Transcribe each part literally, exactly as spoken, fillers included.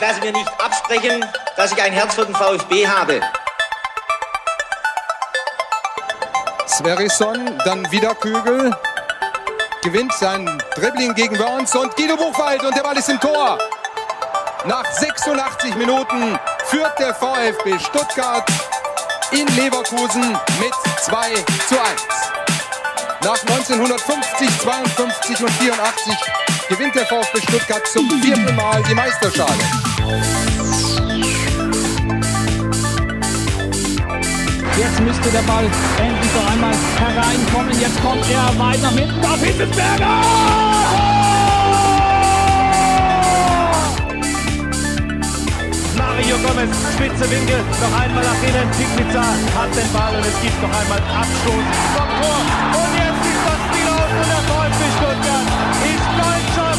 lasse mir nicht absprechen, dass ich ein Herz für den VfB habe. Sverrisson, dann wieder Kügel, gewinnt sein Dribbling gegen Wörns und Guido Buchwald und der Ball ist im Tor. Nach sechsundachtzig Minuten führt der VfB Stuttgart in Leverkusen mit zwei zu eins. Nach neunzehnhundertfünfzig, zweiundfünfzig und vierundachtzig gewinnt der VfB Stuttgart zum vierten Mal die Meisterschale. Jetzt müsste der Ball endlich noch einmal hereinkommen. Jetzt kommt er weit nach hinten auf Hitzelsberger! Mario Gomez, spitze Winkel, noch einmal nach innen. Pizza hat den Ball und es gibt noch einmal Abstoß vom Tor. Und jetzt ist das Spiel aus und der VfB Stuttgart ist deutscher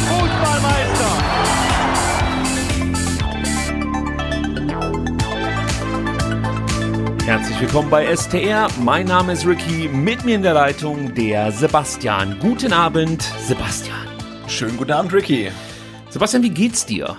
Fußballmeister. Herzlich willkommen bei S T R. Mein Name ist Ricky. Mit mir in der Leitung der Sebastian. Guten Abend, Sebastian. Schönen guten Abend, Ricky. Sebastian, wie geht's dir?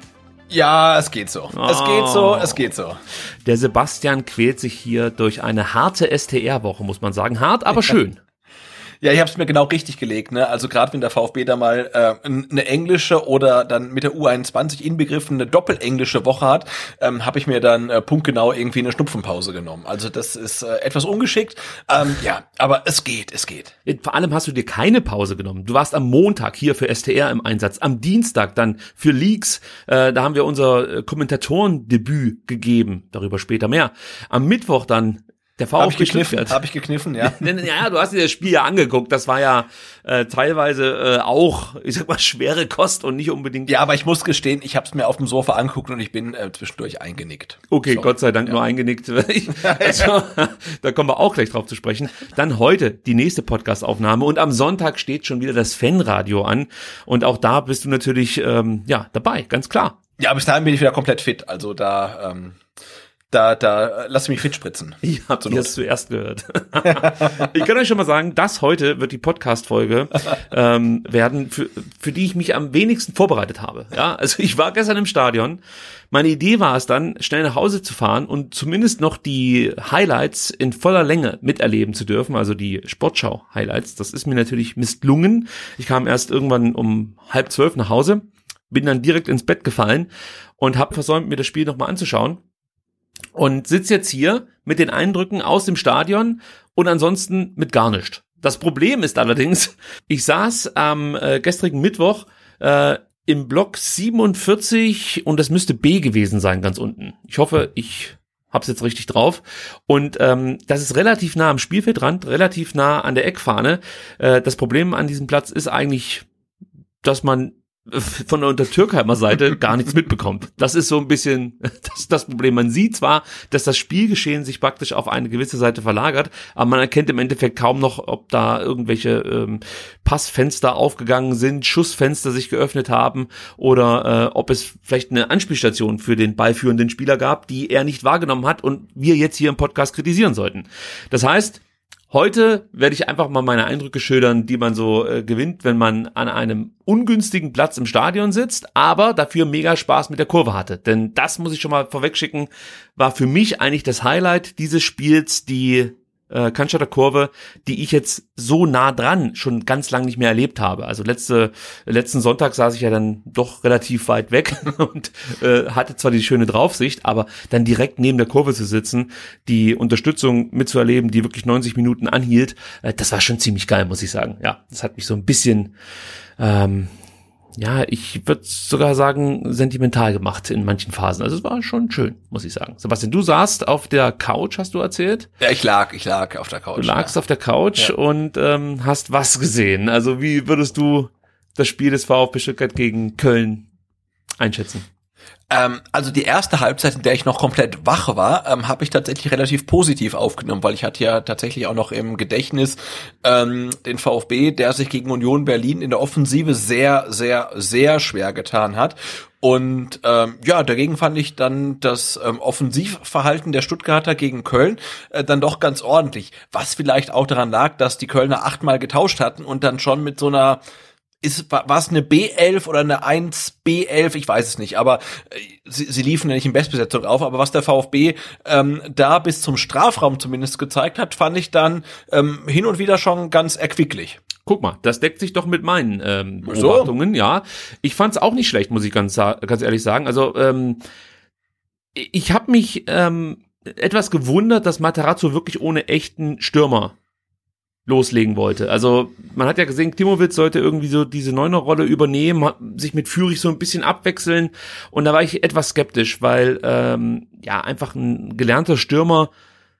Ja, es geht so. Oh. Es geht so, es geht so. Der Sebastian quält sich hier durch eine harte S T R-Woche, muss man sagen. Hart, aber schön. Ja, ich habe es mir genau richtig gelegt, ne? Also gerade wenn der VfB da mal äh, eine englische oder dann mit der U einundzwanzig inbegriffen eine doppelenglische Woche hat, ähm, habe ich mir dann äh, punktgenau irgendwie eine Schnupfenpause genommen. Also das ist äh, etwas ungeschickt. Ähm, ja, aber es geht, es geht. Vor allem hast du dir keine Pause genommen. Du warst am Montag hier für S T R im Einsatz, am Dienstag dann für Leaks. Äh, da haben wir unser Kommentatorendebüt gegeben, darüber später mehr. Am Mittwoch dann der VfB Hab ich gekniffen, hab ich gekniffen, ja. Ja, du hast dir das Spiel ja angeguckt. Das war ja äh, teilweise äh, auch, ich sag mal, schwere Kost und nicht unbedingt. Ja, aber ich muss gestehen, ich habe es mir auf dem Sofa angeguckt und ich bin äh, zwischendurch eingenickt. Okay, Sorry. Gott sei Dank ja. Nur eingenickt. Also, da kommen wir auch gleich drauf zu sprechen. Dann heute die nächste Podcast-Aufnahme und am Sonntag steht schon wieder das Fanradio an und auch da bist du natürlich ähm, ja dabei, ganz klar. Ja, bis dahin bin ich wieder komplett fit. Also da ähm Da, da, lass mich fit spritzen. Ihr habt es zuerst gehört. Ich kann euch schon mal sagen, das heute wird die Podcast-Folge ähm, werden, für, für die ich mich am wenigsten vorbereitet habe. Ja, also ich war gestern im Stadion. Meine Idee war es dann, schnell nach Hause zu fahren und zumindest noch die Highlights in voller Länge miterleben zu dürfen, also die Sportschau-Highlights. Das ist mir natürlich misslungen. Ich kam erst irgendwann um halb zwölf nach Hause, bin dann direkt ins Bett gefallen und habe versäumt, mir das Spiel nochmal anzuschauen. Und sitze jetzt hier mit den Eindrücken aus dem Stadion und ansonsten mit gar nichts. Das Problem ist allerdings, ich saß am äh, gestrigen Mittwoch äh, im Block siebenundvierzig und das müsste B gewesen sein, ganz unten. Ich hoffe, ich hab's jetzt richtig drauf. Und ähm, das ist relativ nah am Spielfeldrand, relativ nah an der Eckfahne. Äh, das Problem an diesem Platz ist eigentlich, dass man von der Untertürkheimer Seite gar nichts mitbekommt. Das ist so ein bisschen das, das Problem. Man sieht zwar, dass das Spielgeschehen sich praktisch auf eine gewisse Seite verlagert, aber man erkennt im Endeffekt kaum noch, ob da irgendwelche ähm, Passfenster aufgegangen sind, Schussfenster sich geöffnet haben oder äh, ob es vielleicht eine Anspielstation für den ballführenden Spieler gab, die er nicht wahrgenommen hat und wir jetzt hier im Podcast kritisieren sollten. Das heißt, heute werde ich einfach mal meine Eindrücke schildern, die man so äh, gewinnt, wenn man an einem ungünstigen Platz im Stadion sitzt, aber dafür mega Spaß mit der Kurve hatte. Denn das muss ich schon mal vorwegschicken, war für mich eigentlich das Highlight dieses Spiels, die äh, Cannstatter Kurve, die ich jetzt so nah dran schon ganz lang nicht mehr erlebt habe. Also letzte letzten Sonntag saß ich ja dann doch relativ weit weg und äh, hatte zwar die schöne Draufsicht, aber dann direkt neben der Kurve zu sitzen, die Unterstützung mitzuerleben, die wirklich neunzig Minuten anhielt, äh, das war schon ziemlich geil, muss ich sagen. Ja, das hat mich so ein bisschen ähm, ja, ich würde sogar sagen, sentimental gemacht in manchen Phasen. Also es war schon schön, muss ich sagen. Sebastian, du saßt auf der Couch, hast du erzählt? Ja, ich lag, ich lag auf der Couch. Du lagst ja. auf der Couch ja. und ähm, hast was gesehen? Also wie würdest du das Spiel des VfB Stuttgart gegen Köln einschätzen? Ähm, also die erste Halbzeit, in der ich noch komplett wach war, ähm, habe ich tatsächlich relativ positiv aufgenommen, weil ich hatte ja tatsächlich auch noch im Gedächtnis ähm, den VfB, der sich gegen Union Berlin in der Offensive sehr, sehr, sehr schwer getan hat. Und ähm, ja, dagegen fand ich dann das ähm, Offensivverhalten der Stuttgarter gegen Köln äh, dann doch ganz ordentlich. Was vielleicht auch daran lag, dass die Kölner achtmal getauscht hatten und dann schon mit so einer ist, war es eine B elf oder eine eins B elf, ich weiß es nicht, aber äh, sie, sie liefen ja nicht in Bestbesetzung auf, aber was der VfB ähm, da bis zum Strafraum zumindest gezeigt hat, fand ich dann ähm, hin und wieder schon ganz erquicklich. Guck mal, das deckt sich doch mit meinen ähm, Beobachtungen, so. Ja. Ich fand's auch nicht schlecht, muss ich ganz, ganz ehrlich sagen. Also ähm, ich habe mich ähm, etwas gewundert, dass Matarazzo wirklich ohne echten Stürmer loslegen wollte. Also man hat ja gesehen, Klimowitz sollte irgendwie so diese Neuner-Rolle übernehmen, sich mit Führig so ein bisschen abwechseln und da war ich etwas skeptisch, weil ähm, ja einfach ein gelernter Stürmer,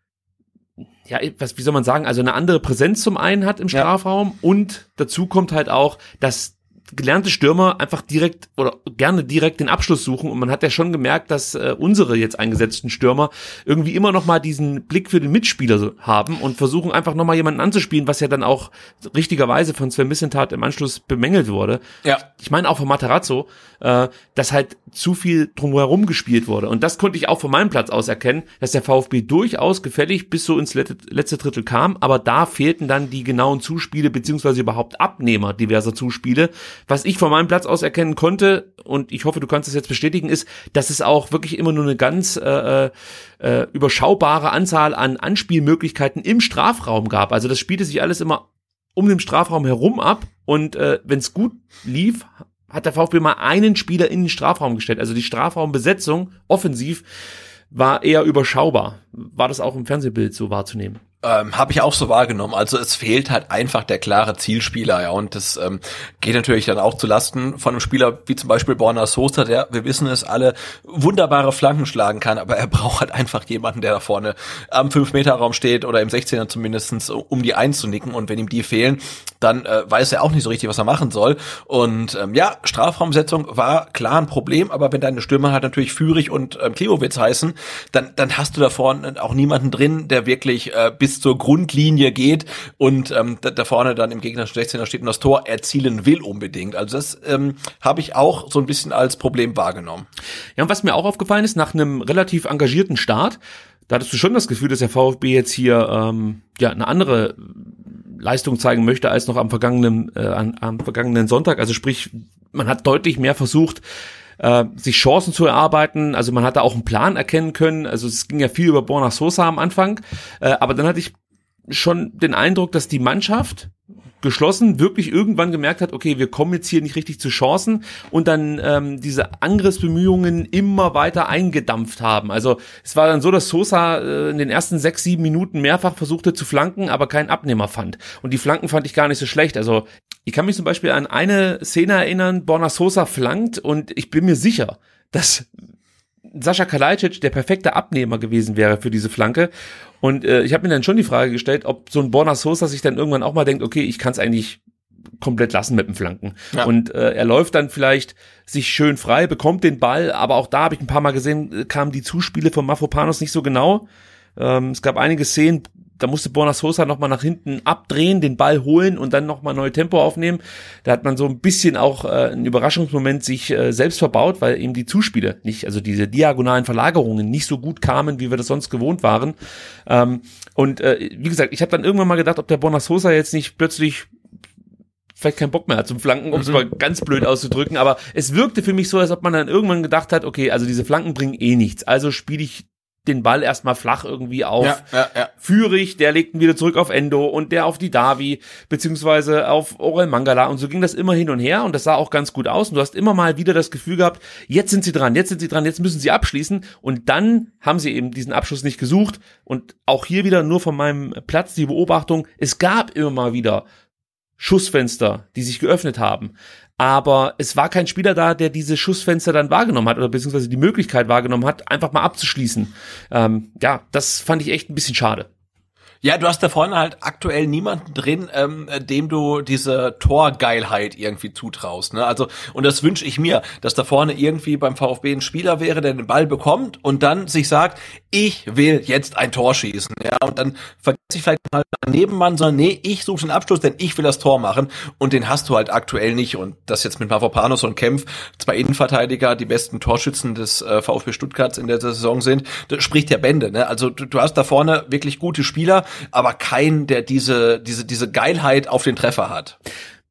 ja, was, wie soll man sagen, also eine andere Präsenz zum einen hat im Strafraum, ja. Und dazu kommt halt auch, dass gelernte Stürmer einfach direkt oder gerne direkt den Abschluss suchen und man hat ja schon gemerkt, dass äh, unsere jetzt eingesetzten Stürmer irgendwie immer noch mal diesen Blick für den Mitspieler haben und versuchen einfach noch mal jemanden anzuspielen, was ja dann auch richtigerweise von Sven Mislintat im Anschluss bemängelt wurde. Ja. Ich meine auch von Matarazzo, äh, dass halt zu viel drumherum gespielt wurde und das konnte ich auch von meinem Platz aus erkennen, dass der VfB durchaus gefällig bis so ins letzte, letzte Drittel kam, aber da fehlten dann die genauen Zuspiele beziehungsweise überhaupt Abnehmer diverser Zuspiele. Was ich von meinem Platz aus erkennen konnte, und ich hoffe, du kannst es jetzt bestätigen, ist, dass es auch wirklich immer nur eine ganz äh, äh, überschaubare Anzahl an Anspielmöglichkeiten im Strafraum gab. Also das spielte sich alles immer um den Strafraum herum ab und äh, wenn es gut lief, hat der VfB mal einen Spieler in den Strafraum gestellt. Also die Strafraumbesetzung offensiv war eher überschaubar. War das auch im Fernsehbild so wahrzunehmen? Ähm, habe ich auch so wahrgenommen. Also es fehlt halt einfach der klare Zielspieler, ja, und das ähm, geht natürlich dann auch zu Lasten von einem Spieler wie zum Beispiel Borna Sosa, der, wir wissen es alle, wunderbare Flanken schlagen kann, aber er braucht halt einfach jemanden, der da vorne am fünf Meter Raum steht oder im sechzehner zumindestens, um die einzunicken, und wenn ihm die fehlen, dann äh, weiß er auch nicht so richtig, was er machen soll. Und ähm, ja, Strafraumsetzung war klar ein Problem, aber wenn deine Stürmer halt natürlich Führig und ähm, Klimowitz heißen, dann dann hast du da vorne auch niemanden drin, der wirklich äh, bis zur Grundlinie geht und ähm, da, da vorne dann im gegnerischen sechzehner steht und das Tor erzielen will unbedingt. Also das ähm, habe ich auch so ein bisschen als Problem wahrgenommen. Ja, und was mir auch aufgefallen ist, nach einem relativ engagierten Start, da hattest du schon das Gefühl, dass der VfB jetzt hier ähm, ja eine andere Leistung zeigen möchte als noch am vergangenen äh, am, am vergangenen Sonntag. Also sprich, man hat deutlich mehr versucht, äh, sich Chancen zu erarbeiten. Also man hat da auch einen Plan erkennen können. Also es ging ja viel über Borna Sosa am Anfang. Äh, aber dann hatte ich schon den Eindruck, dass die Mannschaft geschlossen wirklich irgendwann gemerkt hat, okay, wir kommen jetzt hier nicht richtig zu Chancen und dann ähm, diese Angriffsbemühungen immer weiter eingedampft haben. Also es war dann so, dass Sosa äh, in den ersten sechs, sieben Minuten mehrfach versuchte zu flanken, aber keinen Abnehmer fand. Und die Flanken fand ich gar nicht so schlecht. Also ich kann mich zum Beispiel an eine Szene erinnern, Borna Sosa flankt und ich bin mir sicher, dass Sascha Kalajdzic der perfekte Abnehmer gewesen wäre für diese Flanke. Und äh, ich habe mir dann schon die Frage gestellt, ob so ein Borna Sosa sich dann irgendwann auch mal denkt, okay, ich kann es eigentlich komplett lassen mit dem Flanken. Ja. Und äh, er läuft dann vielleicht sich schön frei, bekommt den Ball, aber auch da habe ich ein paar Mal gesehen, kamen die Zuspiele von Mavropanos nicht so genau. Ähm, es gab einige Szenen, da musste Borna Sosa nochmal nach hinten abdrehen, den Ball holen und dann nochmal neue Tempo aufnehmen. Da hat man so ein bisschen auch äh, einen Überraschungsmoment sich äh, selbst verbaut, weil eben die Zuspiele nicht, also diese diagonalen Verlagerungen nicht so gut kamen, wie wir das sonst gewohnt waren. Ähm, und äh, wie gesagt, ich habe dann irgendwann mal gedacht, ob der Borna Sosa jetzt nicht plötzlich vielleicht keinen Bock mehr hat zum Flanken, um es mal ganz blöd auszudrücken, aber es wirkte für mich so, als ob man dann irgendwann gedacht hat, okay, also diese Flanken bringen eh nichts, also spiele ich den Ball erstmal flach irgendwie auf ja, ja, ja. Führig, der legt ihn wieder zurück auf Endo und der auf die Davi, beziehungsweise auf Orel Mangala, und so ging das immer hin und her und das sah auch ganz gut aus und du hast immer mal wieder das Gefühl gehabt, jetzt sind sie dran, jetzt sind sie dran, jetzt müssen sie abschließen, und dann haben sie eben diesen Abschluss nicht gesucht. Und auch hier wieder nur von meinem Platz die Beobachtung, es gab immer mal wieder Schussfenster, die sich geöffnet haben. Aber es war kein Spieler da, der diese Schussfenster dann wahrgenommen hat oder beziehungsweise die Möglichkeit wahrgenommen hat, einfach mal abzuschließen. Ähm, ja, das fand ich echt ein bisschen schade. Ja, du hast da vorne halt aktuell niemanden drin, ähm, dem du diese Torgeilheit irgendwie zutraust, ne? Also, und das wünsche ich mir, dass da vorne irgendwie beim VfB ein Spieler wäre, der den Ball bekommt und dann sich sagt, ich will jetzt ein Tor schießen, ja, und dann vergisst sich vielleicht mal ein Nebenmann, sondern nee, ich suche den Abschluss, denn ich will das Tor machen, und den hast du halt aktuell nicht, und das jetzt mit Mavropanos und Kempf, zwei Innenverteidiger, die besten Torschützen des äh, VfB Stuttgarts in der Saison sind, das spricht ja Bände, ne? Also du, du hast da vorne wirklich gute Spieler, aber keinen, der diese diese diese Geilheit auf den Treffer hat.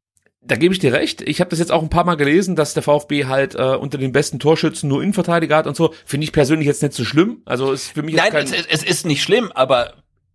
Da gebe ich dir recht. Ich habe das jetzt auch ein paar Mal gelesen, dass der VfB halt äh, unter den besten Torschützen nur Innenverteidiger hat und so. Finde ich persönlich jetzt nicht so schlimm. Also ist für mich Nein, jetzt kein es, es ist nicht schlimm, aber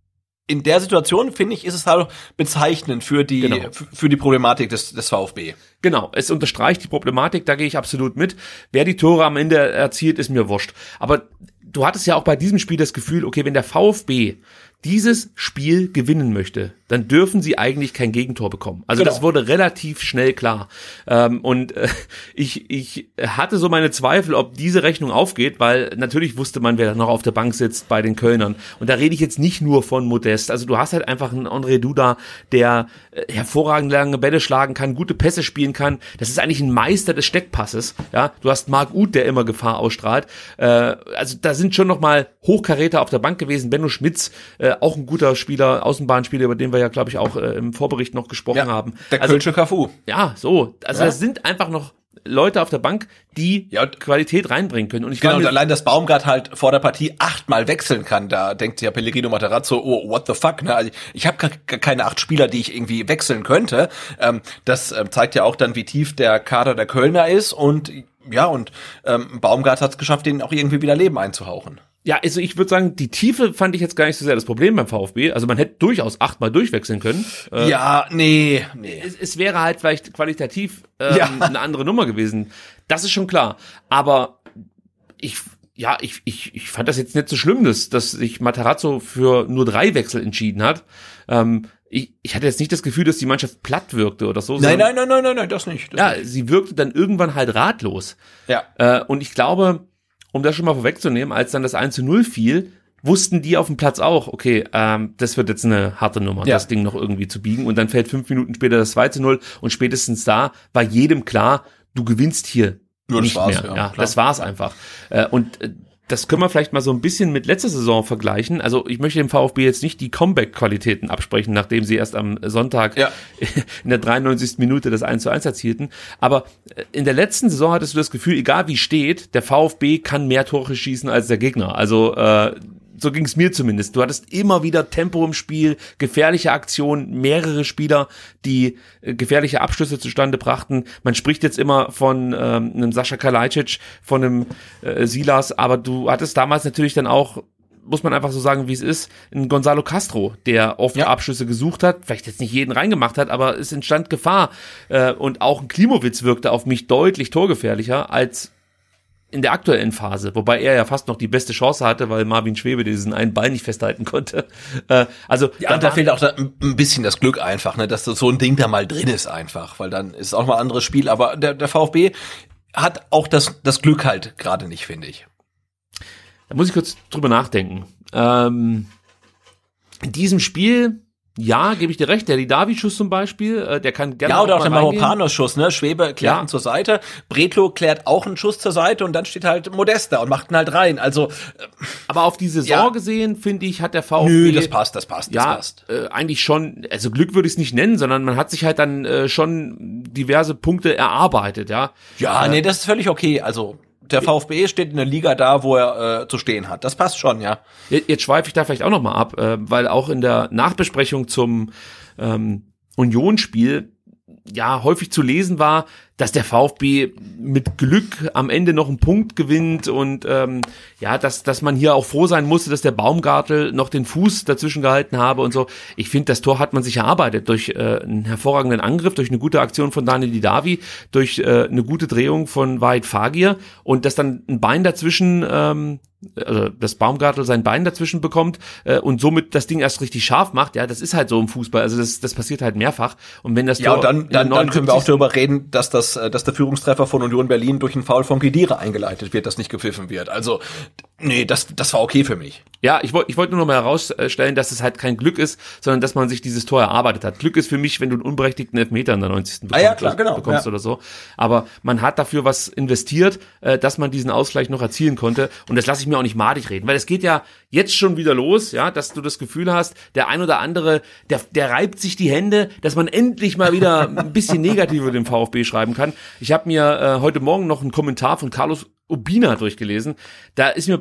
in der Situation, finde ich, ist es halt bezeichnend für die Genau. f- für die Problematik des, des VfB. Genau, es unterstreicht die Problematik, da gehe ich absolut mit. Wer die Tore am Ende erzielt, ist mir wurscht. Aber du hattest ja auch bei diesem Spiel das Gefühl, okay, wenn der VfB dieses Spiel gewinnen möchte, dann dürfen sie eigentlich kein Gegentor bekommen. Also Genau. das wurde relativ schnell klar. Ähm, und äh, ich, ich hatte so meine Zweifel, ob diese Rechnung aufgeht, weil natürlich wusste man, wer noch auf der Bank sitzt bei den Kölnern. Und da rede ich jetzt nicht nur von Modest. Also du hast halt einfach einen André Duda, der äh, hervorragend lange Bälle schlagen kann, gute Pässe spielen kann. Das ist eigentlich ein Meister des Steckpasses. Ja, du hast Marc Uth, der immer Gefahr ausstrahlt. Äh, also da sind schon noch mal Hochkaräter auf der Bank gewesen. Benno Schmitz, äh, auch ein guter Spieler, Außenbahnspieler, über den wir ja, glaube ich, auch äh, im Vorbericht noch gesprochen Ja, haben. Der Also, Kölsche Cafu. ja, so. Also Ja. das sind einfach noch Leute auf der Bank, die Ja. Qualität reinbringen können. Und ich Genau, war und mir, allein, dass Baumgart halt vor der Partie achtmal wechseln kann, da denkt sich ja Pellegrino Matarazzo, oh, what the fuck, ne? Also ich habe keine acht Spieler, die ich irgendwie wechseln könnte. Ähm, das ähm, zeigt ja auch dann, wie tief der Kader der Kölner ist und ja, und ähm, Baumgart hat es geschafft, denen auch irgendwie wieder Leben einzuhauchen. ja, also ich würde sagen, die Tiefe fand ich jetzt gar nicht so sehr das Problem beim VfB. Also man hätte durchaus achtmal durchwechseln können. Äh, Ja, nee, nee. es, es wäre halt vielleicht qualitativ ähm, Ja. eine andere Nummer gewesen. Das ist schon klar. Aber ich, ja, ich, ich, ich fand das jetzt nicht so schlimm, dass, dass sich Matarazzo für nur drei Wechsel entschieden hat. Ähm, ich, ich hatte jetzt nicht das Gefühl, dass die Mannschaft platt wirkte oder so. Nein, sondern- nein, nein, nein, nein, nein, das nicht. Das Ja, nicht. sie wirkte dann irgendwann halt ratlos. Ja. Äh, und ich glaube, um das schon mal vorwegzunehmen, als dann das eins zu null fiel, wussten die auf dem Platz auch, okay, ähm, das wird jetzt eine harte Nummer, Ja. das Ding noch irgendwie zu biegen. Und dann fällt fünf Minuten später das zwei zu null und spätestens da war jedem klar, du gewinnst hier Nur das nicht war's, mehr. ja, Ja, klar. das war's einfach. Äh, und äh, das können wir vielleicht mal so ein bisschen mit letzter Saison vergleichen. Also ich möchte dem VfB jetzt nicht die Comeback-Qualitäten absprechen, nachdem sie erst am Sonntag Ja. in der dreiundneunzigsten Minute das eins zu eins erzielten. Aber in der letzten Saison hattest du das Gefühl, egal wie steht, der VfB kann mehr Tore schießen als der Gegner. Also äh, so ging es mir zumindest. Du hattest immer wieder Tempo im Spiel, gefährliche Aktionen, mehrere Spieler, die äh, gefährliche Abschlüsse zustande brachten. Man spricht jetzt immer von ähm, einem Sascha Kalajdzic, von einem äh, Silas, aber du hattest damals natürlich dann auch, muss man einfach so sagen, wie es ist, ein Gonzalo Castro, der oft Ja. Abschlüsse gesucht hat, vielleicht jetzt nicht jeden reingemacht hat, aber es entstand Gefahr. Äh, und auch ein Klimowitz wirkte auf mich deutlich torgefährlicher als in der aktuellen Phase, wobei er ja fast noch die beste Chance hatte, weil Marvin Schwebe diesen einen Ball nicht festhalten konnte. Äh, also Ja, und da war- fehlt auch da ein ein bisschen das Glück einfach, ne, dass so ein Ding da mal drin ist einfach, weil dann ist es auch mal ein anderes Spiel. Aber der, der VfB hat auch das, das Glück halt gerade nicht, finde ich. Da muss ich kurz drüber nachdenken. Ähm, in diesem Spiel, ja, gebe ich dir recht, der Didavi-Schuss zum Beispiel, äh, der kann gerne Ja, oder auch mal der reingehen. Mavropanos-Schuss, ne? Schwebe klärt Ja. ihn zur Seite, Bretlo klärt auch einen Schuss zur Seite und dann steht halt Modest da und macht ihn halt rein. Also, Aber auf die Saison Ja. gesehen, finde ich, hat der VfB... nö, das passt, das passt, das Ja, passt. äh, eigentlich schon, also Glück würde ich es nicht nennen, sondern man hat sich halt dann äh, schon diverse Punkte erarbeitet, ja. Ja, äh, nee, das ist völlig okay. Also, der VfB steht in der Liga da, wo er äh, zu stehen hat. Das passt schon, ja. Jetzt, jetzt schweife ich da vielleicht auch noch mal ab, äh, weil auch in der Nachbesprechung zum ähm, Unionsspiel ja häufig zu lesen war, dass der VfB mit Glück am Ende noch einen Punkt gewinnt und ähm, ja, dass dass man hier auch froh sein musste, dass der Baumgartel noch den Fuß dazwischen gehalten habe und so. Ich finde, das Tor hat man sich erarbeitet durch äh, einen hervorragenden Angriff, durch eine gute Aktion von Daniel Didavi, durch äh, eine gute Drehung von Wahid Fagir und dass dann ein Bein dazwischen, ähm, also das Baumgartel sein Bein dazwischen bekommt äh, und somit das Ding erst richtig scharf macht. Ja, das ist halt so im Fußball. Also das das passiert halt mehrfach. Und wenn das Ja, Tor und dann, in der dann, dann können wir auch neunundsiebzigsten darüber reden, dass das, äh, dass der Führungstreffer von Union Berlin durch einen Foul von Khedira eingeleitet wird, das nicht gepfiffen wird. Also, nee, das, das war okay für mich. Ja, ich wollte ich wollte nur noch mal herausstellen, dass es halt kein Glück ist, sondern dass man sich dieses Tor erarbeitet hat. Glück ist für mich, wenn du einen unberechtigten Elfmeter in der neunzigsten Ah ja, klar, genau, bekommst ja. oder so. Aber man hat dafür was investiert, äh, dass man diesen Ausgleich noch erzielen konnte. Und das lasse ich mir auch nicht madig reden, weil es geht ja jetzt schon wieder los, ja, dass du das Gefühl hast, der ein oder andere, der, der reibt sich die Hände, dass man endlich mal wieder ein bisschen negativ über den VfB schreiben kann. Ich habe mir äh, heute Morgen noch einen Kommentar von Carlos Urbina durchgelesen. Da ist mir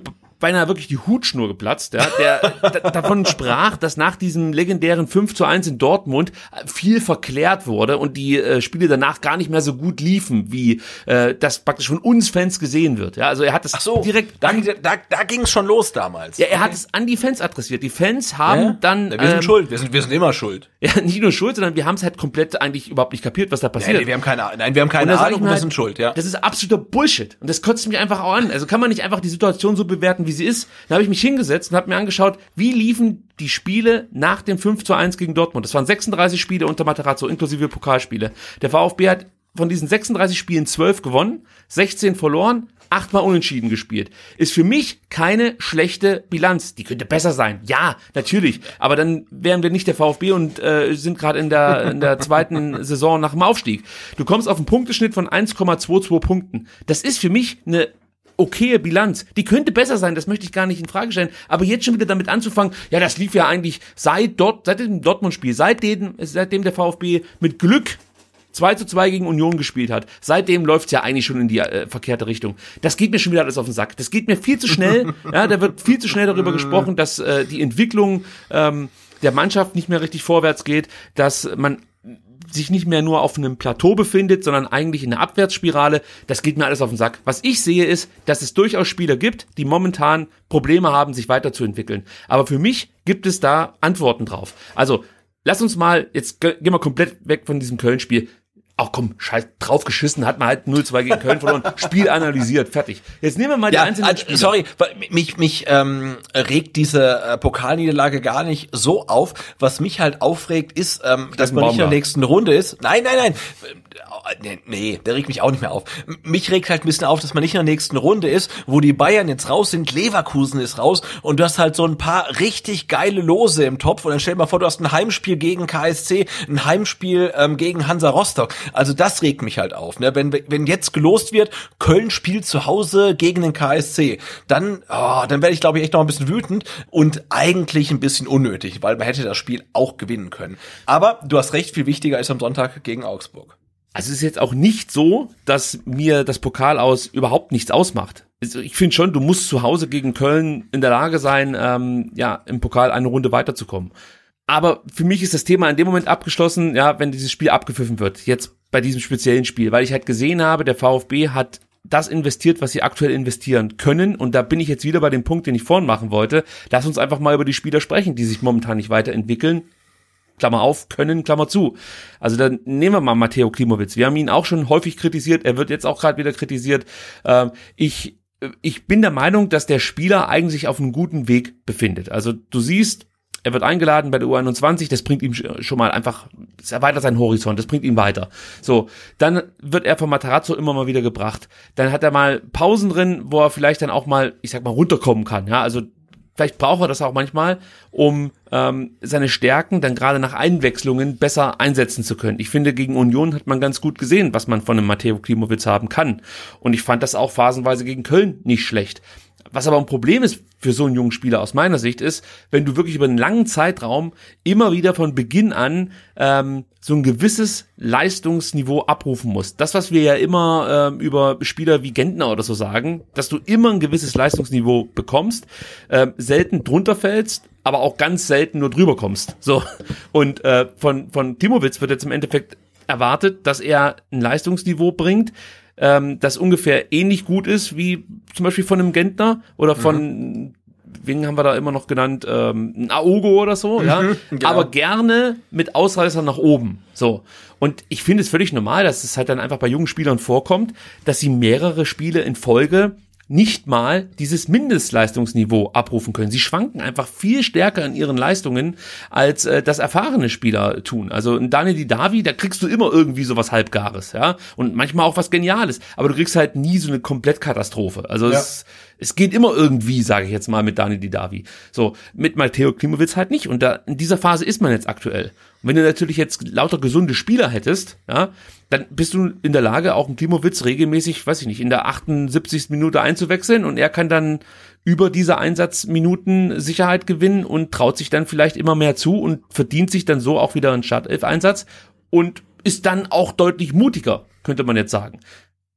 beinahe wirklich die Hutschnur geplatzt, ja, der d- davon sprach, dass nach diesem legendären fünf zu eins in Dortmund viel verklärt wurde und die äh, Spiele danach gar nicht mehr so gut liefen, wie äh, das praktisch von uns Fans gesehen wird. Ja, also er hat es Ach so, direkt da, an, da, da ging es schon los damals. ja, er Okay. hat es an die Fans adressiert. Die Fans haben Ja? dann Ja, wir sind ähm, schuld, wir sind, wir sind immer schuld. ja, nicht nur schuld, sondern wir haben es halt komplett eigentlich überhaupt nicht kapiert, was da passiert. Nee, nee, wir haben keine, nein, wir haben Und keine da sag ich Ahnung mir und wir halt, sind schuld, ja. Das ist absoluter Bullshit. Und das kotzt mich einfach auch an. Also kann man nicht einfach die Situation so bewerten, wie sie ist. Dann habe ich mich hingesetzt und habe mir angeschaut, wie liefen die Spiele nach dem fünf zu eins gegen Dortmund. Das waren sechsunddreißig Spiele unter Materazzo, inklusive Pokalspiele. Der VfB hat von diesen sechsunddreißig Spielen zwölf gewonnen, sechzehn verloren, achtmal unentschieden gespielt. Ist für mich keine schlechte Bilanz. Die könnte besser sein. Ja, natürlich. Aber dann wären wir nicht der VfB und äh, sind gerade in der, in der zweiten Saison nach dem Aufstieg. Du kommst auf einen Punkteschnitt von eins Komma zweiundzwanzig Punkten. Das ist für mich eine okaye Bilanz. Die könnte besser sein, das möchte ich gar nicht in Frage stellen. Aber jetzt schon wieder damit anzufangen, ja, das lief ja eigentlich seit dort, seit dem Dortmund-Spiel, seitdem, seitdem der VfB mit Glück zwei zu zwei gegen Union gespielt hat. Seitdem läuft's ja eigentlich schon in die äh, verkehrte Richtung. Das geht mir schon wieder alles auf den Sack. Das geht mir viel zu schnell. Ja, da wird viel zu schnell darüber gesprochen, dass äh, die Entwicklung ähm, der Mannschaft nicht mehr richtig vorwärts geht, dass man sich nicht mehr nur auf einem Plateau befindet, sondern eigentlich in einer Abwärtsspirale. Das geht mir alles auf den Sack. Was ich sehe ist, dass es durchaus Spieler gibt, die momentan Probleme haben, sich weiterzuentwickeln. Aber für mich gibt es da Antworten drauf. Also, lass uns mal, jetzt gehen wir komplett weg von diesem Köln-Spiel. Ach komm, scheiß, drauf geschissen, hat man halt null zwei gegen Köln verloren, Spiel analysiert, fertig. Jetzt nehmen wir mal die Ja, einzelnen also, Spieler. sorry, weil mich mich ähm, regt diese äh, Pokalniederlage gar nicht so auf. Was mich halt aufregt, ist, ähm, dass ein man Baum nicht in der da. nächsten Runde ist. Nein, nein, nein. Nee, nee, der regt mich auch nicht mehr auf. M- Mich regt halt ein bisschen auf, dass man nicht in der nächsten Runde ist, wo die Bayern jetzt raus sind, Leverkusen ist raus und du hast halt so ein paar richtig geile Lose im Topf und dann stell dir mal vor, du hast ein Heimspiel gegen K S C, ein Heimspiel ähm, gegen Hansa Rostock. Also das regt mich halt auf, ne? Wenn wenn jetzt gelost wird, Köln spielt zu Hause gegen den K S C, dann oh, dann werde ich glaube ich echt noch ein bisschen wütend und eigentlich ein bisschen unnötig, weil man hätte das Spiel auch gewinnen können. Aber du hast recht, viel wichtiger ist am Sonntag gegen Augsburg. Also es ist jetzt auch nicht so, dass mir das Pokal aus überhaupt nichts ausmacht. Also ich finde schon, du musst zu Hause gegen Köln in der Lage sein, ähm, ja, im Pokal eine Runde weiterzukommen. Aber für mich ist das Thema in dem Moment abgeschlossen, ja, wenn dieses Spiel abgepfiffen wird. Jetzt bei diesem speziellen Spiel, weil ich halt gesehen habe, der VfB hat das investiert, was sie aktuell investieren können. Und da bin ich jetzt wieder bei dem Punkt, den ich vorhin machen wollte. Lass uns einfach mal über die Spieler sprechen, die sich momentan nicht weiterentwickeln. Klammer auf, können, Klammer zu. Also dann nehmen wir mal Mateo Klimowitz. Wir haben ihn auch schon häufig kritisiert. Er wird jetzt auch gerade wieder kritisiert. Ähm, ich, ich bin der Meinung, dass der Spieler eigentlich auf einem guten Weg befindet. Also du siehst, er wird eingeladen bei der U einundzwanzig, das bringt ihm schon mal einfach, das erweitert seinen Horizont, das bringt ihn weiter. So, dann wird er von Materazzo immer mal wieder gebracht. Dann hat er mal Pausen drin, wo er vielleicht dann auch mal, ich sag mal, runterkommen kann. Ja, also vielleicht braucht er das auch manchmal, um ähm, seine Stärken dann gerade nach Einwechslungen besser einsetzen zu können. Ich finde, gegen Union hat man ganz gut gesehen, was man von einem Mateo Klimowitz haben kann. Und ich fand das auch phasenweise gegen Köln nicht schlecht. Was aber ein Problem ist für so einen jungen Spieler aus meiner Sicht ist, wenn du wirklich über einen langen Zeitraum immer wieder von Beginn an ähm, so ein gewisses Leistungsniveau abrufen musst. Das, was wir ja immer ähm, über Spieler wie Gentner oder so sagen, dass du immer ein gewisses Leistungsniveau bekommst, äh, selten drunter fällst, aber auch ganz selten nur drüber kommst. So. Und äh, von, von Klimowitz wird jetzt im Endeffekt erwartet, dass er ein Leistungsniveau bringt, ähm, das ungefähr ähnlich gut ist wie zum Beispiel von einem Gentner oder von, mhm. wen haben wir da immer noch genannt, ähm, ein Aogo oder so, mhm, ja, genau. Aber gerne mit Ausreißern nach oben, so. Und ich finde es völlig normal, dass es halt dann einfach bei jungen Spielern vorkommt, dass sie mehrere Spiele in Folge nicht mal dieses Mindestleistungsniveau abrufen können. Sie schwanken einfach viel stärker in ihren Leistungen, als äh, das erfahrene Spieler tun. Also in Daniel Didavi, da kriegst du immer irgendwie sowas Halbgares, ja, und manchmal auch was Geniales, aber du kriegst halt nie so eine Komplettkatastrophe. Also ja. es, es geht immer irgendwie, sage ich jetzt mal, mit Daniel Didavi. So, mit Mateo Klimowitz halt nicht. Und da in dieser Phase ist man jetzt aktuell. Und wenn du natürlich jetzt lauter gesunde Spieler hättest, ja, dann bist du in der Lage, auch einen Klimowitz regelmäßig, weiß ich nicht, in der achtundsiebzigsten Minute einzuwechseln und er kann dann über diese Einsatzminuten Sicherheit gewinnen und traut sich dann vielleicht immer mehr zu und verdient sich dann so auch wieder einen Startelf-Einsatz und ist dann auch deutlich mutiger, könnte man jetzt sagen.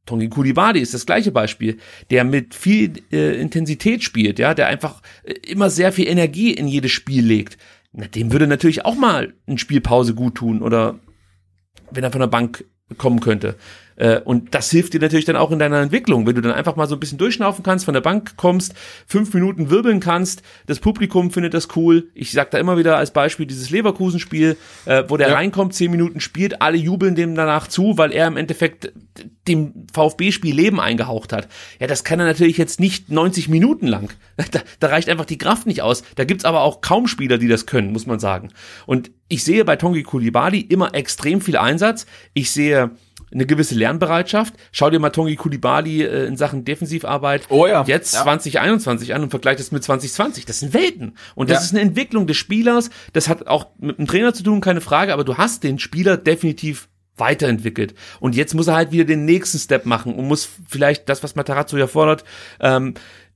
Tongi Coulibaly ist das gleiche Beispiel, der mit viel äh, Intensität spielt, ja, der einfach äh, immer sehr viel Energie in jedes Spiel legt. Na, dem würde natürlich auch mal eine Spielpause gut tun oder wenn er von der Bank kommen könnte. Äh, und das hilft dir natürlich dann auch in deiner Entwicklung, wenn du dann einfach mal so ein bisschen durchschnaufen kannst, von der Bank kommst, fünf Minuten wirbeln kannst, das Publikum findet das cool. Ich sag da immer wieder als Beispiel dieses Leverkusen-Spiel, äh, wo der ja. reinkommt, zehn Minuten spielt, alle jubeln dem danach zu, weil er im Endeffekt dem VfB-Spiel Leben eingehaucht hat. Ja, das kann er natürlich jetzt nicht neunzig Minuten lang. Da, da reicht einfach die Kraft nicht aus. Da gibt's aber auch kaum Spieler, die das können, muss man sagen. Und ich sehe bei Tongi Coulibaly immer extrem viel Einsatz. Ich sehe eine gewisse Lernbereitschaft. Schau dir mal Tongi Coulibaly äh, in Sachen Defensivarbeit oh ja. jetzt ja. zwanzig einundzwanzig an und vergleicht es mit zwanzig zwanzig. Das sind Welten. Und das ja. ist eine Entwicklung des Spielers. Das hat auch mit dem Trainer zu tun, keine Frage, aber du hast den Spieler definitiv weiterentwickelt. Und jetzt muss er halt wieder den nächsten Step machen und muss vielleicht das, was Matarazzo ja fordert, ähm,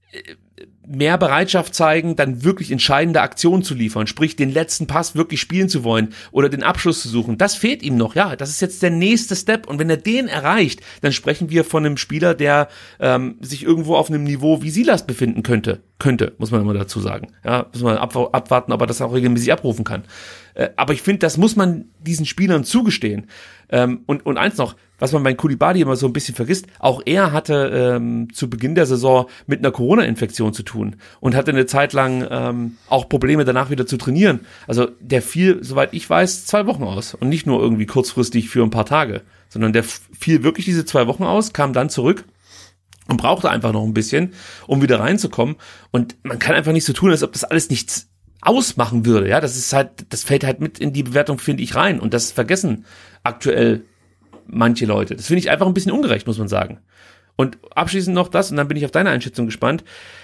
mehr Bereitschaft zeigen, dann wirklich entscheidende Aktionen zu liefern, sprich den letzten Pass wirklich spielen zu wollen oder den Abschluss zu suchen. Das fehlt ihm noch, ja, das ist jetzt der nächste Step und wenn er den erreicht, dann sprechen wir von einem Spieler, der ähm, sich irgendwo auf einem Niveau wie Silas befinden könnte, könnte, muss man immer dazu sagen. Ja, muss man ab- abwarten, ob er das auch regelmäßig abrufen kann. Äh, aber ich finde, das muss man diesen Spielern zugestehen. Ähm, und, und eins noch, was man bei Coulibaly immer so ein bisschen vergisst, auch er hatte ähm, zu Beginn der Saison mit einer Corona-Infektion zu tun und hatte eine Zeit lang ähm, auch Probleme danach wieder zu trainieren. Also der fiel, soweit ich weiß, zwei Wochen aus und nicht nur irgendwie kurzfristig für ein paar Tage, sondern der fiel wirklich diese zwei Wochen aus, kam dann zurück und brauchte einfach noch ein bisschen, um wieder reinzukommen. Und man kann einfach nicht so tun, als ob das alles nichts ausmachen würde. Ja, das ist halt, das fällt halt mit in die Bewertung, finde ich, rein. Und das vergessen aktuell manche Leute. Das finde ich einfach ein bisschen ungerecht, muss man sagen. Und abschließend noch das, und dann bin ich auf deine Einschätzung gespannt.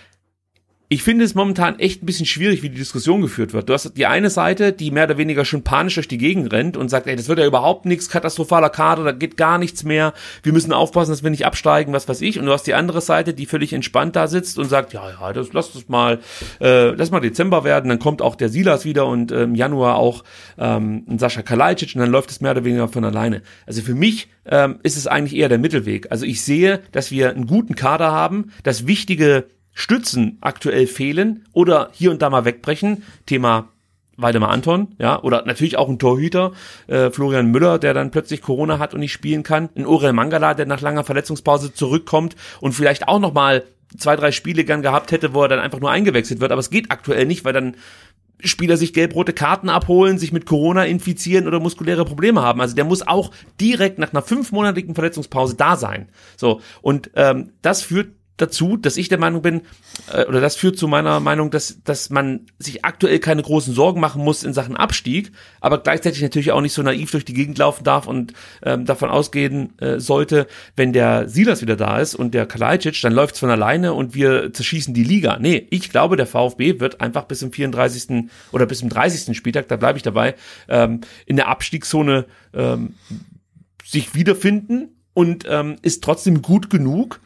Ich finde es momentan echt ein bisschen schwierig, wie die Diskussion geführt wird. Du hast die eine Seite, die mehr oder weniger schon panisch durch die Gegend rennt und sagt, ey, das wird ja überhaupt nichts, katastrophaler Kader, da geht gar nichts mehr, wir müssen aufpassen, dass wir nicht absteigen, was weiß ich. Und du hast die andere Seite, die völlig entspannt da sitzt und sagt, ja, ja, das, lass das mal, äh, lass mal Dezember werden, dann kommt auch der Silas wieder und äh, im Januar auch ähm, ein Sascha Kalajdzic und dann läuft es mehr oder weniger von alleine. Also für mich ähm, ist es eigentlich eher der Mittelweg. Also ich sehe, dass wir einen guten Kader haben, dass wichtige Stützen aktuell fehlen oder hier und da mal wegbrechen. Thema Waldemar Anton, ja, oder natürlich auch ein Torhüter, äh, Florian Müller, der dann plötzlich Corona hat und nicht spielen kann. Ein Orel Mangala, der nach langer Verletzungspause zurückkommt und vielleicht auch nochmal zwei, drei Spiele gern gehabt hätte, wo er dann einfach nur eingewechselt wird. Aber es geht aktuell nicht, weil dann Spieler sich gelb-rote Karten abholen, sich mit Corona infizieren oder muskuläre Probleme haben. Also der muss auch direkt nach einer fünfmonatigen Verletzungspause da sein. So, und ähm, das führt dazu, dass ich der Meinung bin, äh, oder das führt zu meiner Meinung, dass dass man sich aktuell keine großen Sorgen machen muss in Sachen Abstieg, aber gleichzeitig natürlich auch nicht so naiv durch die Gegend laufen darf und ähm, davon ausgehen äh, sollte, wenn der Silas wieder da ist und der Kalajdzic, dann läuft's von alleine und wir zerschießen die Liga. Nee, ich glaube, der VfB wird einfach bis zum vierunddreißigsten oder bis zum dreißigsten Spieltag, da bleibe ich dabei, ähm, in der Abstiegszone ähm, sich wiederfinden und ähm, ist trotzdem gut genug,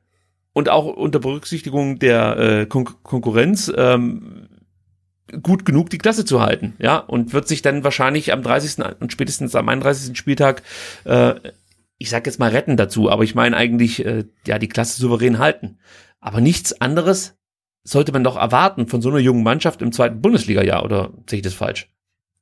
und auch unter Berücksichtigung der äh, Kon- Konkurrenz ähm, gut genug die Klasse zu halten, ja, und wird sich dann wahrscheinlich am dreißigsten und spätestens am einunddreißigsten Spieltag, äh, ich sag jetzt mal retten dazu, aber ich meine eigentlich, äh, ja, die Klasse souverän halten. Aber nichts anderes sollte man doch erwarten von so einer jungen Mannschaft im zweiten Bundesliga-Jahr, oder sehe ich das falsch?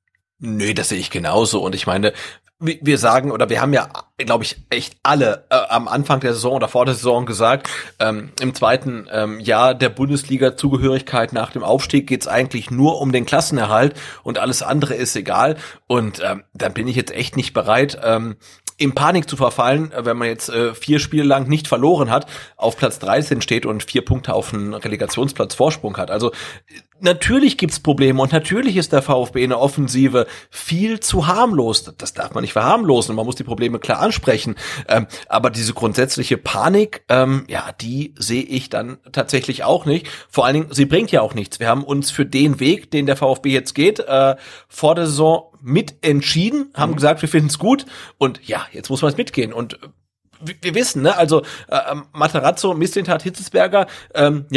Nö, das sehe ich genauso. Und ich meine, wir sagen, oder wir haben ja, glaube ich, echt alle äh, am Anfang der Saison oder vor der Saison gesagt, ähm, im zweiten ähm, Jahr der Bundesliga-Zugehörigkeit nach dem Aufstieg geht's eigentlich nur um den Klassenerhalt und alles andere ist egal. Und ähm, dann bin ich jetzt echt nicht bereit, ähm, in Panik zu verfallen, wenn man jetzt äh, vier Spiele lang nicht verloren hat, auf Platz dreizehn steht und vier Punkte auf einen Relegationsplatz Vorsprung hat. Also natürlich gibt's Probleme und natürlich ist der VfB in der Offensive viel zu harmlos. Das darf man nicht verharmlosen. Man muss die Probleme klar ansprechen. Ähm, aber diese grundsätzliche Panik, ähm, ja, die sehe ich dann tatsächlich auch nicht. Vor allen Dingen, sie bringt ja auch nichts. Wir haben uns für den Weg, den der VfB jetzt geht, äh, vor der Saison mit entschieden, haben mhm. gesagt, wir finden es gut und ja, jetzt muss man es mitgehen und wir wissen, ne, also äh, Matarazzo, Mislintat, Hitzelsberger, ähm, ja,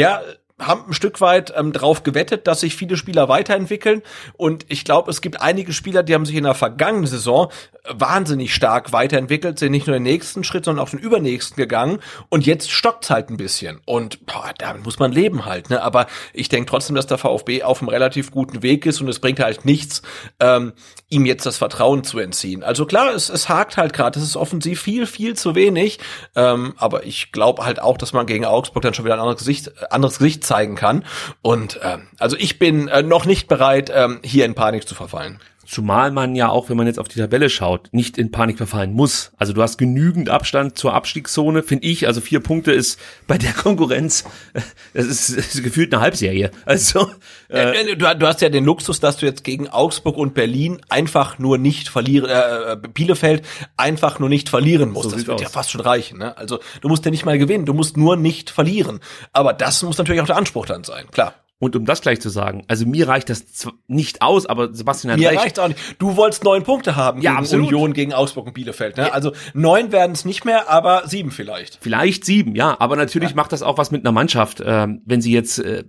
haben ein Stück weit ähm, drauf gewettet, dass sich viele Spieler weiterentwickeln und ich glaube, es gibt einige Spieler, die haben sich in der vergangenen Saison wahnsinnig stark weiterentwickelt, sind nicht nur den nächsten Schritt, sondern auch den übernächsten gegangen und jetzt stockt's halt ein bisschen und boah, damit muss man leben halt, ne? Aber ich denke trotzdem, dass der VfB auf einem relativ guten Weg ist und es bringt halt nichts, ähm, ihm jetzt das Vertrauen zu entziehen. Also klar, es, es hakt halt gerade, es ist offensiv viel, viel zu wenig, ähm, aber ich glaube halt auch, dass man gegen Augsburg dann schon wieder ein anderes Gesicht, anderes Gesicht zeigen kann. Und ähm, also ich bin äh, noch nicht bereit, ähm, hier in Panik zu verfallen. Zumal man ja auch, wenn man jetzt auf die Tabelle schaut, nicht in Panik verfallen muss. Also du hast genügend Abstand zur Abstiegszone, finde ich. Also vier Punkte ist bei der Konkurrenz, das ist, das ist gefühlt eine Halbserie. Also äh, du, du hast ja den Luxus, dass du jetzt gegen Augsburg und Berlin einfach nur nicht verlieren, äh, Bielefeld einfach nur nicht verlieren musst. So das wird aus. ja fast schon reichen. Ne? Also du musst ja nicht mal gewinnen, du musst nur nicht verlieren. Aber das muss natürlich auch der Anspruch dann sein, klar. Und um das gleich zu sagen, also mir reicht das nicht aus, aber Sebastian hat Mir recht. reicht's auch nicht. Du wolltest neun Punkte haben Ja, gegen absolut. Union, gegen Augsburg und Bielefeld. Ne? Also neun werden es nicht mehr, aber sieben vielleicht. Vielleicht sieben, ja, aber natürlich Ja. macht das auch was mit einer Mannschaft, ähm, wenn sie jetzt äh,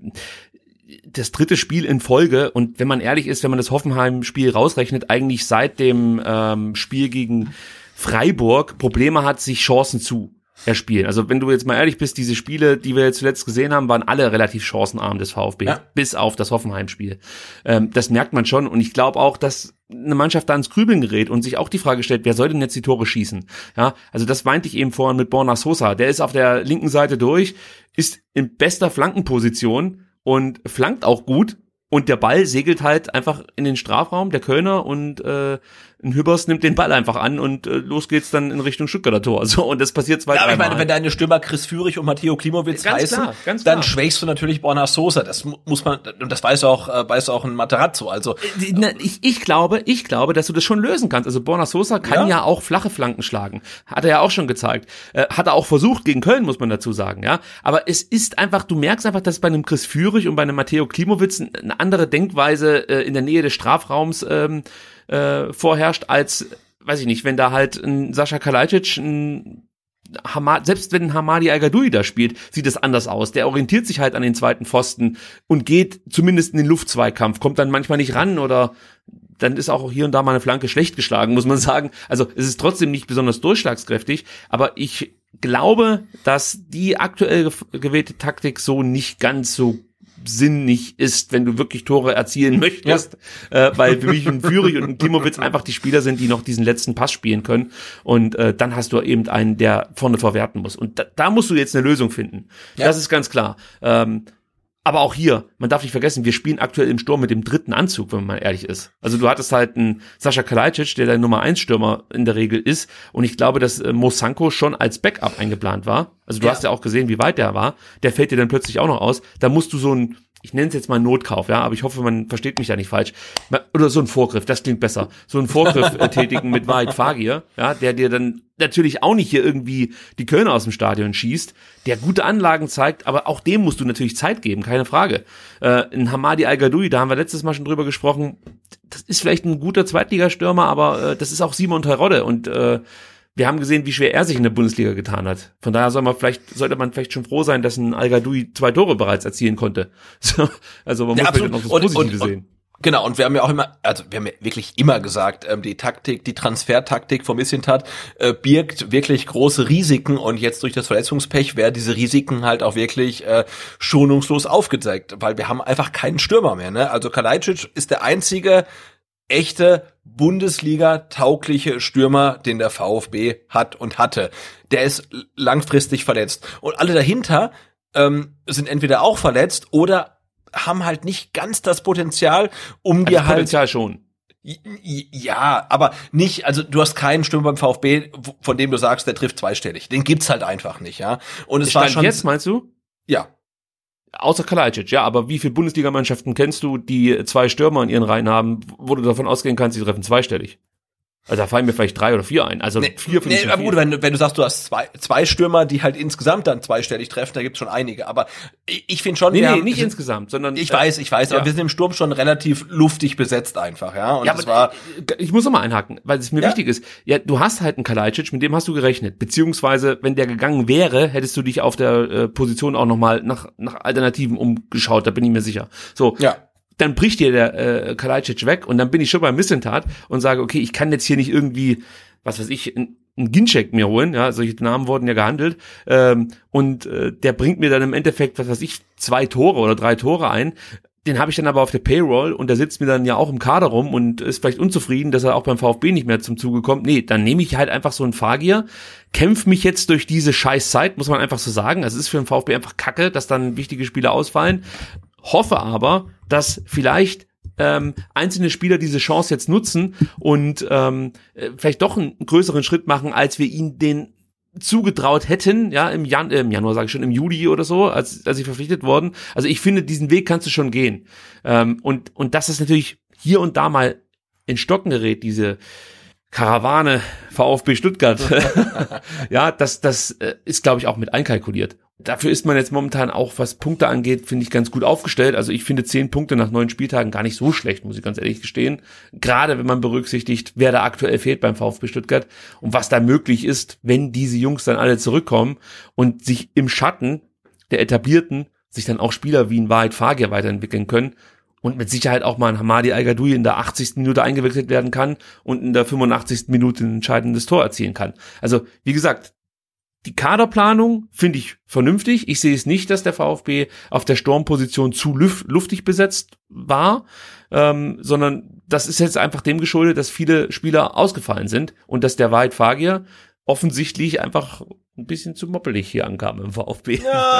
das dritte Spiel in Folge und wenn man ehrlich ist, wenn man das Hoffenheim-Spiel rausrechnet, eigentlich seit dem ähm, Spiel gegen Freiburg Probleme hat, sich Chancen zu erspielen. Also wenn du jetzt mal ehrlich bist, diese Spiele, die wir jetzt zuletzt gesehen haben, waren alle relativ chancenarm des VfB, Ja. bis auf das Hoffenheim-Spiel. Ähm, das merkt man schon und ich glaube auch, dass eine Mannschaft da ins Grübeln gerät und sich auch die Frage stellt, wer soll denn jetzt die Tore schießen? Ja, also das meinte ich eben vorhin mit Borna Sosa. Der ist auf der linken Seite durch, ist in bester Flankenposition und flankt auch gut und der Ball segelt halt einfach in den Strafraum der Kölner und äh, ein Hübbers nimmt den Ball einfach an und äh, los geht's dann in Richtung Stuttgarter Tor. So, und das passiert zwei, Ja, aber ich dreimal. meine, wenn deine Stürmer Chris Führig und Matteo Klimowitz Ganz heißen, klar, ganz dann klar. schwächst du natürlich Borna Sosa. Das mu- muss man, und das weiß auch, äh, weiß auch ein Materazzo. Also Die- na, Ich, ich glaube, ich glaube, dass du das schon lösen kannst. Also Borna Sosa kann ja. Ja. auch flache Flanken schlagen. Hat er ja auch schon gezeigt. Äh, hat er auch versucht gegen Köln, muss man dazu sagen, ja. Aber es ist einfach, du merkst einfach, dass bei einem Chris Führig und bei einem Matteo Klimowitz eine andere Denkweise äh, in der Nähe des Strafraums ähm, äh, vorherrscht als, weiß ich nicht, wenn da halt ein Sascha Kalajdzic, ein Hamad, selbst wenn ein Hamadi Al-Gadoui da spielt, sieht es anders aus. Der orientiert sich halt an den zweiten Pfosten und geht zumindest in den Luftzweikampf, kommt dann manchmal nicht ran oder dann ist auch hier und da mal eine Flanke schlecht geschlagen, muss man sagen. Also es ist trotzdem nicht besonders durchschlagskräftig, aber ich glaube, dass die aktuell gewählte Taktik so nicht ganz so sinnig ist, wenn du wirklich Tore erzielen möchtest, ja. äh, weil für mich ein Führig und ein Klimowitz einfach die Spieler sind, die noch diesen letzten Pass spielen können und äh, dann hast du eben einen, der vorne verwerten muss und da, da musst du jetzt eine Lösung finden. Ja. Das ist ganz klar. Ähm, aber auch hier, man darf nicht vergessen, wir spielen aktuell im Sturm mit dem dritten Anzug, wenn man mal ehrlich ist. Also du hattest halt einen Sascha Kalajdzic, der der Nummer eins Stürmer in der Regel ist und ich glaube, dass äh, Mo Sanko schon als Backup eingeplant war. Also du ja. hast ja auch gesehen, wie weit der war. Der fällt dir dann plötzlich auch noch aus. Da musst du so ein, ich nenne es jetzt mal Notkauf, ja, aber ich hoffe, man versteht mich da nicht falsch. Oder so ein Vorgriff, das klingt besser. So ein Vorgriff äh, tätigen mit Wahid Fagir, ja, der dir dann natürlich auch nicht hier irgendwie die Kölner aus dem Stadion schießt, der gute Anlagen zeigt, aber auch dem musst du natürlich Zeit geben, keine Frage. Äh, ein Hamadi Al-Gadoui, da haben wir letztes Mal schon drüber gesprochen, das ist vielleicht ein guter Zweitligastürmer, aber äh, das ist auch Simon Terodde und äh, wir haben gesehen, wie schwer er sich in der Bundesliga getan hat. Von daher soll man vielleicht, sollte man vielleicht schon froh sein, dass ein Al-Gadoui zwei Tore bereits erzielen konnte. So, also man ja, muss absolut. vielleicht noch das Und- Positive und- sehen. Genau, und wir haben ja auch immer, also wir haben ja wirklich immer gesagt, ähm, die Taktik, die Transfertaktik vom Mislintat äh, birgt wirklich große Risiken und jetzt durch das Verletzungspech werden diese Risiken halt auch wirklich äh, schonungslos aufgezeigt, weil wir haben einfach keinen Stürmer mehr. Ne? Also Kalajdzic ist der einzige echte Bundesliga-taugliche Stürmer, den der VfB hat und hatte. Der ist langfristig verletzt. Und alle dahinter ähm, sind entweder auch verletzt oder haben halt nicht ganz das Potenzial, um dir Das halt Potenzial schon. ja, aber nicht, also du hast keinen Stürmer beim VfB, von dem du sagst, der trifft zweistellig. Den gibt's halt einfach nicht, ja. Und es war Stand schon jetzt, meinst du? ja. Außer Kalajdzic, ja, aber wie viele Bundesligamannschaften kennst du, die zwei Stürmer in ihren Reihen haben, wo du davon ausgehen kannst, sie treffen zweistellig? Also da fallen mir vielleicht drei oder vier ein. Also nee, vier finde nee, ich aber gut, wenn, wenn du sagst, du hast zwei, zwei Stürmer, die halt insgesamt dann zweistellig treffen, da gibt's schon einige. Aber ich, ich finde schon, nee, wir nee, haben, nicht sind, insgesamt, sondern ich weiß, ich weiß, ja. aber wir sind im Sturm schon relativ luftig besetzt einfach, ja. Und ja, das aber war, ich muss noch mal einhaken, weil es mir ja? wichtig ist. Ja, du hast halt einen Kalajdzic, mit dem hast du gerechnet. Beziehungsweise, wenn der gegangen wäre, hättest du dich auf der äh, Position auch noch mal nach, nach Alternativen umgeschaut, da bin ich mir sicher. So. Ja. Dann bricht dir der äh, Kalajdzic weg und dann bin ich schon beim Missentat und sage, okay, ich kann jetzt hier nicht irgendwie, was weiß ich, ein, ein Ginczek mir holen, ja, solche Namen wurden ja gehandelt, ähm, und äh, der bringt mir dann im Endeffekt, was weiß ich, zwei Tore oder drei Tore ein. Den habe ich dann aber auf der Payroll und der sitzt mir dann ja auch im Kader rum und ist vielleicht unzufrieden, dass er auch beim VfB nicht mehr zum Zuge kommt. Nee, dann nehme ich halt einfach so einen Fagier, kämpf mich jetzt durch diese scheiß Zeit, muss man einfach so sagen. Also es ist für den VfB einfach Kacke, dass dann wichtige Spieler ausfallen. Hoffe aber, dass vielleicht ähm, einzelne Spieler diese Chance jetzt nutzen und ähm, vielleicht doch einen größeren Schritt machen, als wir ihnen den zugetraut hätten, ja, im, Jan- äh, im Januar, sage ich schon, im Juli oder so, als, als sie verpflichtet wurden. Also ich finde, diesen Weg kannst du schon gehen. Ähm, und, und dass es natürlich hier und da mal in Stocken gerät, diese Karawane VfB Stuttgart, ja, das, das äh, ist, glaube ich, auch mit einkalkuliert. Dafür ist man jetzt momentan auch, was Punkte angeht, finde ich ganz gut aufgestellt. Also ich finde zehn Punkte nach neun Spieltagen gar nicht so schlecht, muss ich ganz ehrlich gestehen. Gerade wenn man berücksichtigt, wer da aktuell fehlt beim VfB Stuttgart und was da möglich ist, wenn diese Jungs dann alle zurückkommen und sich im Schatten der Etablierten sich dann auch Spieler wie ein Wahid Fagier weiterentwickeln können und mit Sicherheit auch mal ein Hamadi Al-Gadoui in der achtzigsten Minute eingewechselt werden kann und in der fünfundachtzigsten Minute ein entscheidendes Tor erzielen kann. Also wie gesagt, die Kaderplanung finde ich vernünftig. Ich sehe es nicht, dass der VfB auf der Sturmposition zu luf- luftig besetzt war, ähm, sondern das ist jetzt einfach dem geschuldet, dass viele Spieler ausgefallen sind und dass der Wahid Fagier offensichtlich einfach ein bisschen zu moppelig hier ankam im VfB.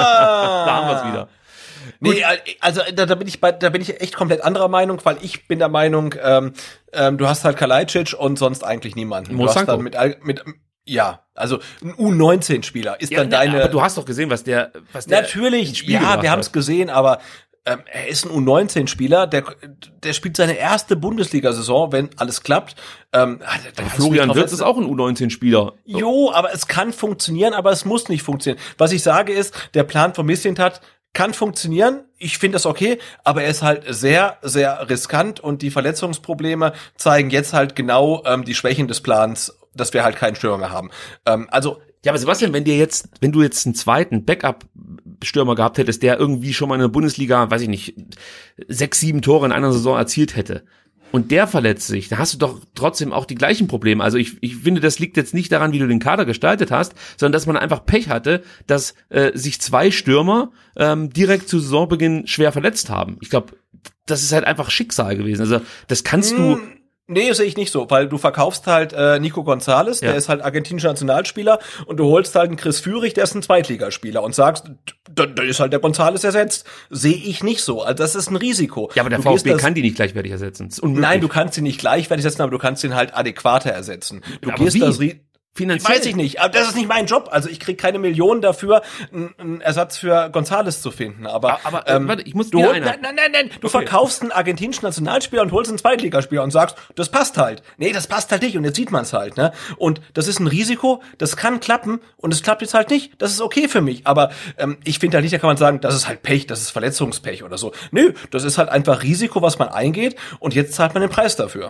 Ja. Da haben wir es wieder. Nee, also da, da bin ich bei, da bin ich echt komplett anderer Meinung, weil ich bin der Meinung, ähm, ähm, du hast halt Kalajdzic und sonst eigentlich niemanden. Du hast dann mit, mit ja, also ein U neunzehn Spieler ist ja, dann na, deine. Aber du hast doch gesehen, was der, was der natürlich, ja, wir haben es gesehen, aber ähm, er ist ein U neunzehn Spieler, der, der spielt seine erste Bundesliga-Saison, wenn alles klappt. Ähm, da aber Florian Wirtz ist auch ein U neunzehn Spieler. Jo, aber es kann funktionieren, aber es muss nicht funktionieren. Was ich sage ist, der Plan von Mislintat kann funktionieren. Ich finde das okay, aber er ist halt sehr, sehr riskant und die Verletzungsprobleme zeigen jetzt halt genau ähm, die Schwächen des Plans, dass wir halt keinen Stürmer mehr haben. Ähm, also ja, aber Sebastian, wenn dir jetzt, wenn du jetzt einen zweiten Backup-Stürmer gehabt hättest, der irgendwie schon mal in der Bundesliga, weiß ich nicht, sechs, sieben Tore in einer Saison erzielt hätte und der verletzt sich, dann hast du doch trotzdem auch die gleichen Probleme. Also ich, ich finde, das liegt jetzt nicht daran, wie du den Kader gestaltet hast, sondern dass man einfach Pech hatte, dass äh, sich zwei Stürmer ähm, direkt zu Saisonbeginn schwer verletzt haben. Ich glaube, das ist halt einfach Schicksal gewesen. Also das kannst du... Nee, sehe ich nicht so, weil du verkaufst halt äh, Nico González, ja. der ist halt argentinischer Nationalspieler und du holst halt einen Chris Führig, der ist ein Zweitligaspieler und sagst, dann ist halt der González ersetzt. Sehe ich nicht so, also das ist ein Risiko. Ja, aber der du VfB das, kann die nicht gleichwertig ersetzen. Nein, du kannst sie nicht gleichwertig ersetzen, aber du kannst ihn halt adäquater ersetzen. Du aber gehst wie? das Risiko. Finanziell. Weiß ich nicht, aber das ist nicht mein Job. Also ich krieg keine Millionen dafür, einen Ersatz für González zu finden. Aber, aber ähm, warte, ich muss du dir hol, einer. nein, nein, nein, nein, du Okay. verkaufst einen argentinischen Nationalspieler und holst einen Zweitligaspieler und sagst, das passt halt. Nee, das passt halt nicht und jetzt sieht man es halt, ne? Und das ist ein Risiko, das kann klappen und es klappt jetzt halt nicht. Das ist okay für mich, aber ähm, ich finde halt nicht, da kann man sagen, das ist halt Pech, das ist Verletzungspech oder so. Nö, das ist halt einfach Risiko, was man eingeht und jetzt zahlt man den Preis dafür.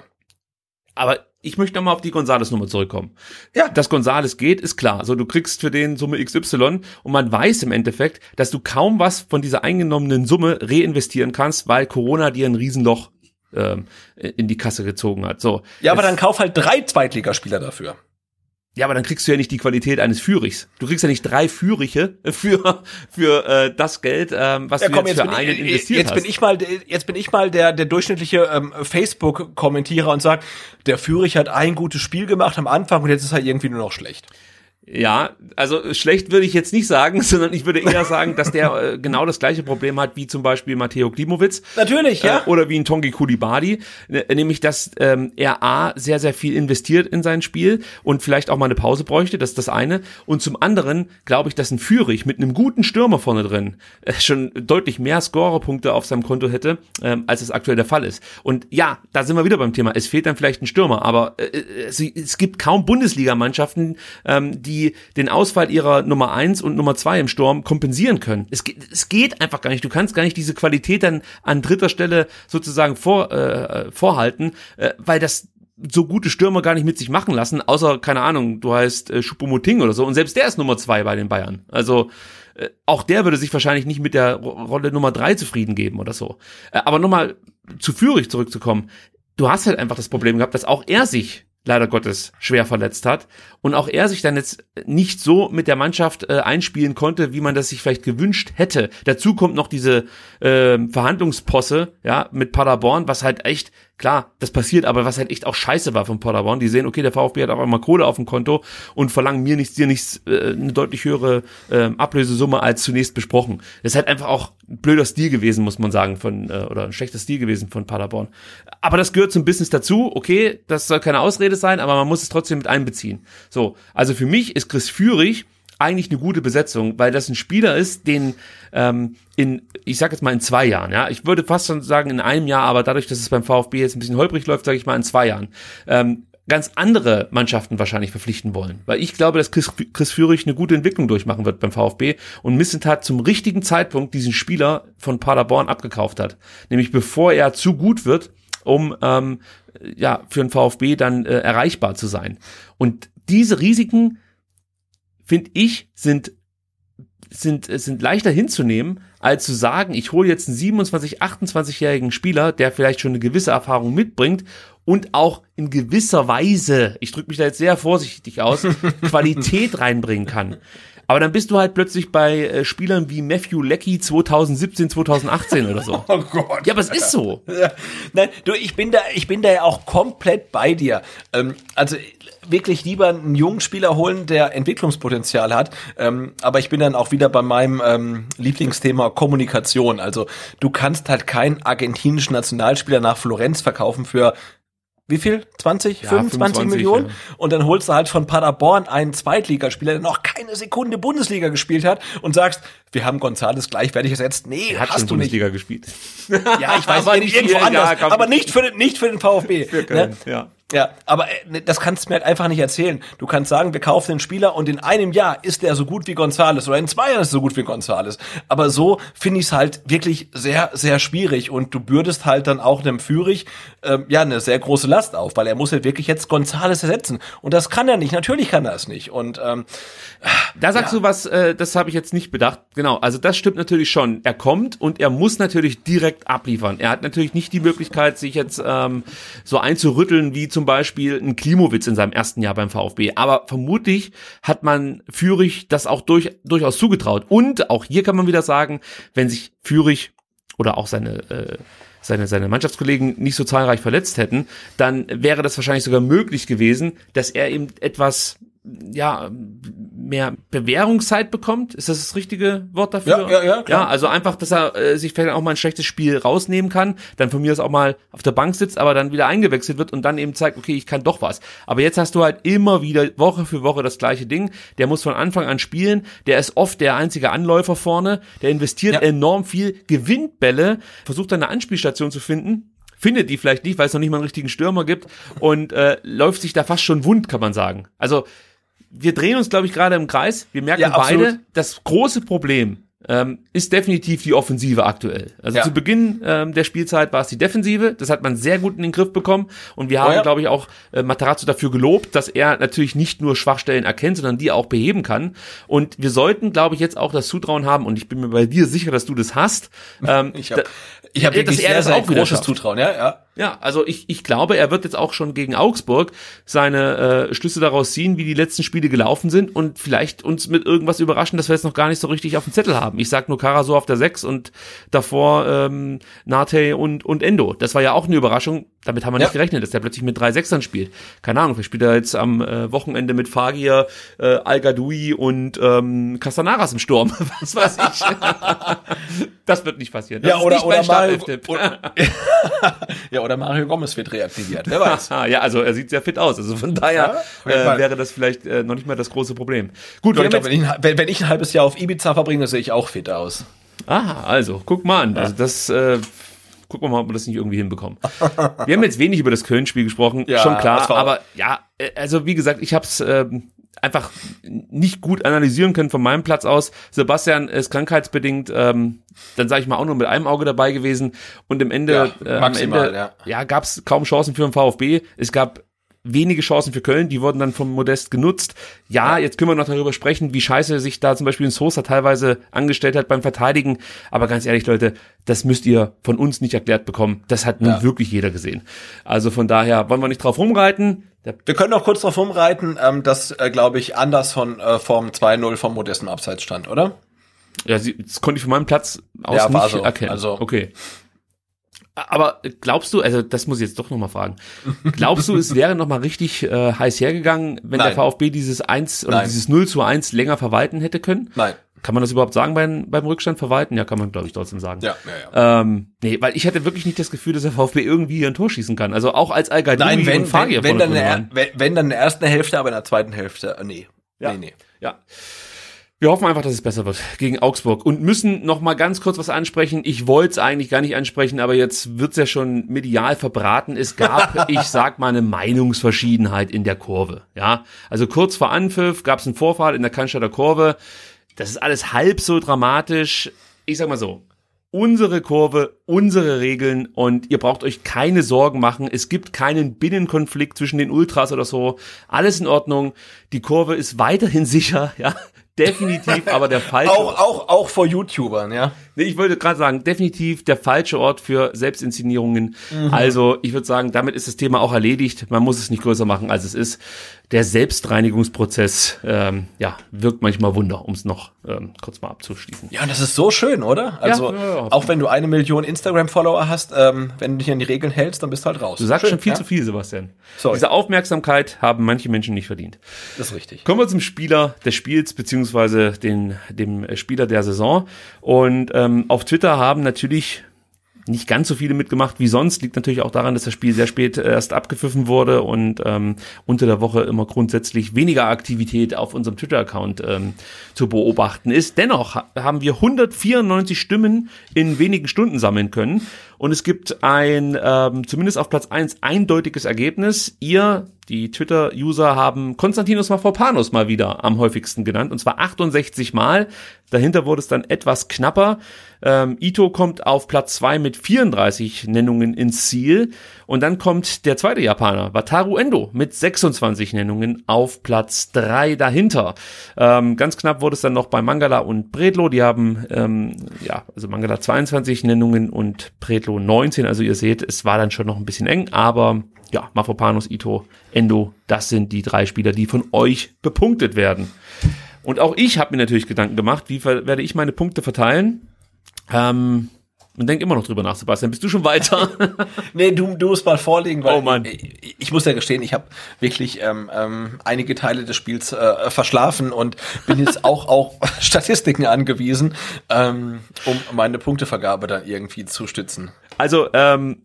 Aber ich möchte nochmal auf die González-Nummer zurückkommen. Ja. Dass González geht, ist klar. Also du kriegst für den Summe X Y und man weiß im Endeffekt, dass du kaum was von dieser eingenommenen Summe reinvestieren kannst, weil Corona dir ein Riesenloch ähm, in die Kasse gezogen hat. So. Ja, aber Es- dann kauf halt drei Zweitligaspieler dafür. Ja, aber dann kriegst du ja nicht die Qualität eines Führichs. Du kriegst ja nicht drei Führiche für für äh, das Geld, ähm, was Ja, du komm, jetzt jetzt für bin, einen ich, investiert jetzt hast. bin ich mal, jetzt bin ich mal der der durchschnittliche ähm, Facebook-Kommentierer und sag, der Führig hat ein gutes Spiel gemacht am Anfang und jetzt ist er irgendwie nur noch schlecht. Ja, also schlecht würde ich jetzt nicht sagen, sondern ich würde eher sagen, dass der äh, genau das gleiche Problem hat wie zum Beispiel Mateo Klimowitz. Natürlich, ja. Äh, oder wie ein Tongi Coulibaly, ne, nämlich dass ähm, er A, sehr, sehr viel investiert in sein Spiel und vielleicht auch mal eine Pause bräuchte, das ist das eine. Und zum anderen glaube ich, dass ein Führig mit einem guten Stürmer vorne drin äh, schon deutlich mehr Scorerpunkte auf seinem Konto hätte, ähm, als es aktuell der Fall ist. Und ja, da sind wir wieder beim Thema, es fehlt dann vielleicht ein Stürmer, aber äh, es, es gibt kaum Bundesligamannschaften, ähm, die die den Ausfall ihrer Nummer eins und Nummer zwei im Sturm kompensieren können. Es geht, es geht einfach gar nicht. Du kannst gar nicht diese Qualität dann an dritter Stelle sozusagen vor, äh, vorhalten, äh, weil das so gute Stürmer gar nicht mit sich machen lassen, außer, keine Ahnung, du heißt äh, Choupo-Moting oder so und selbst der ist Nummer zwei bei den Bayern. Also äh, auch der würde sich wahrscheinlich nicht mit der Rolle Nummer drei zufrieden geben oder so. Äh, aber nochmal zu Führig zurückzukommen. Du hast halt einfach das Problem gehabt, dass auch er sich leider Gottes schwer verletzt hat und auch er sich dann jetzt nicht so mit der Mannschaft äh, einspielen konnte, wie man das sich vielleicht gewünscht hätte. Dazu kommt noch diese äh, Verhandlungsposse, ja, mit Paderborn, was halt echt, klar, das passiert, aber was halt echt auch scheiße war von Paderborn. Die sehen, okay, der VfB hat auch einmal Kohle auf dem Konto und verlangen mir nichts, dir nichts, äh, eine deutlich höhere äh, Ablösesumme als zunächst besprochen. Das ist halt einfach auch ein blöder Stil gewesen, muss man sagen, von äh, oder ein schlechter Stil gewesen von Paderborn. Aber das gehört zum Business dazu, okay, das soll keine Ausrede sein, aber man muss es trotzdem mit einbeziehen. So, also für mich ist Chris Führig eigentlich eine gute Besetzung, weil das ein Spieler ist, den ähm, in, ich sag jetzt mal in zwei Jahren, ja, ich würde fast schon sagen in einem Jahr, aber dadurch, dass es beim VfB jetzt ein bisschen holprig läuft, sage ich mal in zwei Jahren, ähm, ganz andere Mannschaften wahrscheinlich verpflichten wollen, weil ich glaube, dass Chris, Chris Führig eine gute Entwicklung durchmachen wird beim VfB und Missentat zum richtigen Zeitpunkt diesen Spieler von Paderborn abgekauft hat, nämlich bevor er zu gut wird, um ähm, ja für den VfB dann äh, erreichbar zu sein. Und diese Risiken, finde ich, sind sind sind leichter hinzunehmen, als zu sagen, ich hole jetzt einen siebenundzwanzig-, achtundzwanzigjährigen Spieler, der vielleicht schon eine gewisse Erfahrung mitbringt und auch in gewisser Weise, ich drücke mich da jetzt sehr vorsichtig aus, Qualität reinbringen kann. Aber dann bist du halt plötzlich bei äh, Spielern wie Matthew Leckie zwanzig siebzehn, zwanzig achtzehn oder so. Oh Gott. Ja, aber es ist so. Ja. Nein, du, ich bin da, ich bin da ja auch komplett bei dir. Ähm, also wirklich lieber einen jungen Spieler holen, der Entwicklungspotenzial hat. Ähm, aber ich bin dann auch wieder bei meinem ähm, Lieblingsthema Kommunikation. Also du kannst halt keinen argentinischen Nationalspieler nach Florenz verkaufen für wie viel? zwanzig, ja, fünfundzwanzig fünfundzwanzig Millionen? Ja. Und dann holst du halt von Paderborn einen Zweitligaspieler, der noch keine Sekunde Bundesliga gespielt hat und sagst, wir haben González gleichwertig ersetzt. Nee, Er hat hast schon du nicht. Bundesliga gespielt. Ja, ich weiß Aber nicht, nicht irgendwo viel, anders, ja, komm. aber nicht für den, nicht für den VfB. Für Köln, ne? ja. Ja, aber äh, das kannst du mir halt einfach nicht erzählen. Du kannst sagen, wir kaufen den Spieler und in einem Jahr ist der so gut wie González oder in zwei Jahren ist er so gut wie González. Aber so finde ich es halt wirklich sehr, sehr schwierig und du bürdest halt dann auch dem Führig ähm, ja eine sehr große Last auf, weil er muss halt wirklich jetzt González ersetzen und das kann er nicht. Natürlich kann er es nicht und ähm, Da sagst ja. du was, äh, das habe ich jetzt nicht bedacht. Genau, also das stimmt natürlich schon. Er kommt und er muss natürlich direkt abliefern. Er hat natürlich nicht die Möglichkeit, sich jetzt ähm, so einzurütteln wie zum Beispiel ein Klimowitz in seinem ersten Jahr beim VfB. Aber vermutlich hat man Führig das auch durch, durchaus zugetraut. Und auch hier kann man wieder sagen, wenn sich Führig oder auch seine äh, seine seine Mannschaftskollegen nicht so zahlreich verletzt hätten, dann wäre das wahrscheinlich sogar möglich gewesen, dass er eben etwas ja, mehr Bewährungszeit bekommt. Ist das das richtige Wort dafür? Ja, ja, ja, klar. Ja, also einfach, dass er äh, sich vielleicht auch mal ein schlechtes Spiel rausnehmen kann, dann von mir aus auch mal auf der Bank sitzt, aber dann wieder eingewechselt wird und dann eben zeigt, okay, ich kann doch was. Aber jetzt hast du halt immer wieder Woche für Woche das gleiche Ding. Der muss von Anfang an spielen, der ist oft der einzige Anläufer vorne, der investiert Ja. enorm viel, gewinnt Bälle, versucht dann eine Anspielstation zu finden, findet die vielleicht nicht, weil es noch nicht mal einen richtigen Stürmer gibt und äh, läuft sich da fast schon wund, kann man sagen. Also wir drehen uns, glaube ich, gerade im Kreis. Wir merken Ja, absolut. beide, das große Problem ähm, ist definitiv die Offensive aktuell. Also Ja. zu Beginn ähm, der Spielzeit war es die Defensive. Das hat man sehr gut in den Griff bekommen. Und wir haben, Oh ja. glaube ich, auch äh, Matarazzo dafür gelobt, dass er natürlich nicht nur Schwachstellen erkennt, sondern die auch beheben kann. Und wir sollten, glaube ich, jetzt auch das Zutrauen haben, und ich bin mir bei dir sicher, dass du das hast. Ähm, ich habe da- ich hab dass wirklich er sehr, das sehr auch wieder großes schafft. Zutrauen. Ja, ja. Ja, also ich, ich glaube, er wird jetzt auch schon gegen Augsburg seine äh, Schlüsse daraus ziehen, wie die letzten Spiele gelaufen sind und vielleicht uns mit irgendwas überraschen, dass wir jetzt noch gar nicht so richtig auf dem Zettel haben. Ich sag nur Karasor auf der sechs und davor ähm, Nate und, und Endo. Das war ja auch eine Überraschung. damit haben wir Ja. nicht gerechnet, dass der plötzlich mit drei Sechsern spielt. Keine Ahnung, vielleicht spielt er jetzt am äh, Wochenende mit Fagir, äh, Al-Gadoui und ähm, Castanaras im Sturm. Was weiß ich. Das wird nicht passieren. Das Ja, ist oder, nicht oder, mein Mario, Startelf-Tipp. oder, ja, oder Mario Gomez wird reaktiviert. Wer weiß. Ja, also er sieht sehr fit aus. Also von daher auf jeden äh, Fall. wäre das vielleicht äh, noch nicht mal das große Problem. Gut, wir Ich haben glaub, jetzt, wenn, ich, ein- wenn, wenn ich ein halbes Jahr auf Ibiza verbringe, sehe ich auch fit aus. aha, also guck mal an. Also das äh, gucken wir mal, ob wir das nicht irgendwie hinbekommen. Wir haben jetzt wenig über das Köln-Spiel gesprochen, Ja, schon klar. das war- Aber ja, äh, also wie gesagt, ich habe es ähm, einfach nicht gut analysieren können von meinem Platz aus. Sebastian ist krankheitsbedingt, ähm, dann sage ich mal, auch nur mit einem Auge dabei gewesen. Und im Ende, Ja, äh, am maximal, Ende ja. ja, gab es kaum Chancen für den VfB. Es gab wenige Chancen für Köln, die wurden dann vom Modest genutzt. Ja, jetzt können wir noch darüber sprechen, wie scheiße sich da zum Beispiel ein Sosa teilweise angestellt hat beim Verteidigen. Aber ganz ehrlich, Leute, das müsst ihr von uns nicht erklärt bekommen. Das hat nun Ja. wirklich jeder gesehen. Also von daher wollen wir nicht drauf rumreiten. Der Wir können noch kurz drauf rumreiten, ähm, dass, äh, glaube ich, anders von äh, vom zwei null vom modesten Abseits stand, oder? Ja, sie, das konnte ich von meinem Platz aus Ja, war nicht so. erkennen. Also- okay. Aber glaubst du, also das muss ich jetzt doch nochmal fragen, glaubst du, es wäre nochmal richtig äh, heiß hergegangen, wenn Nein. der VfB dieses eins oder Nein. dieses null zu eins länger verwalten hätte können? Nein. Kann man das überhaupt sagen beim, beim Rückstand verwalten? Ja, kann man, glaube ich, trotzdem sagen. Ja, ja, ja. Ähm, nee, weil ich hatte wirklich nicht das Gefühl, dass der VfB irgendwie ein Tor schießen kann. Also auch als Al-Gadoui Nein, wenn, und Fagir wenn, wenn, vorne dann in drin der, waren. wenn, wenn dann in der ersten Hälfte, aber in der zweiten Hälfte, äh, nee. Ja. Nee, nee. Ja. Wir hoffen einfach, dass es besser wird gegen Augsburg und müssen noch mal ganz kurz was ansprechen. Ich wollte es eigentlich gar nicht ansprechen, aber jetzt wird's ja schon medial verbraten. Es gab, ich sag mal, eine Meinungsverschiedenheit in der Kurve. Ja, also kurz vor Anpfiff gab es einen Vorfall in der Cannstatter Kurve. Das ist alles halb so dramatisch. Ich sag mal so. Unsere Kurve, unsere Regeln und ihr braucht euch keine Sorgen machen. Es gibt keinen Binnenkonflikt zwischen den Ultras oder so. Alles in Ordnung. Die Kurve ist weiterhin sicher, ja. Definitiv, aber der falsche Auch, auch, auch vor YouTubern, ja. Nee, ich wollte gerade sagen, definitiv der falsche Ort für Selbstinszenierungen. Mhm. Also ich würde sagen, damit ist das Thema auch erledigt. Man muss es nicht größer machen, als es ist. Der Selbstreinigungsprozess ähm, ja, wirkt manchmal Wunder, um es noch ähm, kurz mal abzuschließen. Ja, und das ist so schön, oder? Also, ja, ja. auch wenn du eine Million Instagram-Follower hast, ähm, wenn du dich an die Regeln hältst, dann bist du halt raus. Du sagst Schön, schon viel ja? zu viel, Sebastian. Sorry. Diese Aufmerksamkeit haben manche Menschen nicht verdient. Das ist richtig. Kommen wir zum Spieler des Spiels, beziehungsweise den, dem Spieler der Saison. Und ähm, auf Twitter haben natürlich nicht ganz so viele mitgemacht wie sonst. Liegt natürlich auch daran, dass das Spiel sehr spät erst abgepfiffen wurde und ähm, unter der Woche immer grundsätzlich weniger Aktivität auf unserem Twitter-Account ähm, zu beobachten ist. Dennoch ha- haben wir hundertvierundneunzig Stimmen in wenigen Stunden sammeln können. Und es gibt ein, ähm, zumindest auf Platz eins, eindeutiges Ergebnis. Ihr, die Twitter-User, haben Konstantinos Mavropanos mal wieder am häufigsten genannt, und zwar achtundsechzig Mal. Dahinter wurde es dann etwas knapper. Ähm, Ito kommt auf Platz zwei mit vierunddreißig Nennungen ins Ziel. Und dann kommt der zweite Japaner, Wataru Endo, mit sechsundzwanzig Nennungen auf Platz drei dahinter. Ähm, ganz knapp wurde es dann noch bei Mangala und Bredlo. Die haben, ähm, ja, also Mangala zweiundzwanzig Nennungen und Bredlo neunzehn. Also ihr seht, es war dann schon noch ein bisschen eng, aber ja, Mavropanos, Ito, Endo, das sind die drei Spieler, die von euch bepunktet werden. Und auch ich habe mir natürlich Gedanken gemacht, wie ver- werde ich meine Punkte verteilen? Ähm, und denk immer noch drüber nach, Sebastian. Bist du schon weiter? Nee, du, du musst mal vorlegen, weil Oh Mann. ich, ich muss ja gestehen, ich habe wirklich ähm, ähm, einige Teile des Spiels äh, verschlafen und bin jetzt auch auch Statistiken angewiesen, ähm, um meine Punktevergabe dann irgendwie zu stützen. Also, ähm,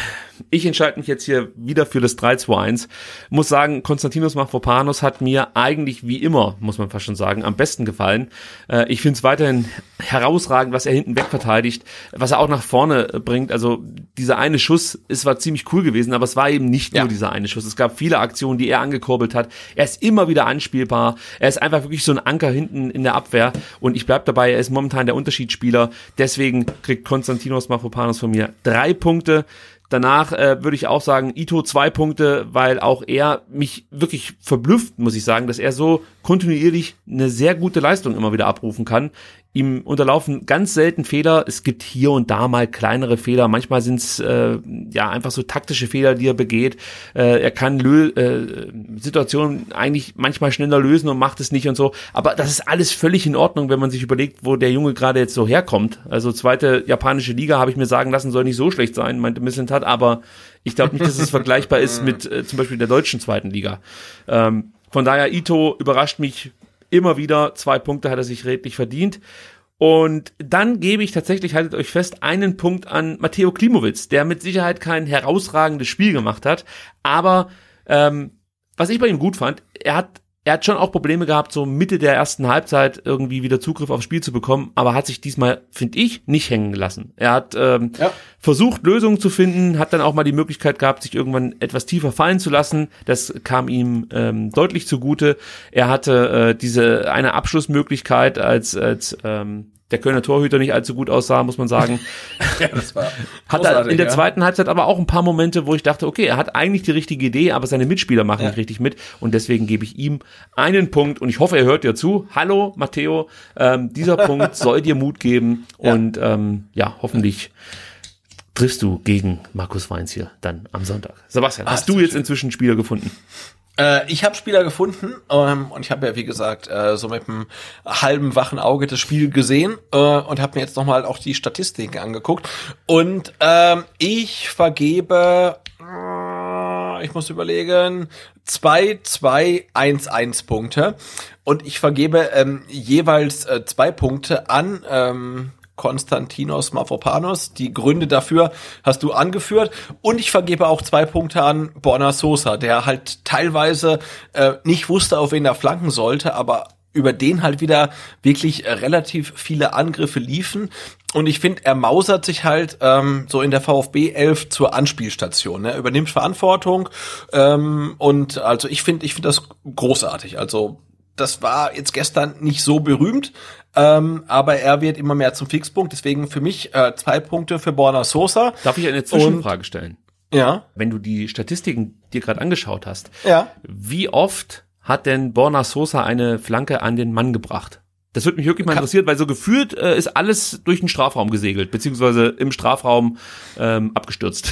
ich entscheide mich jetzt hier wieder für das drei zwei eins. Muss sagen, Konstantinos Mavropanos hat mir eigentlich wie immer, muss man fast schon sagen, am besten gefallen. Äh, ich finde es weiterhin herausragend, was er hinten weg verteidigt, was er auch nach vorne bringt. Also dieser eine Schuss, es war ziemlich cool gewesen, aber es war eben nicht Ja. nur dieser eine Schuss. Es gab viele Aktionen, die er angekurbelt hat. Er ist immer wieder anspielbar. Er ist einfach wirklich so ein Anker hinten in der Abwehr. Und ich bleib dabei, er ist momentan der Unterschiedsspieler. Deswegen kriegt Konstantinos Mavropanos von mir drei Punkte. Danach äh, würde ich auch sagen, Ito zwei Punkte, weil auch er mich wirklich verblüfft, muss ich sagen, dass er so kontinuierlich eine sehr gute Leistung immer wieder abrufen kann. ihm unterlaufen ganz selten Fehler. Es gibt hier und da mal kleinere Fehler. Manchmal sind es äh, ja einfach so taktische Fehler, die er begeht. Äh, er kann lö- äh, Situationen eigentlich manchmal schneller lösen und macht es nicht und so. Aber das ist alles völlig in Ordnung, wenn man sich überlegt, wo der Junge gerade jetzt so herkommt. Also zweite japanische Liga, habe ich mir sagen lassen, soll nicht so schlecht sein, meinte Mislintat. Aber ich glaube nicht, dass es vergleichbar ist mit äh, zum Beispiel der deutschen zweiten Liga. Ähm, von daher, Ito überrascht mich immer wieder, zwei Punkte hat er sich redlich verdient. Und dann gebe ich tatsächlich, haltet euch fest, einen Punkt an Mateo Klimowitz, der mit Sicherheit kein herausragendes Spiel gemacht hat. Aber ähm, was ich bei ihm gut fand, er hat er hat schon auch Probleme gehabt, so Mitte der ersten Halbzeit irgendwie wieder Zugriff aufs Spiel zu bekommen, aber hat sich diesmal, finde ich, nicht hängen gelassen. Er hat ähm, ja. versucht, Lösungen zu finden, hat dann auch mal die Möglichkeit gehabt, sich irgendwann etwas tiefer fallen zu lassen. Das kam ihm ähm, deutlich zugute. Er hatte äh, diese eine Abschlussmöglichkeit, als als ähm, der Kölner Torhüter nicht allzu gut aussah, muss man sagen. Ja, das war hat er in der ja. zweiten Halbzeit aber auch ein paar Momente, wo ich dachte, okay, er hat eigentlich die richtige Idee, aber seine Mitspieler machen ja. nicht richtig mit und deswegen gebe ich ihm einen Punkt und ich hoffe, er hört dir zu. Hallo, Matteo, ähm, dieser Punkt soll dir Mut geben ja. und ähm, ja, hoffentlich triffst du gegen Markus Weinz hier dann am Sonntag. Sebastian, ah, hast du jetzt schön. inzwischen Spieler gefunden? Äh, ich habe Spieler gefunden ähm, und ich habe ja, wie gesagt, äh, so mit einem halben wachen Auge das Spiel gesehen äh, und habe mir jetzt nochmal auch die Statistiken angeguckt. Und ähm, ich vergebe, äh, ich muss überlegen, zwei, zwei, eins, eins Punkte. Und ich vergebe ähm, jeweils äh, zwei Punkte an ähm, Konstantinos Mavropanos. Die Gründe dafür hast du angeführt. Und ich vergebe auch zwei Punkte an Borna Sosa, der halt teilweise äh, nicht wusste, auf wen er flanken sollte, aber über den halt wieder wirklich äh, relativ viele Angriffe liefen. Und ich finde, er mausert sich halt ähm, so in der VfB elf zur Anspielstation. Ne? Er übernimmt Verantwortung. Ähm, und also ich finde, ich finde das großartig. Also das war jetzt gestern nicht so berühmt, ähm, aber er wird immer mehr zum Fixpunkt. Deswegen für mich äh, zwei Punkte für Borna Sosa. Darf ich eine Zwischenfrage Und, stellen? Ja. Wenn du die Statistiken dir gerade angeschaut hast, ja. wie oft hat denn Borna Sosa eine Flanke an den Mann gebracht? Das würde mich wirklich mal interessieren, weil so gefühlt äh, ist alles durch den Strafraum gesegelt, beziehungsweise im Strafraum ähm, abgestürzt.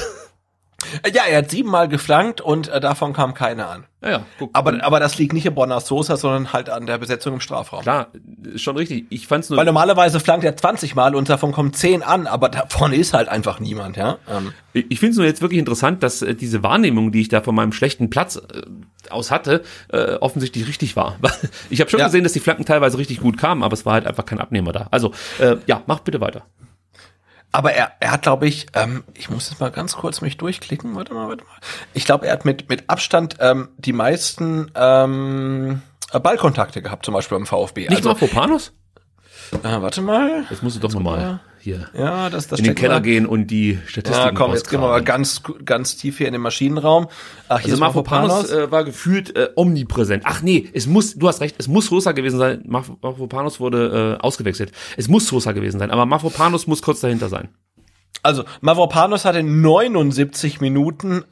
Ja, er hat siebenmal geflankt und äh, davon kam keiner an. Ja, ja, guck. Aber, aber das liegt nicht an Borna Sosa, sondern halt an der Besetzung im Strafraum. Klar, ist schon richtig. Ich fand's nur. Weil normalerweise flankt er zwanzig Mal und davon kommen zehn an, aber davon ist halt einfach niemand, ja. Ähm. Ich, ich finde es nur jetzt wirklich interessant, dass äh, diese Wahrnehmung, die ich da von meinem schlechten Platz äh, aus hatte, äh, offensichtlich richtig war. Ich habe schon ja. gesehen, dass die Flanken teilweise richtig gut kamen, aber es war halt einfach kein Abnehmer da. Also, äh, ja, mach bitte weiter. Aber er, er hat, glaube ich, ähm, ich muss jetzt mal ganz kurz mich durchklicken, warte mal, warte mal. Ich glaube, er hat mit mit Abstand ähm, die meisten ähm, Ballkontakte gehabt, zum Beispiel beim VfB. Nicht also, Mavropanos? Äh, warte mal. Jetzt musst du doch nochmal hier ja, das, das in den Keller mal. gehen und die Statistiken Ja, komm, jetzt gehen wir mal ganz ganz tief hier in den Maschinenraum. Ach, hier also Mavropanos äh, war gefühlt äh, omnipräsent. Ach nee, es muss, du hast recht, es muss Sosa gewesen sein. Mavropanos wurde äh, ausgewechselt. Es muss Sosa gewesen sein, aber Mavropanos muss kurz dahinter sein. Also, Mavropanos hatte neunundsiebzig Minuten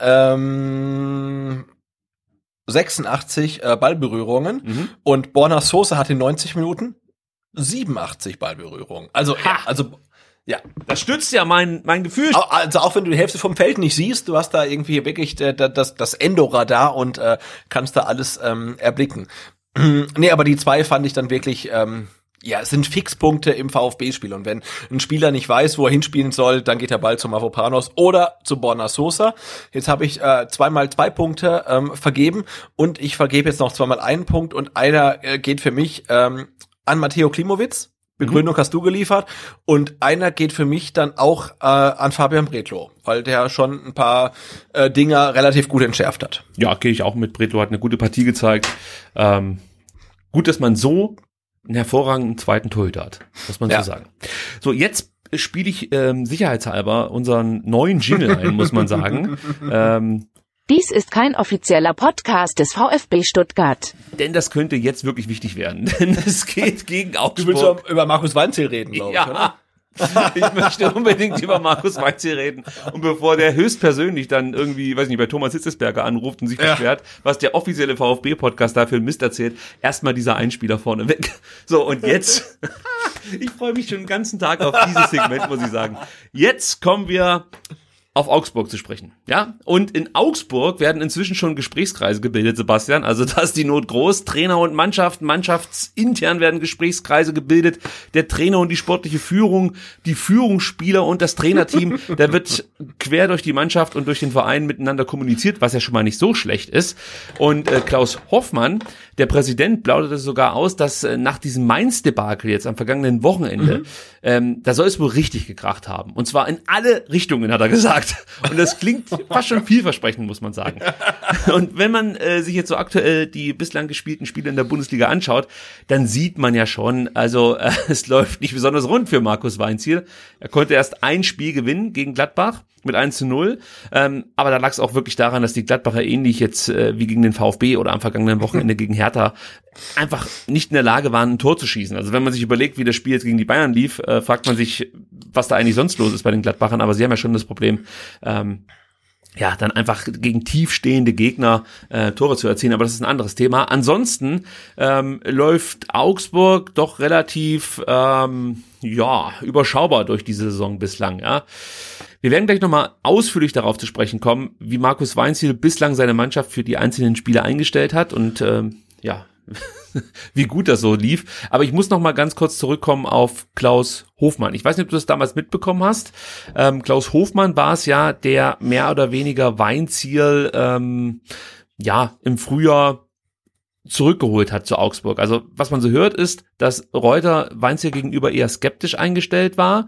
ähm, sechsundachtzig äh, Ballberührungen mhm. und Borna Sosa hatte neunzig Minuten siebenundachtzig Ballberührungen. Also, ja, also ja, das stützt ja mein mein Gefühl. Also auch wenn du die Hälfte vom Feld nicht siehst, du hast da irgendwie wirklich das das Endoradar und äh, kannst da alles ähm, erblicken. Nee, aber die zwei fand ich dann wirklich ähm, ja, es sind Fixpunkte im VfB-Spiel. Und wenn ein Spieler nicht weiß, wo er hinspielen soll, dann geht der Ball zu Mavropanos oder zu Borna Sosa. Jetzt habe ich äh, zweimal zwei Punkte ähm, vergeben und ich vergebe jetzt noch zweimal einen Punkt und einer äh, geht für mich ähm, an Mateo Klimowitz. Begründung mhm. hast du geliefert. Und einer geht für mich dann auch äh, an Fabian Bredlow, weil der schon ein paar äh, Dinger relativ gut entschärft hat. Ja, gehe ich auch mit. Bredlow hat eine gute Partie gezeigt. Ähm, gut, dass man so einen hervorragenden zweiten Torhüter hat, muss man ja. so sagen. So, jetzt spiele ich ähm, sicherheitshalber unseren neuen Jingle ein, muss man sagen. ähm, Dies ist kein offizieller Podcast des VfB Stuttgart. Denn das könnte jetzt wirklich wichtig werden. Denn es geht gegen Augsburg. Du willst doch über Markus Weinzierl reden, glaube ja. ich, oder? Ich möchte unbedingt über Markus Weinzierl reden. Und bevor der höchstpersönlich dann irgendwie, weiß nicht, bei Thomas Hitzesberger anruft und sich ja. beschwert, was der offizielle VfB-Podcast dafür Mist erzählt, erstmal dieser Einspieler vorne weg. So, und jetzt Ich freue mich schon den ganzen Tag auf dieses Segment, muss ich sagen. Jetzt kommen wir auf Augsburg zu sprechen, ja? Und in Augsburg werden inzwischen schon Gesprächskreise gebildet, Sebastian. Also da ist die Not groß. Trainer und Mannschaft, mannschaftsintern werden Gesprächskreise gebildet. Der Trainer und die sportliche Führung, die Führungsspieler und das Trainerteam. Da wird quer durch die Mannschaft und durch den Verein miteinander kommuniziert, was ja schon mal nicht so schlecht ist. Und äh, Klaus Hoffmann, der Präsident, plauderte sogar aus, dass äh, nach diesem Mainz-Debakel jetzt am vergangenen Wochenende, mhm. ähm, da soll es wohl richtig gekracht haben. Und zwar in alle Richtungen, hat er gesagt. Und das klingt fast schon vielversprechend, muss man sagen. Und wenn man äh, sich jetzt so aktuell die bislang gespielten Spiele in der Bundesliga anschaut, dann sieht man ja schon, also äh, es läuft nicht besonders rund für Markus Weinzierl. Er konnte erst ein Spiel gewinnen gegen Gladbach mit eins zu null, ähm, aber da lag es auch wirklich daran, dass die Gladbacher ähnlich jetzt äh, wie gegen den VfB oder am vergangenen Wochenende gegen Hertha einfach nicht in der Lage waren, ein Tor zu schießen. Also wenn man sich überlegt, wie das Spiel jetzt gegen die Bayern lief, äh, fragt man sich, was da eigentlich sonst los ist bei den Gladbachern, aber sie haben ja schon das Problem, ähm, ja, dann einfach gegen tiefstehende Gegner äh, Tore zu erzielen, aber das ist ein anderes Thema. Ansonsten ähm, läuft Augsburg doch relativ ähm, ja überschaubar durch diese Saison bislang, ja. Wir werden gleich nochmal ausführlich darauf zu sprechen kommen, wie Markus Weinzierl bislang seine Mannschaft für die einzelnen Spiele eingestellt hat und ähm, ja, wie gut das so lief. Aber ich muss noch mal ganz kurz zurückkommen auf Klaus Hofmann. Ich weiß nicht, ob du das damals mitbekommen hast. Ähm, Klaus Hofmann war es ja, der mehr oder weniger Weinzierl ähm, ja im Frühjahr zurückgeholt hat zu Augsburg. Also was man so hört ist, dass Reuter Weinzierl gegenüber eher skeptisch eingestellt war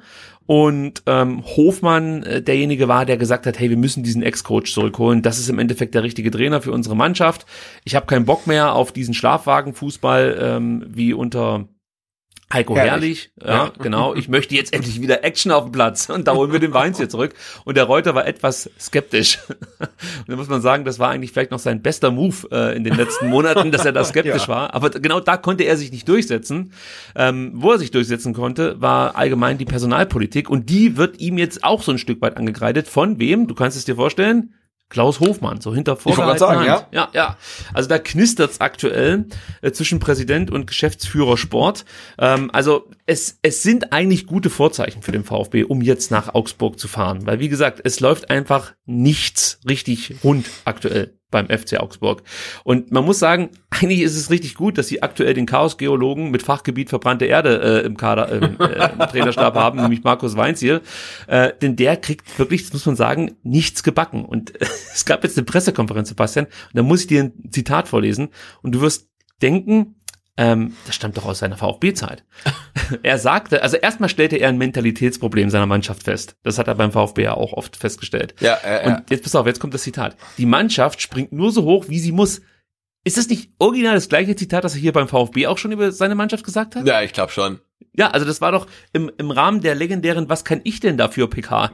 und ähm, Hofmann äh, derjenige war, der gesagt hat, hey, wir müssen diesen Ex-Coach zurückholen. Das ist im Endeffekt der richtige Trainer für unsere Mannschaft. Ich habe keinen Bock mehr auf diesen Schlafwagenfußball ähm, wie unter Heiko Herrlich, Herrlich. Ja, ja, genau. Ich möchte jetzt endlich wieder Action auf dem Platz und da holen wir den Weinzierl zurück. Und der Reuter war etwas skeptisch. Und da muss man sagen, das war eigentlich vielleicht noch sein bester Move äh, in den letzten Monaten, dass er da skeptisch ja. war. Aber genau da konnte er sich nicht durchsetzen. Ähm, wo er sich durchsetzen konnte, war allgemein die Personalpolitik und die wird ihm jetzt auch so ein Stück weit angekreidet. Von wem? Du kannst es dir vorstellen? Klaus Hofmann, so hinter vorgehaltener Hand. Ja? ja, ja. Also da knistert's aktuell äh, zwischen Präsident und Geschäftsführer Sport. Ähm, also es es sind eigentlich gute Vorzeichen für den VfB, um jetzt nach Augsburg zu fahren. Weil wie gesagt, es läuft einfach nichts richtig rund aktuell beim F C Augsburg. Und man muss sagen, eigentlich ist es richtig gut, dass sie aktuell den Chaosgeologen mit Fachgebiet verbrannte Erde äh, im Kader, äh, äh, im Trainerstab haben, nämlich Markus Weinzierl. Äh, denn der kriegt wirklich, das muss man sagen, nichts gebacken. Und äh, es gab jetzt eine Pressekonferenz, Sebastian, und da muss ich dir ein Zitat vorlesen. Und du wirst denken, ähm, das stammt doch aus seiner VfB-Zeit. Er sagte, also erstmal stellte er ein Mentalitätsproblem seiner Mannschaft fest. Das hat er beim VfB ja auch oft festgestellt. Ja, äh, und jetzt pass auf, jetzt kommt das Zitat. Die Mannschaft springt nur so hoch, wie sie muss. Ist das nicht original das gleiche Zitat, das er hier beim VfB auch schon über seine Mannschaft gesagt hat? Ja, ich glaube schon. Ja, also das war doch im, im Rahmen der legendären Was kann ich denn dafür P K?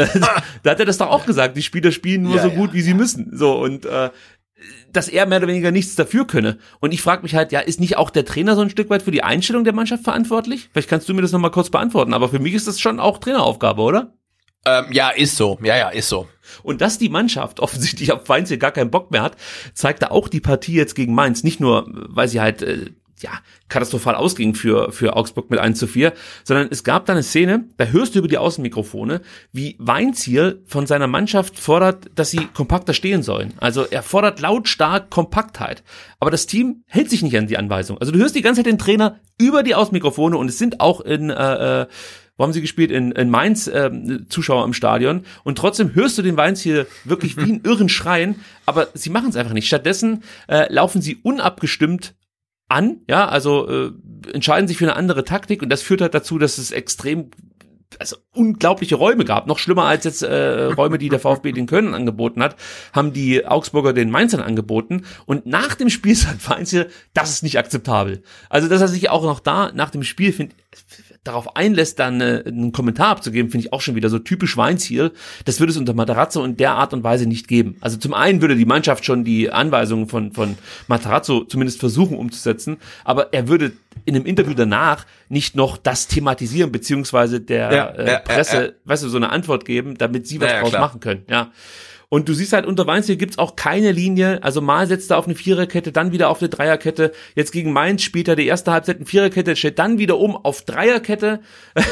Da hat er das doch auch gesagt, die Spieler spielen nur ja, so gut, ja, wie sie müssen. So und äh, dass er mehr oder weniger nichts dafür könne. Und ich frage mich halt, ja, ist nicht auch der Trainer so ein Stück weit für die Einstellung der Mannschaft verantwortlich? Vielleicht kannst du mir das nochmal kurz beantworten, aber für mich ist das schon auch Traineraufgabe, oder? Ähm, ja, ist so. Ja, ja, ist so. Und dass die Mannschaft offensichtlich auf Weinzierl gar keinen Bock mehr hat, zeigte auch die Partie jetzt gegen Mainz. Nicht nur, weil sie halt äh, ja katastrophal ausging für für Augsburg mit eins zu vier, sondern es gab da eine Szene, da hörst du über die Außenmikrofone, wie Weinzierl von seiner Mannschaft fordert, dass sie kompakter stehen sollen. Also er fordert lautstark Kompaktheit. Aber das Team hält sich nicht an die Anweisung. Also du hörst die ganze Zeit den Trainer über die Außenmikrofone und es sind auch in äh, wo haben sie gespielt? In, in Mainz äh, Zuschauer im Stadion. Und trotzdem hörst du den Weinzierl wirklich wie einen Irren schreien. Aber sie machen es einfach nicht. Stattdessen äh, laufen sie unabgestimmt an. Ja, also äh, entscheiden sich für eine andere Taktik. Und das führt halt dazu, dass es extrem, also unglaubliche Räume gab. Noch schlimmer als jetzt äh, Räume, die der VfB den Köln angeboten hat, haben die Augsburger den Mainzern angeboten. Und nach dem Spiel sagt Weinzierl, das ist nicht akzeptabel. Also, dass er sich auch noch da nach dem Spiel findet, darauf einlässt, dann äh, einen Kommentar abzugeben, finde ich auch schon wieder so typisch Weinzierl. Das würde es unter Matarazzo in der Art und Weise nicht geben. Also zum einen würde die Mannschaft schon die Anweisungen von von Matarazzo zumindest versuchen umzusetzen, aber er würde in einem Interview danach nicht noch das thematisieren, beziehungsweise der ja, äh, ja, Presse, ja, ja. weißt du, so eine Antwort geben, damit sie was ja, ja, draus klar. machen können. Ja. Und du siehst halt, unter Weinziel gibt's auch keine Linie. Also mal setzt er auf eine Viererkette, dann wieder auf eine Dreierkette. Jetzt gegen Mainz spielt er die erste Halbzeit eine Viererkette, stellt dann wieder um auf Dreierkette.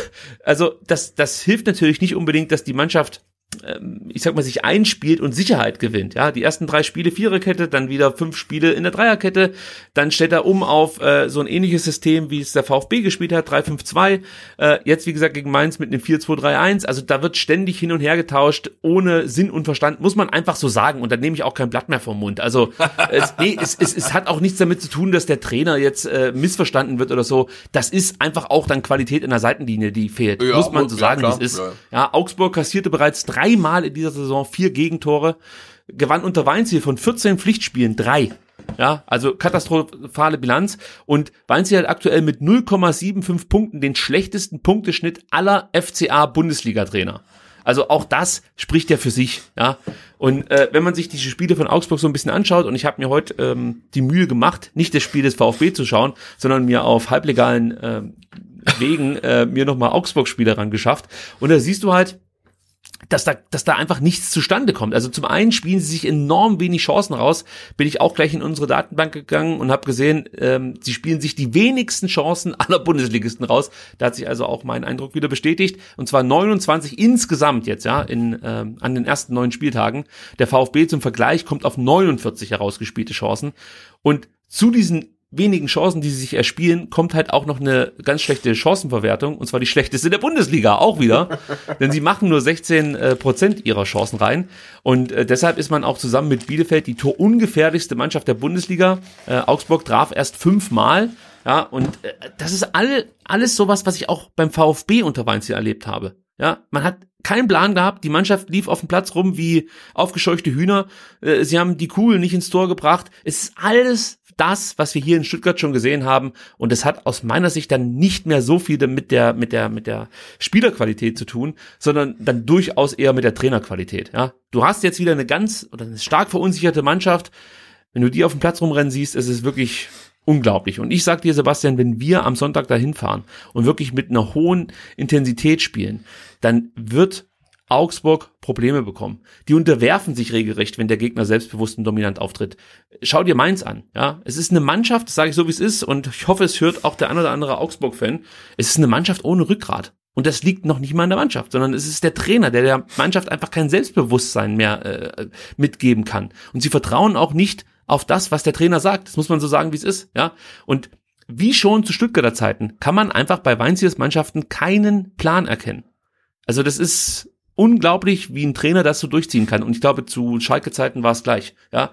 Also das, das hilft natürlich nicht unbedingt, dass die Mannschaft, ich sag mal, sich einspielt und Sicherheit gewinnt. Ja, die ersten drei Spiele Viererkette, dann wieder fünf Spiele in der Dreierkette, dann stellt er um auf äh, so ein ähnliches System, wie es der VfB gespielt hat, drei fünf zwei, äh, jetzt wie gesagt gegen Mainz mit einem vier zwei drei eins, also da wird ständig hin und her getauscht, ohne Sinn und Verstand, muss man einfach so sagen, und dann nehme ich auch kein Blatt mehr vom Mund. Also es, nee, es, es, es hat auch nichts damit zu tun, dass der Trainer jetzt äh, missverstanden wird oder so, das ist einfach auch dann Qualität in der Seitenlinie, die fehlt, ja, muss man so sagen, ja, wie es ist. Ja. ja, Augsburg kassierte bereits dreimal in dieser Saison vier Gegentore, gewann unter Weinziel von vierzehn Pflichtspielen drei. Ja, also katastrophale Bilanz, und Weinziel hat aktuell mit null Komma fünfundsiebzig Punkten den schlechtesten Punkteschnitt aller F C A-Bundesliga-Trainer. Also auch das spricht ja für sich, ja. Und äh, wenn man sich diese Spiele von Augsburg so ein bisschen anschaut, und ich habe mir heute ähm, die Mühe gemacht, nicht das Spiel des VfB zu schauen, sondern mir auf halblegalen äh, Wegen äh, mir nochmal Augsburg-Spiele rangeschafft, und da siehst du halt, dass da, dass da einfach nichts zustande kommt. Also zum einen spielen sie sich enorm wenig Chancen raus. Bin ich auch gleich in unsere Datenbank gegangen und habe gesehen, ähm, sie spielen sich die wenigsten Chancen aller Bundesligisten raus. Da hat sich also auch mein Eindruck wieder bestätigt. Und zwar neunundzwanzig insgesamt jetzt, ja, in ähm, an den ersten neun Spieltagen. Der VfB zum Vergleich kommt auf neunundvierzig herausgespielte Chancen. Und zu diesen wenigen Chancen, die sie sich erspielen, kommt halt auch noch eine ganz schlechte Chancenverwertung, und zwar die schlechteste der Bundesliga auch wieder, denn sie machen nur sechzehn Prozent ihrer Chancen rein, und äh, deshalb ist man auch zusammen mit Bielefeld die torungefährlichste Mannschaft der Bundesliga. Äh, Augsburg traf erst fünfmal, ja, und äh, das ist all, alles sowas, was ich auch beim VfB unter Weinziel erlebt habe. Ja, man hat keinen Plan gehabt, die Mannschaft lief auf dem Platz rum wie aufgescheuchte Hühner, äh, sie haben die Kugeln nicht ins Tor gebracht, es ist alles das, was wir hier in Stuttgart schon gesehen haben, und es hat aus meiner Sicht dann nicht mehr so viel mit der mit der mit der Spielerqualität zu tun, sondern dann durchaus eher mit der Trainerqualität. Ja, du hast jetzt wieder eine ganz oder eine stark verunsicherte Mannschaft. Wenn du die auf dem Platz rumrennen siehst, ist es wirklich unglaublich. Und ich sag dir, Sebastian, wenn wir am Sonntag dahin fahren und wirklich mit einer hohen Intensität spielen, dann wird Augsburg Probleme bekommen. Die unterwerfen sich regelrecht, wenn der Gegner selbstbewusst und dominant auftritt. Schau dir Mainz an, ja. Es ist eine Mannschaft, das sage ich so, wie es ist, und ich hoffe, es hört auch der ein oder andere Augsburg-Fan. Es ist eine Mannschaft ohne Rückgrat. Und das liegt noch nicht mal an der Mannschaft, sondern es ist der Trainer, der der Mannschaft einfach kein Selbstbewusstsein mehr äh, mitgeben kann. Und sie vertrauen auch nicht auf das, was der Trainer sagt. Das muss man so sagen, wie es ist, ja. Und wie schon zu Stuttgarter Zeiten kann man einfach bei Weinziels Mannschaften keinen Plan erkennen. Also das ist unglaublich, wie ein Trainer das so durchziehen kann. Und ich glaube, zu Schalke-Zeiten war es gleich. Ja.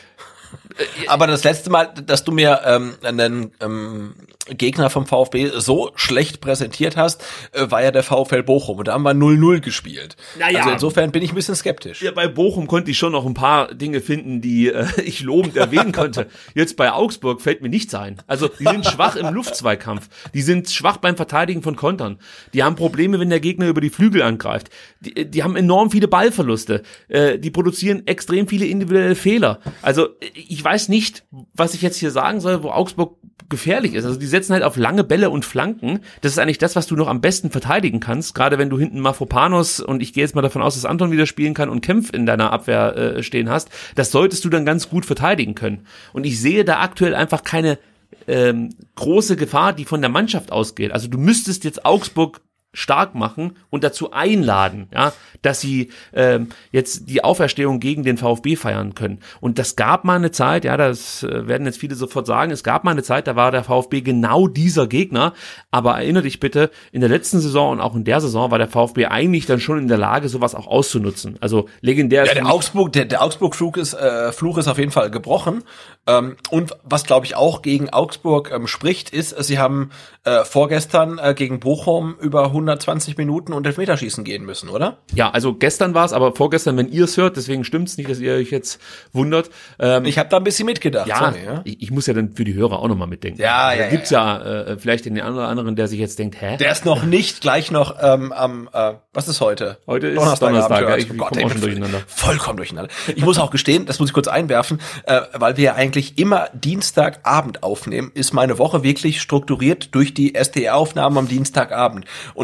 Aber das letzte Mal, dass du mir ähm, einen ähm, Gegner vom VfB so schlecht präsentiert hast, äh, war ja der VfL Bochum. Und da haben wir null null gespielt. Naja. Also insofern bin ich ein bisschen skeptisch. Ja, bei Bochum konnte ich schon noch ein paar Dinge finden, die äh, ich lobend erwähnen konnte. Jetzt bei Augsburg fällt mir nichts ein. Also die sind schwach im Luftzweikampf. Die sind schwach beim Verteidigen von Kontern. Die haben Probleme, wenn der Gegner über die Flügel angreift. Die, die haben enorm viele Ballverluste. Äh, die produzieren extrem viele individuelle Fehler. Also ich weiß nicht, was ich jetzt hier sagen soll, wo Augsburg gefährlich ist. Also die setzen halt auf lange Bälle und Flanken. Das ist eigentlich das, was du noch am besten verteidigen kannst, gerade wenn du hinten Mafropanos, und ich gehe jetzt mal davon aus, dass Anton wieder spielen kann, und Kempf in deiner Abwehr äh, stehen hast. Das solltest du dann ganz gut verteidigen können. Und ich sehe da aktuell einfach keine ähm, große Gefahr, die von der Mannschaft ausgeht. Also du müsstest jetzt Augsburg stark machen und dazu einladen, ja, dass sie ähm, jetzt die Auferstehung gegen den VfB feiern können. Und das gab mal eine Zeit, ja, das äh, werden jetzt viele sofort sagen, es gab mal eine Zeit, da war der VfB genau dieser Gegner, aber erinnere dich bitte, in der letzten Saison und auch in der Saison war der VfB eigentlich dann schon in der Lage, sowas auch auszunutzen. Also legendär. Ja, der Augsburg, der, der Augsburg-Fluch ist, äh, Fluch ist auf jeden Fall gebrochen. Ähm, und was, glaube ich, auch gegen Augsburg ähm, spricht, ist, sie haben äh, vorgestern äh, gegen Bochum über hundertzwanzig Minuten und Elfmeterschießen gehen müssen, oder? Ja, also gestern war es, aber vorgestern, wenn ihr es hört, deswegen stimmt's nicht, dass ihr euch jetzt wundert. Ähm, ich habe da ein bisschen mitgedacht. Ja, sorry, ja? Ich, ich muss ja dann für die Hörer auch nochmal mitdenken. Ja, ja, da gibt's ja, ja äh, vielleicht den einen oder anderen, der sich jetzt denkt, hä? Der ist noch nicht gleich noch ähm, am, äh, was ist heute? Heute ist Donnerstag, Donnerstag ja, ich, oh ich Gott, komme auch schon durcheinander. Vollkommen durcheinander. Ich muss auch gestehen, das muss ich kurz einwerfen, äh, weil wir ja eigentlich immer Dienstagabend aufnehmen, ist meine Woche wirklich strukturiert durch die S D R-Aufnahmen am Dienstagabend. Und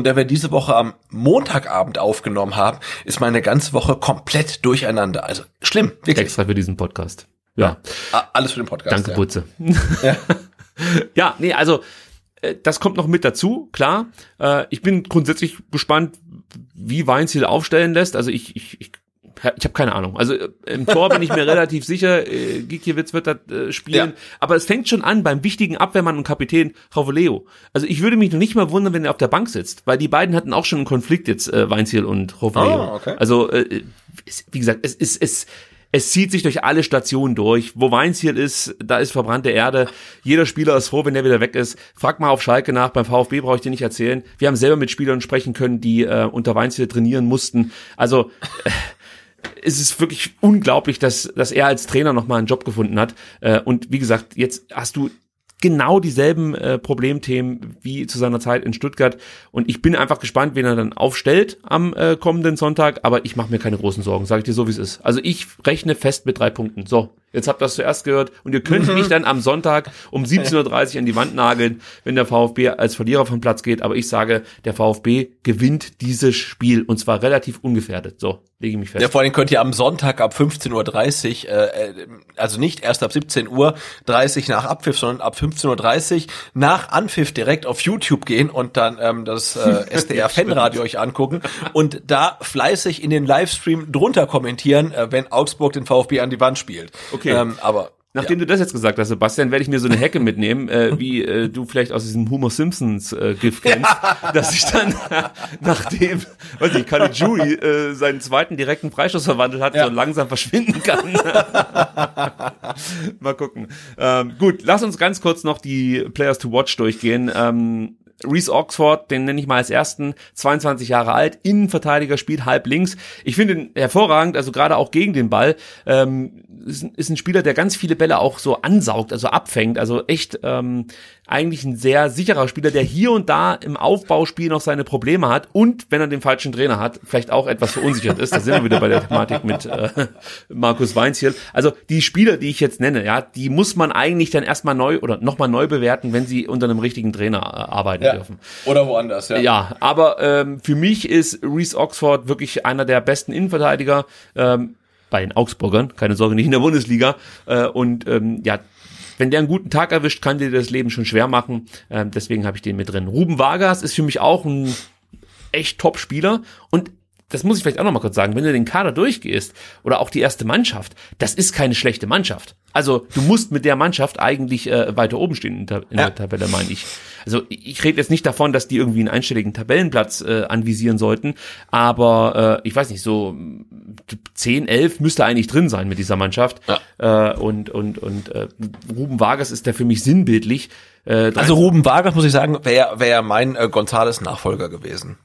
und da wir diese Woche am Montagabend aufgenommen haben, ist meine ganze Woche komplett durcheinander. Also schlimm, wirklich. Extra für diesen Podcast. Ja. ja. Alles für den Podcast. Danke, ja. Butze. Ja. Ja, nee, also das kommt noch mit dazu, klar. Ich bin grundsätzlich gespannt, wie Weinziel aufstellen lässt. Also ich, ich, ich, ich habe keine Ahnung. Also im Tor bin ich mir relativ sicher, Gikiewicz wird da spielen. Ja. Aber es fängt schon an beim wichtigen Abwehrmann und Kapitän Rouveleo. Also ich würde mich noch nicht mal wundern, wenn er auf der Bank sitzt, weil die beiden hatten auch schon einen Konflikt jetzt, Weinziel und Rouveleo. Oh, okay. Also wie gesagt, es ist es Es zieht sich durch alle Stationen durch. Wo Weinziel ist, da ist verbrannte Erde. Jeder Spieler ist froh, wenn der wieder weg ist. Frag mal auf Schalke nach. Beim VfB brauche ich dir nicht erzählen. Wir haben selber mit Spielern sprechen können, die äh, unter Weinziel trainieren mussten. Also äh, es ist wirklich unglaublich, dass dass er als Trainer nochmal einen Job gefunden hat. Äh, und wie gesagt, jetzt hast du genau dieselben äh, Problemthemen wie zu seiner Zeit in Stuttgart. Und ich bin einfach gespannt, wen er dann aufstellt am äh, kommenden Sonntag. Aber ich mache mir keine großen Sorgen, sage ich dir so, wie es ist. Also ich rechne fest mit drei Punkten. So, jetzt habt ihr das zuerst gehört. Und ihr könnt mich dann am Sonntag um siebzehn Uhr dreißig an die Wand nageln, wenn der VfB als Verlierer vom Platz geht. Aber ich sage, der VfB gewinnt dieses Spiel. Und zwar relativ ungefährdet. So, lege ich mich fest. Ja, vor allem könnt ihr am Sonntag ab fünfzehn Uhr dreißig, äh, also nicht erst ab siebzehn Uhr dreißig nach Abpfiff, sondern ab fünfzehn Uhr dreißig nach Anpfiff direkt auf YouTube gehen und dann ähm, das äh, S D R-Fanradio euch angucken und da fleißig in den Livestream drunter kommentieren, äh, wenn Augsburg den VfB an die Wand spielt. Okay. Ähm, aber Nachdem ja. du das jetzt gesagt hast, Sebastian, werde ich mir so eine Hecke mitnehmen, äh, wie äh, du vielleicht aus diesem Homer Simpsons äh, GIF kennst, dass ich dann, nachdem, weiß ich, Caligiuri äh, seinen zweiten direkten Freistoß verwandelt hat, ja. so langsam verschwinden kann. Mal gucken. Ähm, gut, lass uns ganz kurz noch die Players to Watch durchgehen. Ähm, Reece Oxford, den nenne ich mal als ersten, zweiundzwanzig Jahre alt, Innenverteidiger, spielt halb links. Ich finde ihn hervorragend, also gerade auch gegen den Ball. Ähm, ist, ist ein Spieler, der ganz viele Bälle auch so ansaugt, also abfängt. Also echt ähm, eigentlich ein sehr sicherer Spieler, der hier und da im Aufbauspiel noch seine Probleme hat und, wenn er den falschen Trainer hat, vielleicht auch etwas verunsichert ist. Da sind wir wieder bei der Thematik mit äh, Markus Weinziel. Also die Spieler, die ich jetzt nenne, ja, die muss man eigentlich dann erstmal neu oder nochmal neu bewerten, wenn sie unter einem richtigen Trainer äh, arbeiten ja. dürfen. Oder woanders, ja. Ja, aber ähm, für mich ist Reece Oxford wirklich einer der besten Innenverteidiger ähm, bei den Augsburgern, keine Sorge, nicht in der Bundesliga. Äh, und ähm, ja, wenn der einen guten Tag erwischt, kann dir das Leben schon schwer machen. Ähm, deswegen habe ich den mit drin. Ruben Vargas ist für mich auch ein echt Top-Spieler und das muss ich vielleicht auch noch mal kurz sagen, wenn du den Kader durchgehst oder auch die erste Mannschaft, das ist keine schlechte Mannschaft. Also du musst mit der Mannschaft eigentlich äh, weiter oben stehen in, der, in ja. der Tabelle, meine ich. Also ich rede jetzt nicht davon, dass die irgendwie einen einstelligen Tabellenplatz äh, anvisieren sollten, aber äh, ich weiß nicht, so zehn, elf müsste eigentlich drin sein mit dieser Mannschaft. Ja. Äh, und und und äh, Ruben Vargas ist da für mich sinnbildlich. Äh, also Ruben Vargas, muss ich sagen, wäre wär mein äh, González-Nachfolger gewesen.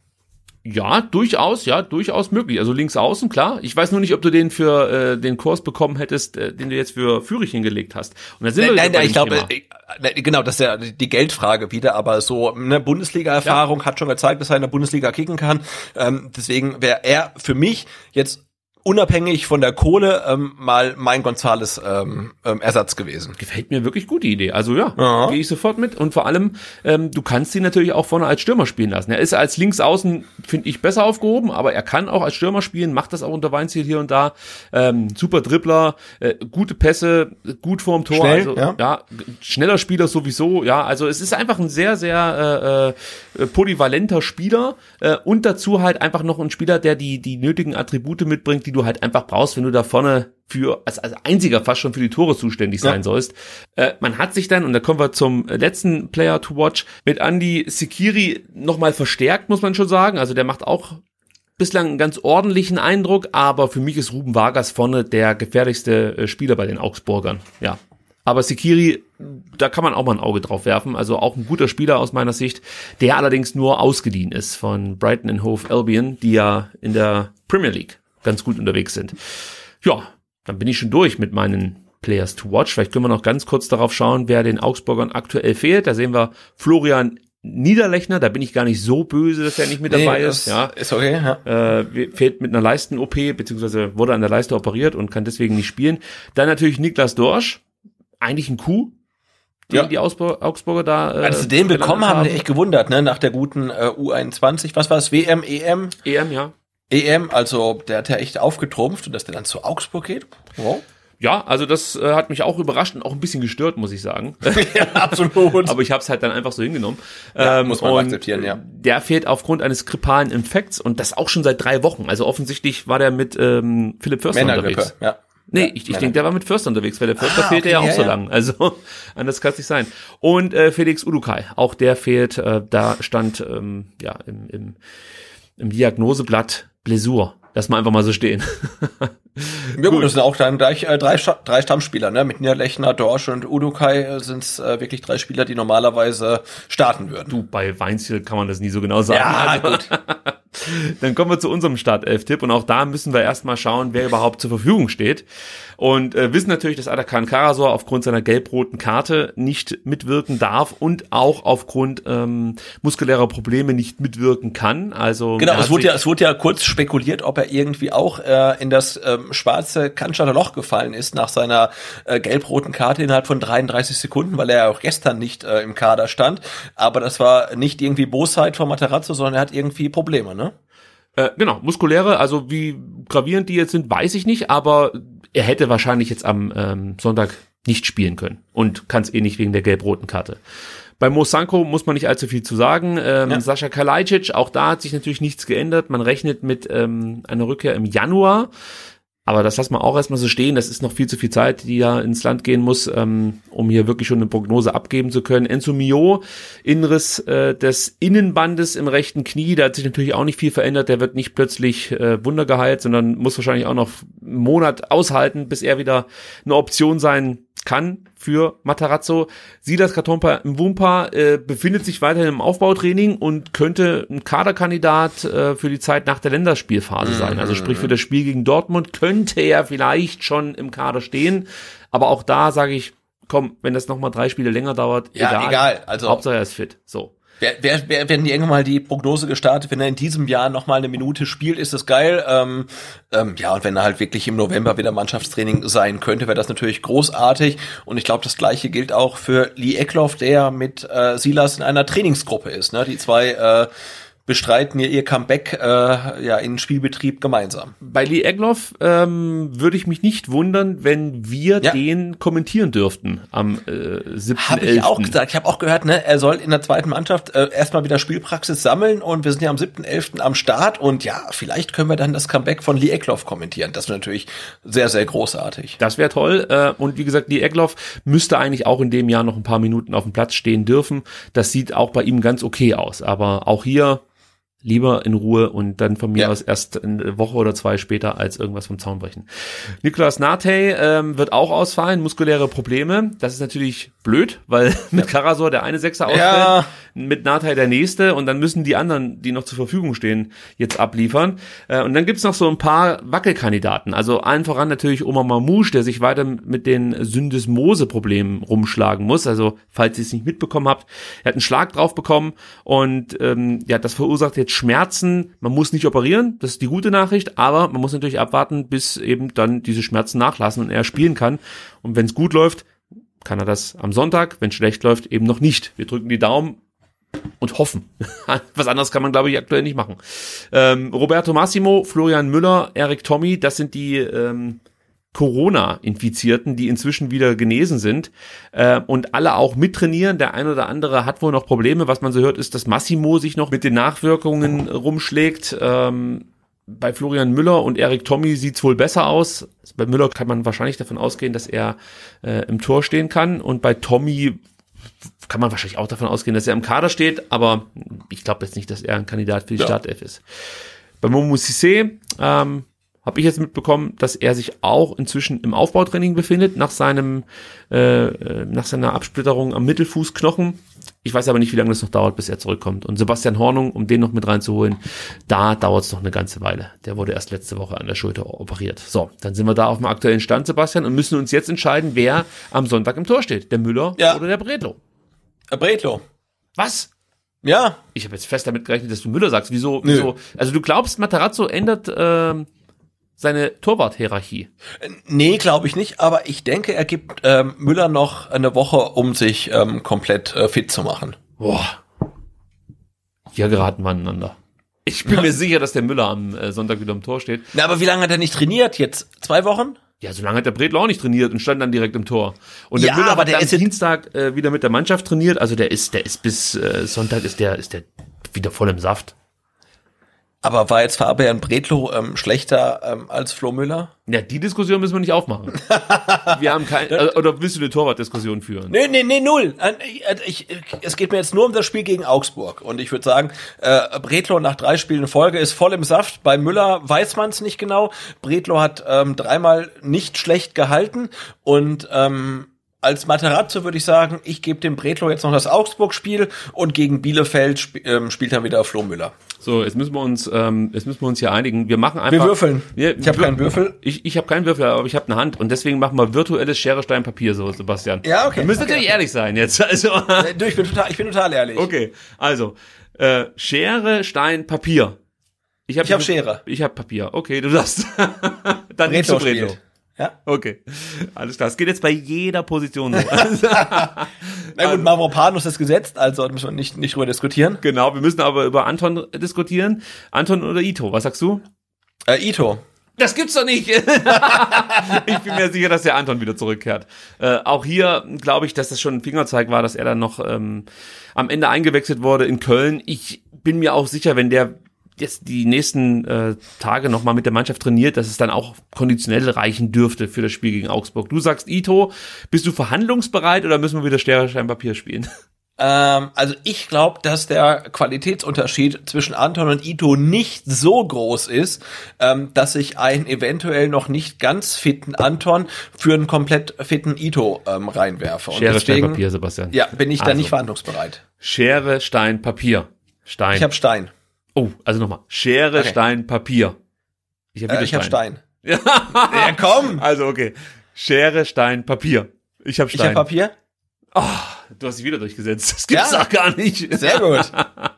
Ja, durchaus, ja, durchaus möglich. Also links außen, klar. Ich weiß nur nicht, ob du den für äh, den Kurs bekommen hättest, äh, den du jetzt für Fürich hingelegt hast. Und da sind nein, wir nein, nein ich glaube, äh, genau, das ist ja die Geldfrage wieder, aber so eine Bundesliga-Erfahrung ja. hat schon gezeigt, dass er in der Bundesliga kicken kann. Ähm, deswegen wäre er für mich jetzt unabhängig von der Kohle ähm, mal mein González ähm, ähm, Ersatz gewesen. Gefällt mir wirklich gut die Idee. Also ja, ja. gehe ich sofort mit. Und vor allem, ähm, du kannst ihn natürlich auch vorne als Stürmer spielen lassen. Er ist als Linksaußen, finde ich, besser aufgehoben, aber er kann auch als Stürmer spielen, macht das auch unter Weinziel hier und da. Ähm, super Dribbler, äh, gute Pässe, gut vorm Tor. Schnell, also ja. ja, schneller Spieler sowieso. Ja, also es ist einfach ein sehr, sehr äh, äh, polyvalenter Spieler äh, und dazu halt einfach noch ein Spieler, der die die nötigen Attribute mitbringt, die du halt einfach brauchst, wenn du da vorne für als, als einziger fast schon für die Tore zuständig sein ja. sollst. Äh, man hat sich dann, und da kommen wir zum letzten Player to watch, mit Andy Sekiri nochmal verstärkt, muss man schon sagen. Also der macht auch bislang einen ganz ordentlichen Eindruck, aber für mich ist Ruben Vargas vorne der gefährlichste äh, Spieler bei den Augsburgern. Ja. Aber Sekiri, da kann man auch mal ein Auge drauf werfen. Also auch ein guter Spieler aus meiner Sicht, der allerdings nur ausgeliehen ist von Brighton and Hove Albion, die ja in der Premier League ganz gut unterwegs sind. Ja, dann bin ich schon durch mit meinen Players to watch. Vielleicht können wir noch ganz kurz darauf schauen, wer den Augsburgern aktuell fehlt. Da sehen wir Florian Niederlechner, da bin ich gar nicht so böse, dass er nicht mit dabei nee, ist. Ja, ist okay. Ja. Äh, fehlt mit einer Leisten-O P, beziehungsweise wurde an der Leiste operiert und kann deswegen nicht spielen. Dann natürlich Niklas Dorsch, eigentlich ein Coup. den ja. die Augsburger, Augsburger da äh, als sie den bekommen haben, haben die echt gewundert, ne? Nach der guten äh, U einundzwanzig, was war es, W M, E M? E M, ja. E M, also der hat ja echt aufgetrumpft und dass der dann zu Augsburg geht. Wow. Ja, also das äh, hat mich auch überrascht und auch ein bisschen gestört, muss ich sagen. Ja, absolut. Aber ich habe es halt dann einfach so hingenommen. Ja, ähm, muss man akzeptieren, ja. Der fehlt aufgrund eines grippalen Infekts und das auch schon seit drei Wochen. Also offensichtlich war der mit ähm, Philipp Förster unterwegs. Ja. Nee, ja, ich, ich denke, der war mit Förster unterwegs, weil der Förster ah, fehlte okay, ja auch ja, so ja. lang. Also anders kann es nicht sein. Und äh, Felix Udukai, auch der fehlt. Äh, da stand ähm, ja im, im, im Diagnoseblatt Blessur. Lass mal einfach mal so stehen. Ja gut, das sind auch dann gleich äh, drei, drei Stammspieler, ne? Mit Niederlechner, Dorsch und Udukai äh, sind es äh, wirklich drei Spieler, die normalerweise starten würden. Du, bei Weinziel kann man das nie so genau sagen. Ja, also, gut. Dann kommen wir zu unserem Startelf-Tipp und auch da müssen wir erstmal schauen, wer überhaupt zur Verfügung steht. Und äh, wissen natürlich, dass Atakan Karasor aufgrund seiner gelb-roten Karte nicht mitwirken darf und auch aufgrund ähm, muskulärer Probleme nicht mitwirken kann. Also Genau, es wurde ja, es wurde ja kurz spekuliert, ob er irgendwie auch äh, in das ähm, schwarze Cannstatter Loch gefallen ist nach seiner äh, gelb-roten Karte innerhalb von dreiunddreißig Sekunden, weil er ja auch gestern nicht äh, im Kader stand. Aber das war nicht irgendwie Bosheit von Materazzo, sondern er hat irgendwie Probleme, ne? Äh, genau, muskuläre, also wie gravierend die jetzt sind, weiß ich nicht, aber er hätte wahrscheinlich jetzt am ähm, Sonntag nicht spielen können und kann es eh nicht wegen der gelb-roten Karte. Bei Mo Sanko muss man nicht allzu viel zu sagen. Ähm, Ja. Sascha Kalajdzic, auch da hat sich natürlich nichts geändert. Man rechnet mit ähm, einer Rückkehr im Januar. Aber das lassen wir auch erstmal so stehen. Das ist noch viel zu viel Zeit, die ja ins Land gehen muss, ähm, um hier wirklich schon eine Prognose abgeben zu können. Enzo Mio, Innenriss äh, des Innenbandes im rechten Knie. Da hat sich natürlich auch nicht viel verändert. Der wird nicht plötzlich äh, wundergeheilt, sondern muss wahrscheinlich auch noch einen Monat aushalten, bis er wieder eine Option sein kann für Matarazzo. Silas Katompa Mwumpa äh, befindet sich weiterhin im Aufbautraining und könnte ein Kaderkandidat äh, für die Zeit nach der Länderspielphase sein. Also sprich für das Spiel gegen Dortmund könnte er vielleicht schon im Kader stehen. Aber auch da sage ich, komm, wenn das nochmal drei Spiele länger dauert, Ja, egal. egal, also- Hauptsache er ist fit. So. Wer, wer, wer, wenn die irgendwann mal die Prognose gestartet, wenn er in diesem Jahr noch mal eine Minute spielt, ist das geil. Ähm, ähm, ja, und wenn er halt wirklich im November wieder Mannschaftstraining sein könnte, wäre das natürlich großartig. Und ich glaube, das Gleiche gilt auch für Lee Eckloff, der mit äh, Silas in einer Trainingsgruppe ist. Ne? Die zwei äh, bestreiten ja ihr Comeback äh, ja in Spielbetrieb gemeinsam. Bei Lee Egloff ähm, würde ich mich nicht wundern, wenn wir Ja. den kommentieren dürften am äh, siebten Habe ich auch gesagt. Ich habe auch gehört, ne, er soll in der zweiten Mannschaft äh, erstmal wieder Spielpraxis sammeln und wir sind ja am siebten elften am Start und ja, vielleicht können wir dann das Comeback von Lee Eckloff kommentieren. Das wäre natürlich sehr, sehr großartig. Das wäre toll. Äh, und wie gesagt, Lee Egloff müsste eigentlich auch in dem Jahr noch ein paar Minuten auf dem Platz stehen dürfen. Das sieht auch bei ihm ganz okay aus. Aber auch hier lieber in Ruhe und dann von mir Ja. aus erst eine Woche oder zwei später als irgendwas vom Zaun brechen. Nicolas Nate ähm, wird auch ausfallen, muskuläre Probleme. Das ist natürlich blöd, weil mit Karasor der eine Sechser ausfällt, Ja. mit Nate der nächste und dann müssen die anderen, die noch zur Verfügung stehen, jetzt abliefern. Äh, und dann gibt's noch so ein paar Wackelkandidaten. Also allen voran natürlich Omar Mamouche, der sich weiter mit den Syndesmose-Problemen rumschlagen muss. Also falls ihr es nicht mitbekommen habt, er hat einen Schlag drauf bekommen und ähm, ja, das verursacht jetzt Schmerzen. Man muss nicht operieren, das ist die gute Nachricht, aber man muss natürlich abwarten, bis eben dann diese Schmerzen nachlassen und er spielen kann. Und wenn es gut läuft, kann er das am Sonntag, wenn es schlecht läuft, eben noch nicht. Wir drücken die Daumen und hoffen. Was anderes kann man, glaube ich, aktuell nicht machen. Ähm, Roberto Massimo, Florian Müller, Erik Tommy, das sind die ähm, Corona-Infizierten, die inzwischen wieder genesen sind äh, und alle auch mittrainieren. Der ein oder andere hat wohl noch Probleme. Was man so hört, ist, dass Massimo sich noch mit den Nachwirkungen rumschlägt. Ähm, bei Florian Müller und Erik Tommy sieht's wohl besser aus. Bei Müller kann man wahrscheinlich davon ausgehen, dass er äh, im Tor stehen kann. Und bei Tommy kann man wahrscheinlich auch davon ausgehen, dass er im Kader steht. Aber ich glaube jetzt nicht, dass er ein Kandidat für die Ja. Startelf ist. Bei Momo Cissé ähm, habe ich jetzt mitbekommen, dass er sich auch inzwischen im Aufbautraining befindet, nach seinem äh, nach seiner Absplitterung am Mittelfußknochen. Ich weiß aber nicht, wie lange das noch dauert, bis er zurückkommt. Und Sebastian Hornung, um den noch mit reinzuholen, da dauert es noch eine ganze Weile. Der wurde erst letzte Woche an der Schulter operiert. So, dann sind wir da auf dem aktuellen Stand, Sebastian, und müssen uns jetzt entscheiden, wer am Sonntag im Tor steht. Der Müller Ja. oder der Bredlo. Äh, Bredlo. Was? Ja. Ich habe jetzt fest damit gerechnet, dass du Müller sagst. Wieso? Wieso? Also du glaubst, Matarazzo ändert ähm, seine Torwart-Hierarchie? Nee, glaube ich nicht, aber ich denke, er gibt ähm, Müller noch eine Woche, um sich ähm, komplett äh, fit zu machen. Boah. Hier geraten wir aneinander. Ich bin mir sicher, dass der Müller am äh, Sonntag wieder im Tor steht. Na, aber wie lange hat er nicht trainiert jetzt? Zwei Wochen? Ja, so lange hat der Bredlo auch nicht trainiert und stand dann direkt im Tor. Und der Ja, Müller aber hat der dann ist jetzt- Dienstag äh, wieder mit der Mannschaft trainiert. Also der ist, der ist bis äh, Sonntag ist der, ist der wieder voll im Saft. Aber war jetzt Fabian Bredlow ähm, schlechter ähm, als Flo Müller? Ja, die Diskussion müssen wir nicht aufmachen. Wir haben kein, äh, oder willst du eine Torwartdiskussion führen? Nee, nee, nee, null. Ich, ich, ich, es geht mir jetzt nur um das Spiel gegen Augsburg. Und ich würde sagen, äh, Bredlow nach drei Spielen in Folge ist voll im Saft. Bei Müller weiß man es nicht genau. Bredlow hat ähm, dreimal nicht schlecht gehalten. Und ähm, als Materazzo würde ich sagen, ich gebe dem Bredlow jetzt noch das Augsburg-Spiel und gegen Bielefeld sp- ähm, spielt dann wieder Flo Müller. So, jetzt müssen wir uns, ähm, jetzt müssen wir uns hier einigen. Wir machen einfach. Wir würfeln. Wir, Ich habe wir- keinen Würfel. Ich, ich habe keinen Würfel, aber ich habe eine Hand und deswegen machen wir virtuelles Schere, Stein, Papier, so Sebastian. Ja, okay. Wir müssen Okay, natürlich okay. ehrlich sein jetzt. Also, Äh, du, ich bin total, ich bin total ehrlich. okay, also äh, Schere, Stein, Papier. Ich habe Ich hab Schere. Ich habe Papier. Okay, du darfst. Dann nimmst du Bredlow Bredlow. spielt. Ja. Okay, alles klar. Es geht jetzt bei jeder Position so. Na gut, Mavropanos ist gesetzt, also da müssen wir nicht, nicht drüber diskutieren. Genau, wir müssen aber über Anton diskutieren. Anton oder Ito, was sagst du? Äh, Ito. Das gibt's doch nicht. Ich bin mir sicher, dass der Anton wieder zurückkehrt. Äh, auch hier glaube ich, dass das schon ein Fingerzeig war, dass er dann noch ähm, am Ende eingewechselt wurde in Köln. Ich bin mir auch sicher, wenn der jetzt die nächsten äh, Tage nochmal mit der Mannschaft trainiert, dass es dann auch konditionell reichen dürfte für das Spiel gegen Augsburg. Du sagst, Ito, bist du verhandlungsbereit oder müssen wir wieder Schere, Stein, Papier spielen? Ähm, also ich glaube, dass der Qualitätsunterschied zwischen Anton und Ito nicht so groß ist, ähm, dass ich einen eventuell noch nicht ganz fitten Anton für einen komplett fitten Ito ähm, reinwerfe. Und Schere, deswegen, Stein, Papier, Sebastian. Ja, bin ich da Also. nicht verhandlungsbereit. Schere, Stein, Papier. Stein. Ich habe Stein. oh, also nochmal. Schere, Okay. Stein, Papier. Ich habe Äh, wieder ich habe Stein. Stein. Ja, komm. Also okay. Schere, Stein, Papier. Ich habe Ich Stein. habe Papier. Du hast dich wieder durchgesetzt. Das gibt's Ja. doch gar nicht. Sehr gut.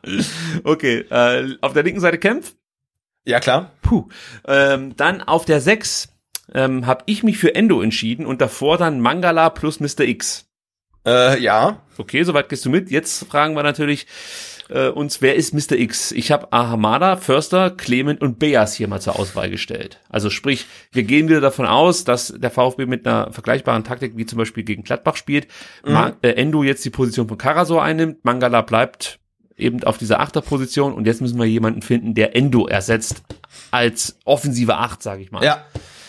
Okay, äh, auf der linken Seite Kempf. Ja, klar. Puh. Ähm, dann auf der sechs ähm, habe ich mich für Endo entschieden und davor dann Mangala plus Mister X. Äh, ja. Okay, soweit gehst du mit. Jetzt fragen wir natürlich äh, uns, wer ist Mister X? Ich habe Ahamada, Förster, Clement und Beas hier mal zur Auswahl gestellt. Also sprich, wir gehen wieder davon aus, dass der VfB mit einer vergleichbaren Taktik wie zum Beispiel gegen Gladbach spielt. Mhm. Ma- äh, Endo jetzt die Position von Karasor einnimmt, Mangala bleibt eben auf dieser Achterposition und jetzt müssen wir jemanden finden, der Endo ersetzt als offensive Acht, sage ich mal. Ja.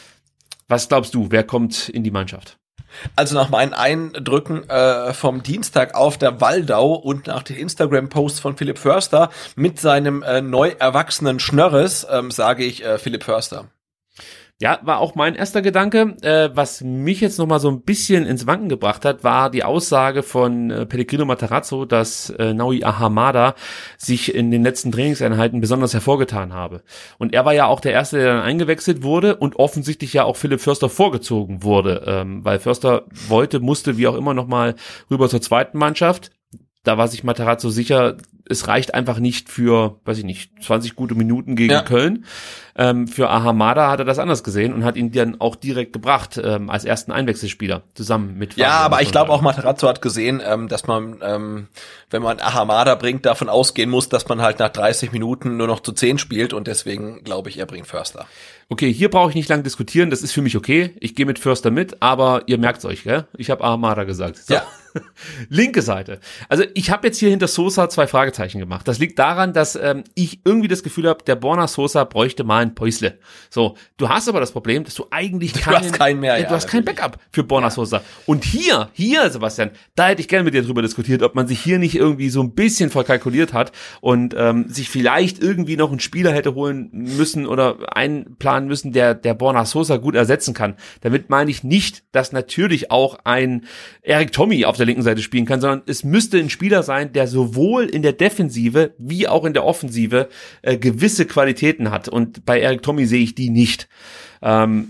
Was glaubst du, wer kommt in die Mannschaft? Also nach meinen Eindrücken äh, vom Dienstag auf der Waldau und nach den Instagram-Posts von Philipp Förster mit seinem äh, neu erwachsenen Schnörres ähm, sage ich äh, Philipp Förster. Ja, war auch mein erster Gedanke. Äh, was mich jetzt noch mal so ein bisschen ins Wanken gebracht hat, war die Aussage von äh, Pellegrino Matarazzo, dass äh, Naui Ahamada sich in den letzten Trainingseinheiten besonders hervorgetan habe. Und er war ja auch der Erste, der dann eingewechselt wurde und offensichtlich ja auch Philipp Förster vorgezogen wurde, ähm, weil Förster wollte, musste, wie auch immer, noch mal rüber zur zweiten Mannschaft. Da war sich Matarazzo sicher, es reicht einfach nicht für, weiß ich nicht, zwanzig gute Minuten gegen Ja. Köln. Ähm, für Ahamada hat er das anders gesehen und hat ihn dann auch direkt gebracht ähm, als ersten Einwechselspieler zusammen mit. Ja, Fabian, aber muss ich man glaube sagen. auch Matarazzo hat gesehen, ähm, dass man, ähm, wenn man Ahamada bringt, davon ausgehen muss, dass man halt nach dreißig Minuten nur noch zu zehn spielt und deswegen glaube ich, er bringt Förster. Okay, hier brauche ich nicht lang diskutieren, das ist für mich okay. Ich gehe mit Förster mit, aber ihr merkt's euch, gell? Ich habe Ahamada gesagt. So. Ja. Linke Seite. Also ich habe jetzt hier hinter Sosa zwei Fragezeichen gemacht. Das liegt daran, dass ähm, ich irgendwie das Gefühl habe, der Borna Sosa bräuchte mal ein Päusle. So, du hast aber das Problem, dass du eigentlich keinen, hast keinen mehr, äh, ja, du hast kein natürlich. Backup für Borna Sosa. Und hier, hier, Sebastian, da hätte ich gerne mit dir drüber diskutiert, ob man sich hier nicht irgendwie so ein bisschen verkalkuliert hat und ähm, sich vielleicht irgendwie noch einen Spieler hätte holen müssen oder einplanen müssen, der der Borna Sosa gut ersetzen kann. Damit meine ich nicht, dass natürlich auch ein Erik Tommy auf der linken Seite spielen kann, sondern es müsste ein Spieler sein, der sowohl in der Defensive wie auch in der Offensive äh, gewisse Qualitäten hat. Und bei Erik Tommy sehe ich die nicht. Ähm,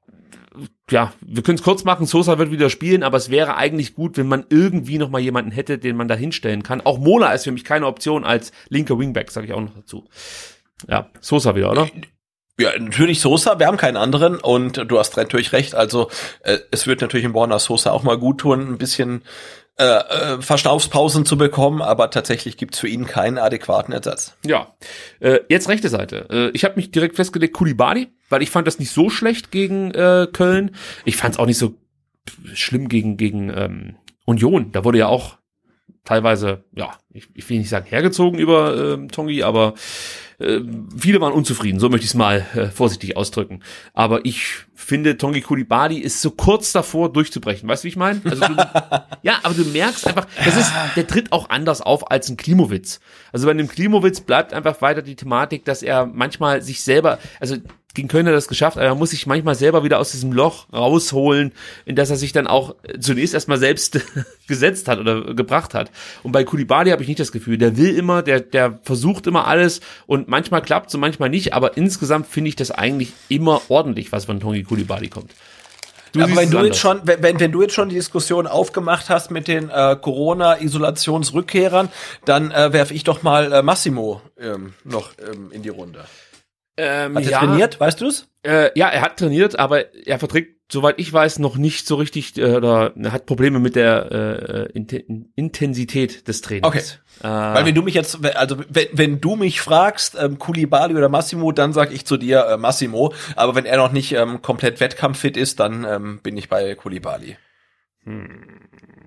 ja, wir können es kurz machen, Sosa wird wieder spielen, aber es wäre eigentlich gut, wenn man irgendwie noch mal jemanden hätte, den man da hinstellen kann. Auch Mola ist für mich keine Option als linker Wingback, sage ich auch noch dazu. Ja, Sosa wieder, oder? Ja, natürlich Sosa, wir haben keinen anderen und du hast natürlich recht, also äh, es wird natürlich im Borna Sosa auch mal gut tun, ein bisschen äh, äh, Verschnaufspausen zu bekommen, aber tatsächlich gibt's für ihn keinen adäquaten Ersatz. Ja, äh, jetzt rechte Seite. Äh, ich habe mich direkt festgelegt, Koulibaly, weil ich fand das nicht so schlecht gegen äh, Köln. Ich fand es auch nicht so schlimm gegen gegen ähm, Union. Da wurde ja auch teilweise, ja, ich, ich will nicht sagen hergezogen über äh, Tongi, aber äh, viele waren unzufrieden, so möchte ich es mal äh, vorsichtig ausdrücken. Aber ich finde, Tongi Koulibaly ist so kurz davor durchzubrechen. Weißt du, wie ich meine? Also du, ja, aber du merkst einfach, das ist, der tritt auch anders auf als ein Klimowitz. Also bei einem Klimowitz bleibt einfach weiter die Thematik, dass er manchmal sich selber, also gegen Köln hat er das geschafft, aber er muss sich manchmal selber wieder aus diesem Loch rausholen, in das er sich dann auch zunächst erstmal selbst gesetzt hat oder gebracht hat. Und bei Koulibaly habe ich nicht das Gefühl, der will immer, der der versucht immer alles und manchmal klappt es und manchmal nicht, aber insgesamt finde ich das eigentlich immer ordentlich, was von Tongi Koulibaly kommt. Du aber wenn du anders. jetzt schon, wenn, wenn du jetzt schon die Diskussion aufgemacht hast mit den äh, Corona-Isolationsrückkehrern, dann äh, werfe ich doch mal äh, Massimo ähm, noch ähm, in die Runde. Ähm, hat er ja, trainiert, weißt du es? Äh, ja, er hat trainiert, aber er verträgt, soweit ich weiß, noch nicht so richtig, äh, oder er hat Probleme mit der äh, Inten- Intensität des Trainings. Okay. Äh, Weil wenn du mich jetzt, also wenn, wenn du mich fragst, ähm, Koulibaly oder Massimo, dann sag ich zu dir äh, Massimo. Aber wenn er noch nicht ähm, komplett wettkampffit ist, dann ähm, bin ich bei Koulibaly. Hm.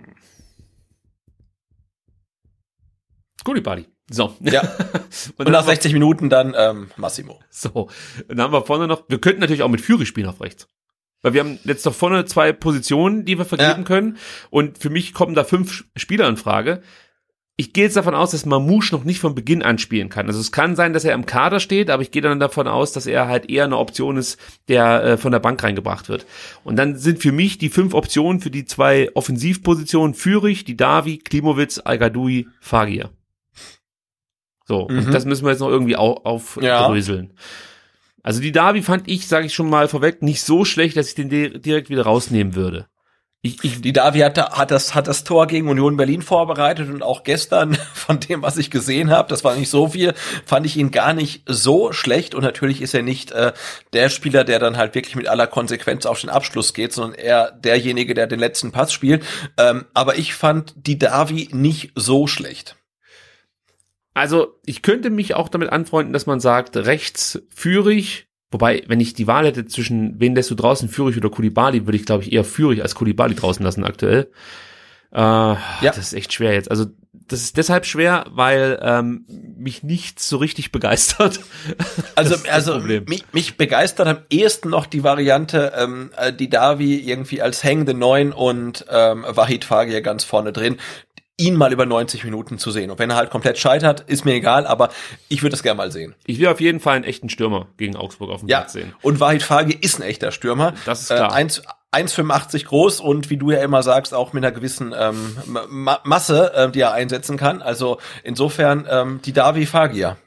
Koulibaly. So. Ja. Und, und nach sechzig Minuten dann ähm, Massimo. So. Dann haben wir vorne noch, wir könnten natürlich auch mit Führig spielen auf rechts. Weil wir haben jetzt doch vorne zwei Positionen, die wir vergeben ja. können. Und für mich kommen da fünf Spieler in Frage. Ich gehe jetzt davon aus, dass Mamouche noch nicht von Beginn an spielen kann. Also es kann sein, dass er im Kader steht, aber ich gehe dann davon aus, dass er halt eher eine Option ist, der äh, von der Bank reingebracht wird. Und dann sind für mich die fünf Optionen für die zwei Offensivpositionen Führig, Didavi, Klimowitz, Al-Gadoui, Fagir. So, mhm. und das müssen wir jetzt noch irgendwie au- aufdröseln. Ja. Also die Didavi fand ich, sage ich schon mal vorweg, nicht so schlecht, dass ich den de- direkt wieder rausnehmen würde. Ich, ich, Didavi hat, hat, das, hat das Tor gegen Union Berlin vorbereitet und auch gestern, von dem, was ich gesehen habe, das war nicht so viel, fand ich ihn gar nicht so schlecht. Und natürlich ist er nicht äh, der Spieler, der dann halt wirklich mit aller Konsequenz auf den Abschluss geht, sondern eher derjenige, der den letzten Pass spielt. Ähm, aber ich fand Didavi nicht so schlecht. Also ich könnte mich auch damit anfreunden, dass man sagt, rechts Führig, wobei, wenn ich die Wahl hätte zwischen, wen lässt du draußen, Führig oder Koulibaly, würde ich, glaube ich, eher Führig als Koulibaly draußen lassen aktuell. Äh, ja. Das ist echt schwer jetzt. Also das ist deshalb schwer, weil ähm, mich nichts so richtig begeistert. Also also mich, mich begeistert am ehesten noch die Variante, ähm, Didavi irgendwie als hängende Neun und ähm, Wahid Fagir ganz vorne drin. Ihn mal über neunzig Minuten zu sehen. Und wenn er halt komplett scheitert, ist mir egal, aber ich würde das gerne mal sehen. Ich will auf jeden Fall einen echten Stürmer gegen Augsburg auf dem ja. Platz sehen. Und Wahid Fagir ist ein echter Stürmer. Das ist klar. Äh, eins Komma fünfundachtzig groß und wie du ja immer sagst, auch mit einer gewissen ähm, Ma- Masse, äh, die er einsetzen kann. Also insofern ähm, Didavi Fagir.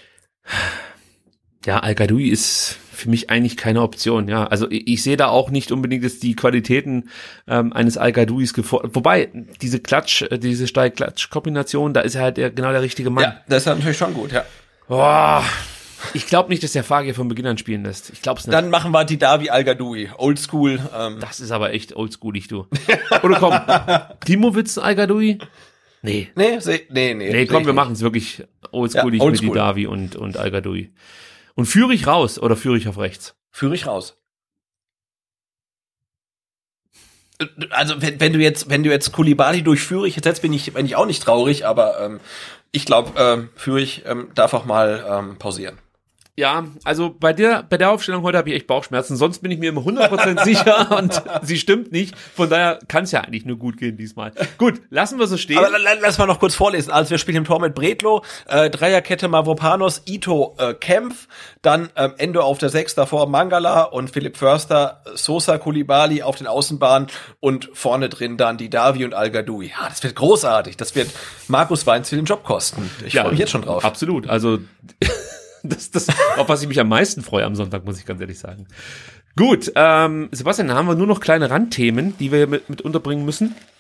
Ja, Al-Gadoui ist für mich eigentlich keine Option, ja. Also ich, ich sehe da auch nicht unbedingt dass die Qualitäten ähm, eines Al-Gadouis gefordert. Wobei, diese Klatsch, diese Steil-Klatsch-Kombination, da ist er halt der, genau der richtige Mann. Ja, das ist natürlich schon gut, ja. Boah, ich glaube nicht, dass der Fagir von Beginn an spielen lässt. Ich glaube es nicht. Dann machen wir Didavi Al-Gadoui. Oldschool. Ähm. Das ist aber echt oldschoolig, du. Oder komm, Klimowitz Al-Gadoui? Nee. Nee, se- nee, nee. Nee, komm, wir machen es wirklich oldschoolig ja, mit Didavi und, und Al-Gadoui. Und Führig raus oder Führig auf rechts? Führig raus. Also wenn, wenn du jetzt, wenn du jetzt Koulibaly durch Führig ersetzt, bin ich, bin ich auch nicht traurig, aber ähm, ich glaube, ähm, Führig ähm, darf auch mal ähm, pausieren. Ja, also bei der bei der Aufstellung heute habe ich echt Bauchschmerzen. Sonst bin ich mir immer hundert Prozent sicher und sie stimmt nicht. Von daher kann es ja eigentlich nur gut gehen diesmal. Gut, lassen wir so stehen. Aber lass mal noch kurz vorlesen. Also wir spielen im Tor mit Bredlo, äh, Dreierkette Mavropanos, Ito, äh, Kempf, dann ähm, Endo auf der sechs, davor Mangala und Philipp Förster, Sosa, Koulibaly auf den Außenbahnen und vorne drin dann Didavi und Al-Gadoui. Ja, das wird großartig. Das wird Markus Weinzierl den Job kosten. Ich ja, freue mich jetzt schon drauf. Absolut. Also Das, das, auf was ich mich am meisten freue am Sonntag, muss ich ganz ehrlich sagen. Gut, ähm, Sebastian, dann haben wir nur noch kleine Randthemen, die wir mit, mit unterbringen müssen.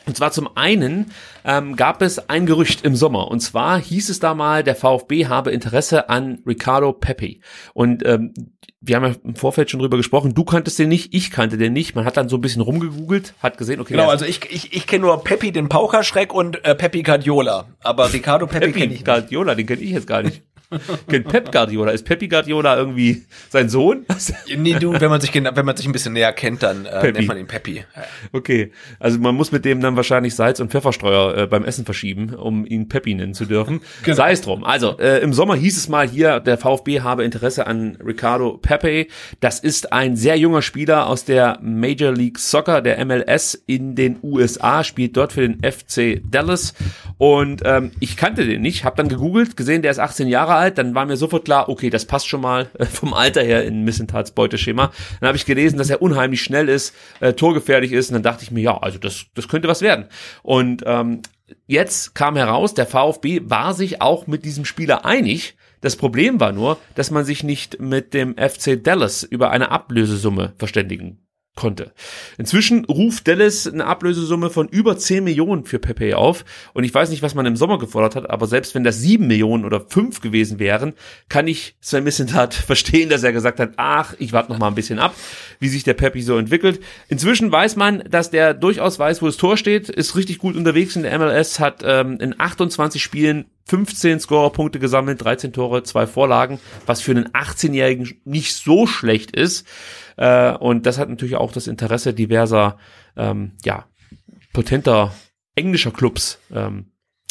Und zwar zum einen ähm, gab es ein Gerücht im Sommer. Und zwar hieß es da mal, der VfB habe Interesse an Ricardo Pepi. Und ähm, wir haben ja im Vorfeld schon drüber gesprochen. Du kanntest den nicht, ich kannte den nicht. Man hat dann so ein bisschen rumgegoogelt, hat gesehen, okay. Genau, also ich ich, ich kenne nur Pepi den Paukerschreck und äh, Pepi Guardiola. Aber Ricardo Pepi kenne ich nicht. Guardiola, den kenne ich jetzt gar nicht. Kennt Pep Guardiola. Ist Pepi Guardiola irgendwie sein Sohn? Nee, du, wenn man sich wenn man sich ein bisschen näher kennt, dann äh, nennt man ihn Pepi. Okay, also man muss mit dem dann wahrscheinlich Salz- und Pfefferstreuer äh, beim Essen verschieben, um ihn Pepi nennen zu dürfen. Genau. Sei es drum. Also äh, im Sommer hieß es mal hier, der VfB habe Interesse an Ricardo Pepi. Das ist ein sehr junger Spieler aus der Major League Soccer, der M L S in den U S A, spielt dort für den F C Dallas. Und ähm, ich kannte den nicht, habe dann gegoogelt, gesehen, der ist achtzehn Jahre alt. Dann war mir sofort klar, okay, das passt schon mal äh, vom Alter her in Missentats Beuteschema. Dann habe ich gelesen, dass er unheimlich schnell ist, äh, torgefährlich ist. Und dann dachte ich mir, ja, also das das könnte was werden. Und ähm, jetzt kam heraus, der VfB war sich auch mit diesem Spieler einig. Das Problem war nur, dass man sich nicht mit dem F C Dallas über eine Ablösesumme verständigen konnte. Inzwischen ruft Dallas eine Ablösesumme von über zehn Millionen für Pepe auf und ich weiß nicht, was man im Sommer gefordert hat, aber selbst wenn das sieben Millionen oder fünf gewesen wären, kann ich Sven Missentat verstehen, dass er gesagt hat, ach, ich warte noch mal ein bisschen ab, wie sich der Pepi so entwickelt. Inzwischen weiß man, dass der durchaus weiß, wo das Tor steht, ist richtig gut unterwegs in der M L S, hat ähm, in achtundzwanzig Spielen fünfzehn Scorerpunkte gesammelt, dreizehn Tore, zwei Vorlagen, was für einen achtzehnjährigen nicht so schlecht ist. Äh, und das hat natürlich auch das Interesse diverser, ähm, ja, potenter englischer Clubs, ähm,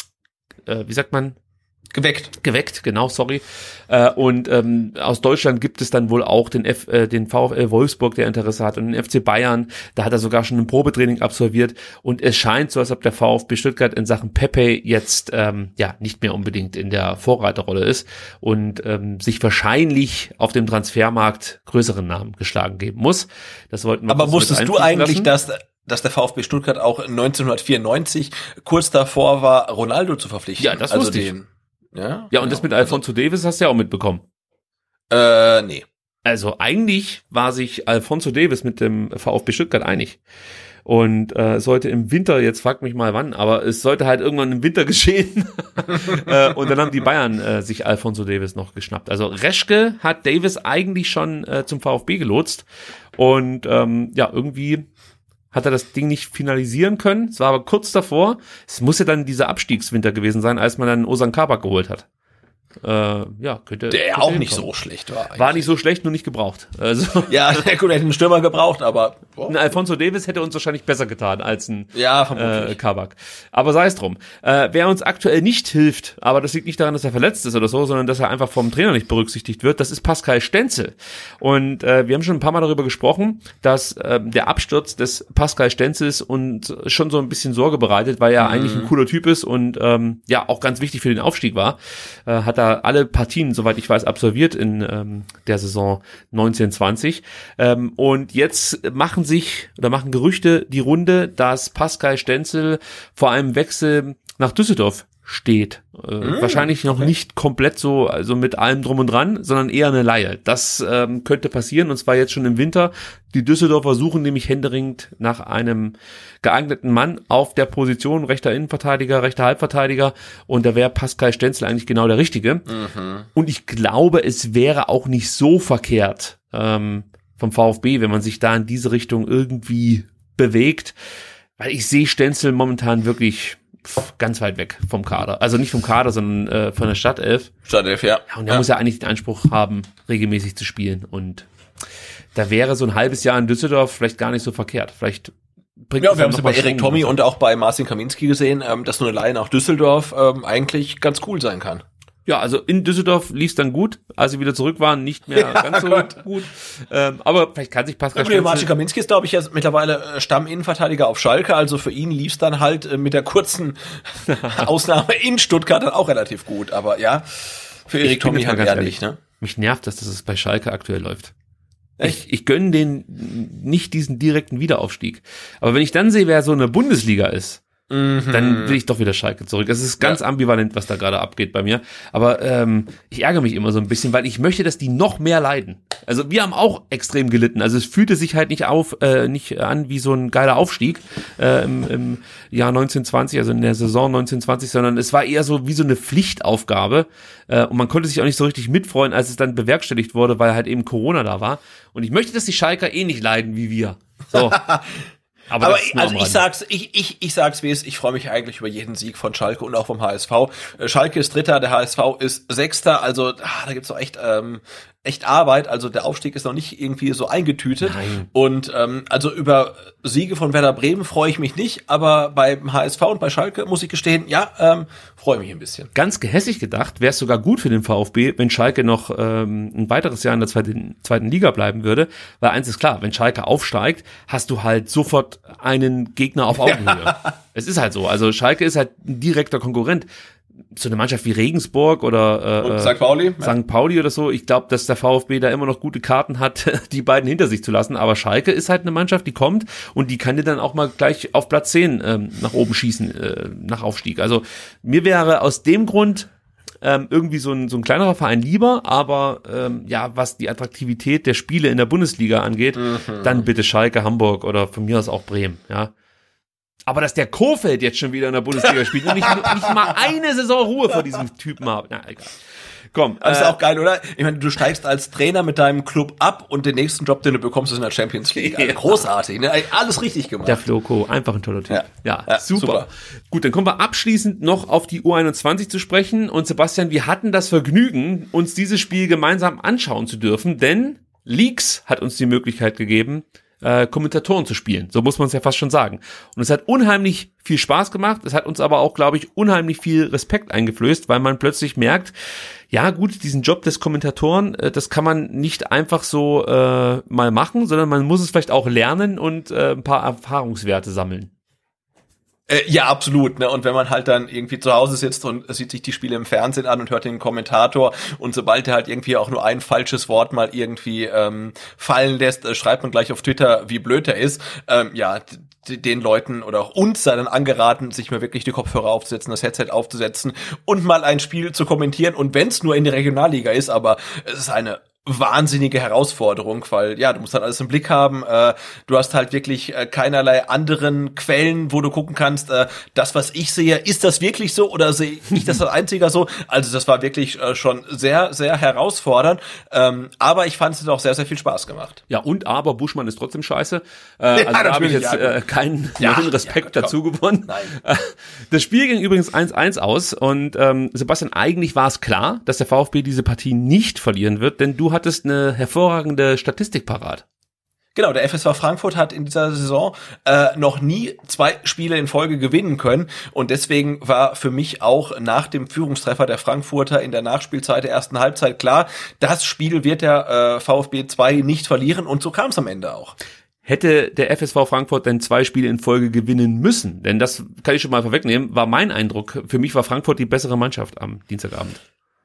äh, wie sagt man? Geweckt. Geweckt, genau, sorry. Äh, und ähm, aus Deutschland gibt es dann wohl auch den, F, äh, den VfL Wolfsburg, der Interesse hat, und den F C Bayern. Da hat er sogar schon ein Probetraining absolviert. Und es scheint so, als ob der VfB Stuttgart in Sachen Pepe jetzt ähm, ja nicht mehr unbedingt in der Vorreiterrolle ist und ähm, sich wahrscheinlich auf dem Transfermarkt größeren Namen geschlagen geben muss. Das wollten wir. Aber wusstest du eigentlich, dass dass der VfB Stuttgart auch neunzehnhundertvierundneunzig kurz davor war, Ronaldo zu verpflichten? Ja, das also wusste den, ich. Ja, ja, und genau. das mit Alphonso Davies hast du ja auch mitbekommen. Äh, nee. Also eigentlich war sich Alphonso Davies mit dem VfB Stuttgart einig. Und äh, sollte im Winter, jetzt fragt mich mal wann, aber es sollte halt irgendwann im Winter geschehen. äh, und dann haben die Bayern äh, sich Alphonso Davies noch geschnappt. Also Reschke hat Davies eigentlich schon äh, zum VfB gelotst. Und ähm, ja, irgendwie hat er das Ding nicht finalisieren können. Es war aber kurz davor. Es muss ja dann dieser Abstiegswinter gewesen sein, als man dann Ozan Kabak geholt hat. Äh, ja, könnte. Der könnte auch nicht hinkommen. so schlecht war. Eigentlich. War nicht so schlecht, nur nicht gebraucht. Also Ja, der gut, hätte einen Stürmer gebraucht, aber ein Alphonso Davies hätte uns wahrscheinlich besser getan als ein ja, vermutlich. äh, Kabak. Aber sei es drum. Äh, wer uns aktuell nicht hilft, aber das liegt nicht daran, dass er verletzt ist oder so, sondern dass er einfach vom Trainer nicht berücksichtigt wird, das ist Pascal Stenzel. Und äh, wir haben schon ein paar Mal darüber gesprochen, dass äh, der Absturz des Pascal Stenzels uns schon so ein bisschen Sorge bereitet, weil er mhm. eigentlich ein cooler Typ ist und ähm, ja auch ganz wichtig für den Aufstieg war. Äh, hat er alle Partien, soweit ich weiß, absolviert in ähm, der Saison neunzehn zwanzig. Ähm, und jetzt machen sich oder machen Gerüchte die Runde, dass Pascal Stenzel vor einem Wechsel nach Düsseldorf steht. Äh, mmh, wahrscheinlich noch okay. nicht komplett so, also mit allem drum und dran, sondern eher eine Leihe. Das ähm, könnte passieren, und zwar jetzt schon im Winter. Die Düsseldorfer suchen nämlich händeringend nach einem geeigneten Mann auf der Position rechter Innenverteidiger, rechter Halbverteidiger, und da wäre Pascal Stenzel eigentlich genau der Richtige. Mhm. Und ich glaube, es wäre auch nicht so verkehrt ähm, vom VfB, wenn man sich da in diese Richtung irgendwie bewegt, weil ich sehe Stenzel momentan wirklich ganz weit weg vom Kader. Also nicht vom Kader, sondern äh, von der Startelf. Startelf, ja. ja und er ja. muss ja eigentlich den Anspruch haben, regelmäßig zu spielen. Und da wäre so ein halbes Jahr in Düsseldorf vielleicht gar nicht so verkehrt. Vielleicht bringt ja, wir haben es bei Erik Erik Tommy und auch bei Marcin Kaminski gesehen, ähm, dass so eine Leihe nach Düsseldorf ähm, eigentlich ganz cool sein kann. Ja, also in Düsseldorf lief es dann gut, als sie wieder zurück waren, nicht mehr ja, ganz so Gott. gut. Ähm, aber vielleicht kann sich Pascal Stenzel... Marcin Kaminski ist, glaube ich, jetzt mittlerweile Stamminnenverteidiger auf Schalke, also für ihn lief es dann halt äh, mit der kurzen Ausnahme in Stuttgart dann auch relativ gut. Aber ja, für Erik Tommy halt eher nicht. Ne? Mich nervt das, dass es bei Schalke aktuell läuft. Ich, ich gönne denen nicht diesen direkten Wiederaufstieg. Aber wenn ich dann sehe, wer so eine Bundesliga ist, Mhm. dann will ich doch wieder Schalke zurück. Es ist ganz ja. ambivalent, was da gerade abgeht bei mir. Aber ähm, ich ärgere mich immer so ein bisschen, weil ich möchte, dass die noch mehr leiden. Also wir haben auch extrem gelitten. Also es fühlte sich halt nicht auf, äh, nicht an wie so ein geiler Aufstieg äh, im, im Jahr neunzehn zwanzig, also in der Saison neunzehn zwanzig, sondern es war eher so wie so eine Pflichtaufgabe äh, und man konnte sich auch nicht so richtig mitfreuen, als es dann bewerkstelligt wurde, weil halt eben Corona da war. Und ich möchte, dass die Schalker eh nicht leiden wie wir. So. Aber, Aber ich, also ich sag's, ich, ich, ich sag's wie es, ich freue mich eigentlich über jeden Sieg von Schalke und auch vom H S V. Schalke ist Dritter, der H S V ist Sechster, also ah, da gibt's doch echt ähm, echt Arbeit, also der Aufstieg ist noch nicht irgendwie so eingetütet. Nein. Und ähm, also über Siege von Werder Bremen freue ich mich nicht, aber beim H S V und bei Schalke muss ich gestehen, ja, ähm, freue mich ein bisschen. Ganz gehässig gedacht, wäre es sogar gut für den VfB, wenn Schalke noch ähm, ein weiteres Jahr in der zweiten, zweiten Liga bleiben würde, weil eins ist klar, wenn Schalke aufsteigt, hast du halt sofort einen Gegner auf Augenhöhe. Ja. Es ist halt so, also Schalke ist halt ein direkter Konkurrent. So eine Mannschaft wie Regensburg oder äh, Sankt Pauli, Sankt Pauli oder so, ich glaube, dass der VfB da immer noch gute Karten hat, die beiden hinter sich zu lassen, aber Schalke ist halt eine Mannschaft, die kommt und die kann dir dann auch mal gleich auf Platz zehn ähm, nach oben schießen, äh, nach Aufstieg. Also mir wäre aus dem Grund ähm, irgendwie so ein, so ein kleinerer Verein lieber, aber ähm, ja, was die Attraktivität der Spiele in der Bundesliga angeht, mhm. dann bitte Schalke, Hamburg oder von mir aus auch Bremen, ja. Aber dass der Kohfeldt jetzt schon wieder in der Bundesliga spielt und nicht, nicht mal eine Saison Ruhe vor diesem Typen hat. Na, egal. Komm. Das äh, ist auch geil, oder? Ich meine, du steigst als Trainer mit deinem Club ab und den nächsten Job, den du bekommst, ist in der Champions League. Also großartig, ne? Alles richtig gemacht. Der Floko, einfach ein toller Typ. Ja, ja, ja super. super. Gut, dann kommen wir abschließend noch auf die U einundzwanzig zu sprechen. Und Sebastian, wir hatten das Vergnügen, uns dieses Spiel gemeinsam anschauen zu dürfen, denn Leaks hat uns die Möglichkeit gegeben, Äh, Kommentatoren zu spielen. So muss man es ja fast schon sagen. Und es hat unheimlich viel Spaß gemacht. Es hat uns aber auch, glaube ich, unheimlich viel Respekt eingeflößt, weil man plötzlich merkt, ja gut, diesen Job des Kommentatoren, äh, das kann man nicht einfach so äh, mal machen, sondern man muss es vielleicht auch lernen und äh, ein paar Erfahrungswerte sammeln. Äh, ja, absolut, ne? Und wenn man halt dann irgendwie zu Hause sitzt und sieht sich die Spiele im Fernsehen an und hört den Kommentator und sobald er halt irgendwie auch nur ein falsches Wort mal irgendwie ähm, fallen lässt, äh, schreibt man gleich auf Twitter, wie blöd er ist. Ähm, ja, d- den Leuten oder auch uns sei dann angeraten, sich mal wirklich die Kopfhörer aufzusetzen, das Headset aufzusetzen und mal ein Spiel zu kommentieren. Und wenn es nur in der Regionalliga ist, aber es ist eine wahnsinnige Herausforderung, weil ja, du musst halt alles im Blick haben, äh, du hast halt wirklich äh, keinerlei anderen Quellen, wo du gucken kannst, äh, das, was ich sehe, ist das wirklich so oder sehe ich das als einziger so? Also das war wirklich äh, schon sehr, sehr herausfordernd, ähm, aber ich fand es auch sehr, sehr viel Spaß gemacht. Ja, und aber Buschmann ist trotzdem scheiße, äh, also ja, da habe ich jetzt ja, äh, keinen ja, neuen Respekt ja, dazu gewonnen. Nein. Das Spiel ging übrigens eins eins aus und ähm, Sebastian, eigentlich war es klar, dass der VfB diese Partie nicht verlieren wird, denn du hattest eine hervorragende Statistik parat. Genau, der F S V Frankfurt hat in dieser Saison äh, noch nie zwei Spiele in Folge gewinnen können und deswegen war für mich auch nach dem Führungstreffer der Frankfurter in der Nachspielzeit der ersten Halbzeit klar, das Spiel wird der äh, VfB zwei nicht verlieren und so kam es am Ende auch. Hätte der F S V Frankfurt denn zwei Spiele in Folge gewinnen müssen? Denn das kann ich schon mal vorwegnehmen, war mein Eindruck. Für mich war Frankfurt die bessere Mannschaft am Dienstagabend.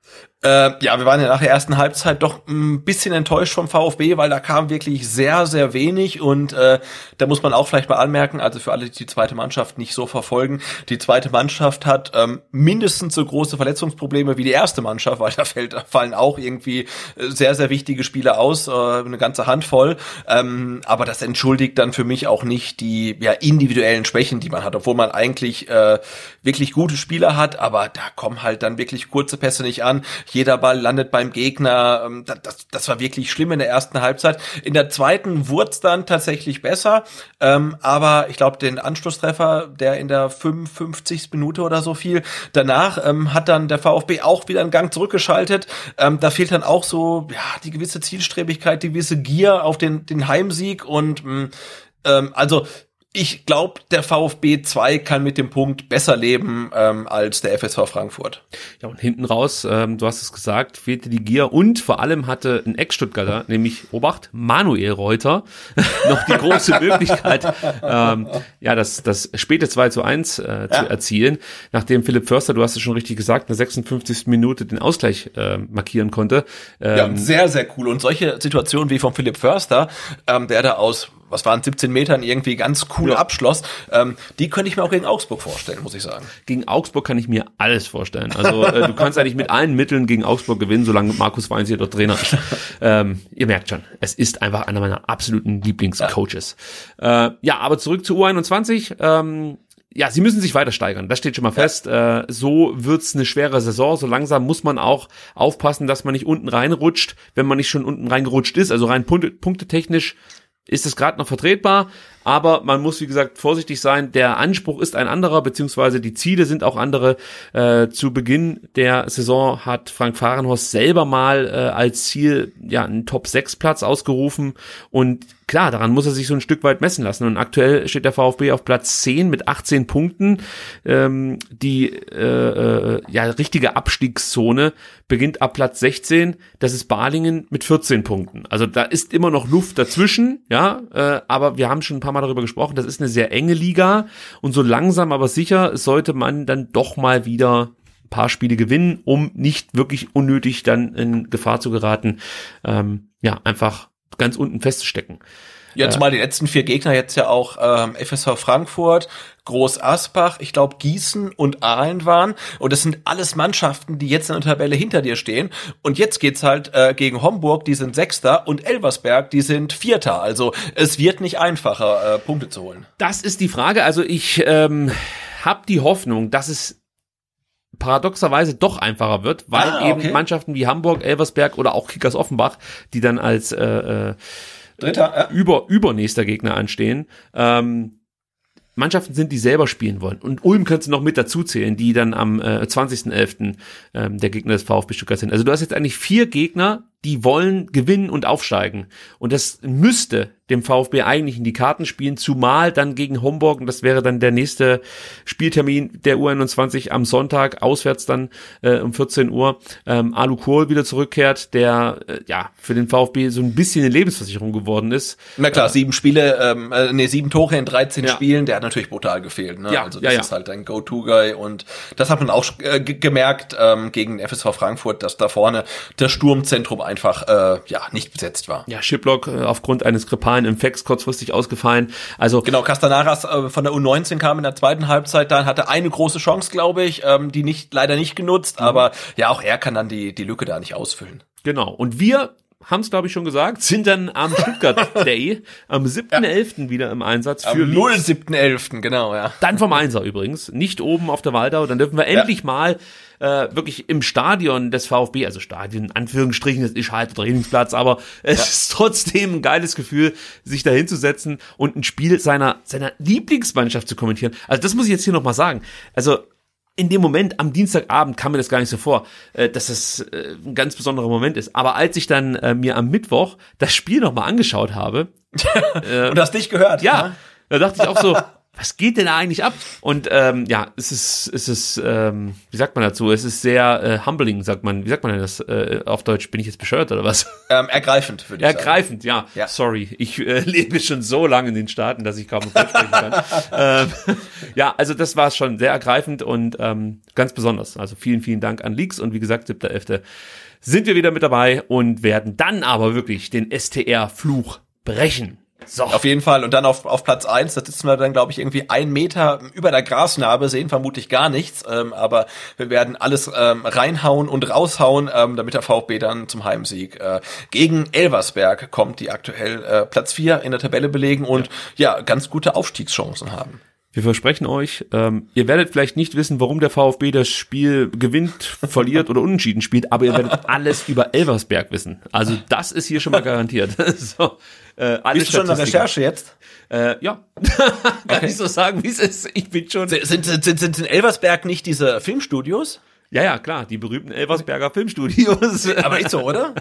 Äh, ja, wir waren ja nach der ersten Halbzeit doch ein bisschen enttäuscht vom VfB, weil da kam wirklich sehr, sehr wenig und äh, da muss man auch vielleicht mal anmerken, also für alle, die die zweite Mannschaft nicht so verfolgen, die zweite Mannschaft hat ähm, mindestens so große Verletzungsprobleme wie die erste Mannschaft, weil da fällt, fallen auch irgendwie sehr, sehr wichtige Spieler aus, äh, eine ganze Handvoll, ähm, aber das entschuldigt dann für mich auch nicht die ja individuellen Schwächen, die man hat, obwohl man eigentlich äh, wirklich gute Spieler hat, aber da kommen halt dann wirklich kurze Pässe nicht an. Jeder Ball landet beim Gegner. Das, das war wirklich schlimm in der ersten Halbzeit. In der zweiten wurde es dann tatsächlich besser. Aber ich glaube, den Anschlusstreffer, der in der fünfundfünfzigsten Minute oder so fiel, danach hat dann der VfB auch wieder einen Gang zurückgeschaltet. Da fehlt dann auch so ja die gewisse Zielstrebigkeit, die gewisse Gier auf den, den Heimsieg. Und also ich glaube, der VfB zwei kann mit dem Punkt besser leben ähm, als der F S V Frankfurt. Ja, und hinten raus, ähm, du hast es gesagt, fehlte die Gier und vor allem hatte ein Ex-Stuttgarter, nämlich Obacht, Manuel Reuter, noch die große Möglichkeit, ähm, ja, das, das späte zwei zu eins äh, ja. zu erzielen, nachdem Philipp Förster, du hast es schon richtig gesagt, in der sechsundfünfzigsten Minute den Ausgleich äh, markieren konnte. Ähm, ja, sehr, sehr cool. Und solche Situationen wie von Philipp Förster, ähm, der da aus was waren siebzehn Metern irgendwie ganz cool ja. abschloss. Ähm, die könnte ich mir auch gegen Augsburg vorstellen, muss ich sagen. Gegen Augsburg kann ich mir alles vorstellen. Also äh, du kannst eigentlich mit allen Mitteln gegen Augsburg gewinnen, solange Markus Weinz hier dort Trainer ist. ähm, ihr merkt schon, es ist einfach einer meiner absoluten Lieblingscoaches. Ja, äh, ja aber zurück zu U einundzwanzig. Ähm, Ja, sie müssen sich weiter steigern, das steht schon mal fest. Ja. Äh, so wird's eine schwere Saison. So langsam muss man auch aufpassen, dass man nicht unten reinrutscht, wenn man nicht schon unten reingerutscht ist. Also rein punkte, punktetechnisch ist es gerade noch vertretbar, aber man muss, wie gesagt, vorsichtig sein. Der Anspruch ist ein anderer, beziehungsweise die Ziele sind auch andere. Äh, zu Beginn der Saison hat Frank Fahrenhorst selber mal äh, als Ziel ja einen Top sechs Platz ausgerufen und klar, daran muss er sich so ein Stück weit messen lassen. Und aktuell steht der VfB auf Platz zehn mit achtzehn Punkten. Ähm, die äh, äh, ja richtige Abstiegszone beginnt ab Platz sechzehn. Das ist Balingen mit vierzehn Punkten. Also da ist immer noch Luft dazwischen, ja. Äh, aber wir haben schon ein paar Mal darüber gesprochen. Das ist eine sehr enge Liga und so langsam aber sicher sollte man dann doch mal wieder ein paar Spiele gewinnen, um nicht wirklich unnötig dann in Gefahr zu geraten. Ähm, ja, einfach ganz unten festzustecken. Ja, zumal die letzten vier Gegner jetzt ja auch ähm, F S V Frankfurt, Groß Asbach, ich glaube Gießen und Aalen waren. Und das sind alles Mannschaften, die jetzt in der Tabelle hinter dir stehen. Und jetzt geht's halt äh, gegen Homburg, die sind Sechster, und Elversberg, die sind Vierter. Also es wird nicht einfacher, äh, Punkte zu holen. Das ist die Frage. Also ich ähm, habe die Hoffnung, dass es paradoxerweise doch einfacher wird, weil ah, okay. eben Mannschaften wie Hamburg, Elversberg oder auch Kickers Offenbach, die dann als äh, äh, Dritter, ja. über übernächster Gegner anstehen, ähm, Mannschaften sind, die selber spielen wollen. Und Ulm kannst du noch mit dazu zählen, die dann am äh, zwanzigsten elften Ähm, der Gegner des VfB Stuttgart sind. Also du hast jetzt eigentlich vier Gegner, die wollen gewinnen und aufsteigen. Und das müsste dem VfB eigentlich in die Karten spielen, zumal dann gegen Homburg, und das wäre dann der nächste Spieltermin der U einundzwanzig am Sonntag, auswärts dann äh, um vierzehn Uhr, ähm, Alu Kohl wieder zurückkehrt, der äh, ja für den VfB so ein bisschen eine Lebensversicherung geworden ist. Na klar, äh, sieben Spiele, ähm, äh, nee, sieben Tore in dreizehn ja. Spielen, der hat natürlich brutal gefehlt. Ne? Ja, also das ja, ja. ist halt ein Go-To-Guy, und das hat man auch äh, g- gemerkt ähm, gegen F S V Frankfurt, dass da vorne das Sturmzentrum einfach äh, ja nicht besetzt war. Ja, Schiplock äh, aufgrund eines grippalen Infekts kurzfristig ausgefallen. Also genau, Castanaras äh, von der U neunzehn kam in der zweiten Halbzeit, dann hatte eine große Chance, glaube ich, ähm, die nicht leider nicht genutzt, mhm. aber ja, auch er kann dann die die Lücke da nicht ausfüllen. Genau. Und wir haben es, glaube ich, schon gesagt, sind dann am Stuttgart Day am siebten elften ja. wieder im Einsatz für Am null siebten elften genau, ja. Dann vom Einser übrigens, nicht oben auf der Waldau, dann dürfen wir ja. endlich mal äh, wirklich im Stadion des VfB, also Stadion in Anführungsstrichen, das ist halt der Trainingsplatz, aber es ja. ist trotzdem ein geiles Gefühl, sich da hinzusetzen und ein Spiel seiner seiner Lieblingsmannschaft zu kommentieren. Also das muss ich jetzt hier nochmal sagen. Also in dem Moment, am Dienstagabend, kam mir das gar nicht so vor, äh, dass das äh, ein ganz besonderer Moment ist. Aber als ich dann äh, mir am Mittwoch das Spiel nochmal angeschaut habe. äh, Und hast dich gehört. Ja, ja, da dachte ich auch so, was geht denn da eigentlich ab? Und ähm, ja, es ist, es ist, ähm, wie sagt man dazu? Es ist sehr äh, humbling, sagt man. Wie sagt man denn das äh, auf Deutsch? Bin ich jetzt bescheuert oder was? Ähm, ergreifend, würde ich sagen. Ergreifend, ja. ja. Sorry, ich äh, lebe schon so lange in den Staaten, dass ich kaum Deutsch sprechen kann. ähm, ja, also das war schon sehr ergreifend und ähm, ganz besonders. Also vielen, vielen Dank an Leaks und wie gesagt, siebter elfter sind wir wieder mit dabei und werden dann aber wirklich den S T R-Fluch brechen. So. Auf jeden Fall. Und dann auf, auf Platz eins, da sitzen wir dann, glaube ich, irgendwie ein Meter über der Grasnarbe, sehen vermutlich gar nichts, ähm, aber wir werden alles ähm, reinhauen und raushauen, ähm, damit der VfB dann zum Heimsieg äh, gegen Elversberg kommt, die aktuell äh, Platz vier in der Tabelle belegen und ja, ja ganz gute Aufstiegschancen haben. Wir versprechen euch, ähm, ihr werdet vielleicht nicht wissen, warum der VfB das Spiel gewinnt, verliert oder unentschieden spielt, aber ihr werdet alles über Elversberg wissen. Also das ist hier schon mal garantiert. so, äh, alle Bist du schon in der Recherche jetzt? Äh, ja, kann okay. ich so sagen, wie es ist. Ich bin schon. Sind, sind, sind, sind in Elversberg nicht diese Filmstudios? Ja, ja, klar, die berühmten Elversberger Filmstudios. Aber nicht so, oder?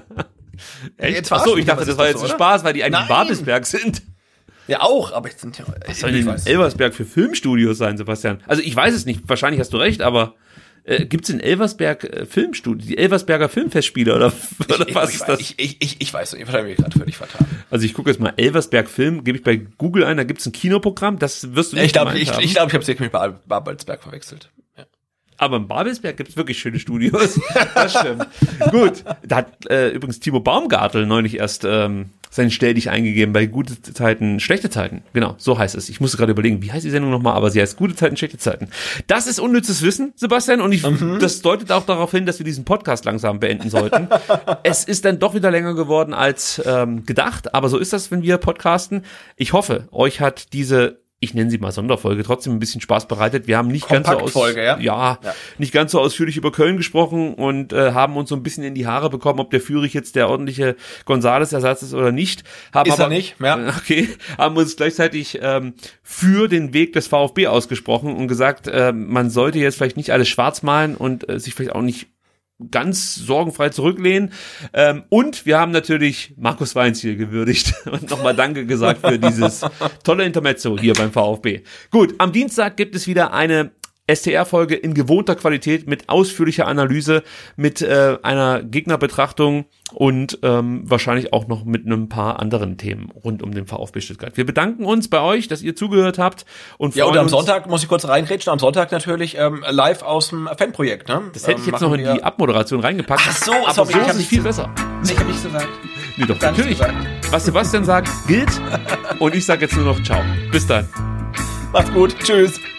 Echt? Achso, ich dachte, das war jetzt ein Spaß, weil die eigentlich in Babelsberg sind. Ja, auch, aber jetzt sind ja. Was soll denn Elversberg für Filmstudios sein, Sebastian? Also ich weiß es nicht, wahrscheinlich hast du recht, aber äh, gibt's in Elversberg äh, Filmstudios, die Elversberger Filmfestspiele oder, oder ich, was ich, ist das? Ich, ich, ich, ich weiß nicht, wahrscheinlich bin ich gerade völlig vertan. Also ich gucke jetzt mal Elversberg Film, gebe ich bei Google ein, da gibt's ein Kinoprogramm, das wirst du nicht Ich glaube, gemeint ich, haben. ich, glaub, ich habe es irgendwie mit Babelsberg verwechselt. Ja. Aber in Babelsberg gibt's wirklich schöne Studios. Das stimmt. Gut, da hat äh, übrigens Timo Baumgartel neulich erst ähm, sein Stell dich eingegeben bei Gute Zeiten, Schlechte Zeiten. Genau, so heißt es. Ich musste gerade überlegen, wie heißt die Sendung nochmal, aber sie heißt Gute Zeiten, Schlechte Zeiten. Das ist unnützes Wissen, Sebastian, und ich, mhm. das deutet auch darauf hin, dass wir diesen Podcast langsam beenden sollten. Es ist dann doch wieder länger geworden als ähm, gedacht, aber so ist das, wenn wir podcasten. Ich hoffe, euch hat diese, ich nenne sie mal Sonderfolge, trotzdem ein bisschen Spaß bereitet. Wir haben nicht ganz so aus, ja? Ja, ja, nicht ganz so ausführlich über Köln gesprochen und äh, haben uns so ein bisschen in die Haare bekommen, ob der Führig jetzt der ordentliche Gonzales-Ersatz ist oder nicht. Haben ist aber, er nicht, ja. Okay, haben uns gleichzeitig ähm, für den Weg des VfB ausgesprochen und gesagt, äh, man sollte jetzt vielleicht nicht alles schwarz malen und äh, sich vielleicht auch nicht ganz sorgenfrei zurücklehnen. Ähm, und wir haben natürlich Markus Weinziel gewürdigt und nochmal Danke gesagt für dieses tolle Intermezzo hier beim VfB. Gut, am Dienstag gibt es wieder eine S T R-Folge in gewohnter Qualität mit ausführlicher Analyse, mit äh, einer Gegnerbetrachtung und ähm, wahrscheinlich auch noch mit einem paar anderen Themen rund um den VfB Stuttgart. Wir bedanken uns bei euch, dass ihr zugehört habt. Und ja, und am uns, Sonntag, muss ich kurz reingrätschen, am Sonntag natürlich ähm, live aus dem Fanprojekt. Ne? Das hätte ich ähm, jetzt noch in die Abmoderation reingepackt. Ach so, aber sorry, so ich ist es viel besser. Ich habe nichts gesagt. Nee, doch, Gar natürlich. gesagt. Was Sebastian sagt, gilt. Und ich sage jetzt nur noch Ciao. Bis dann. Macht's gut. Tschüss.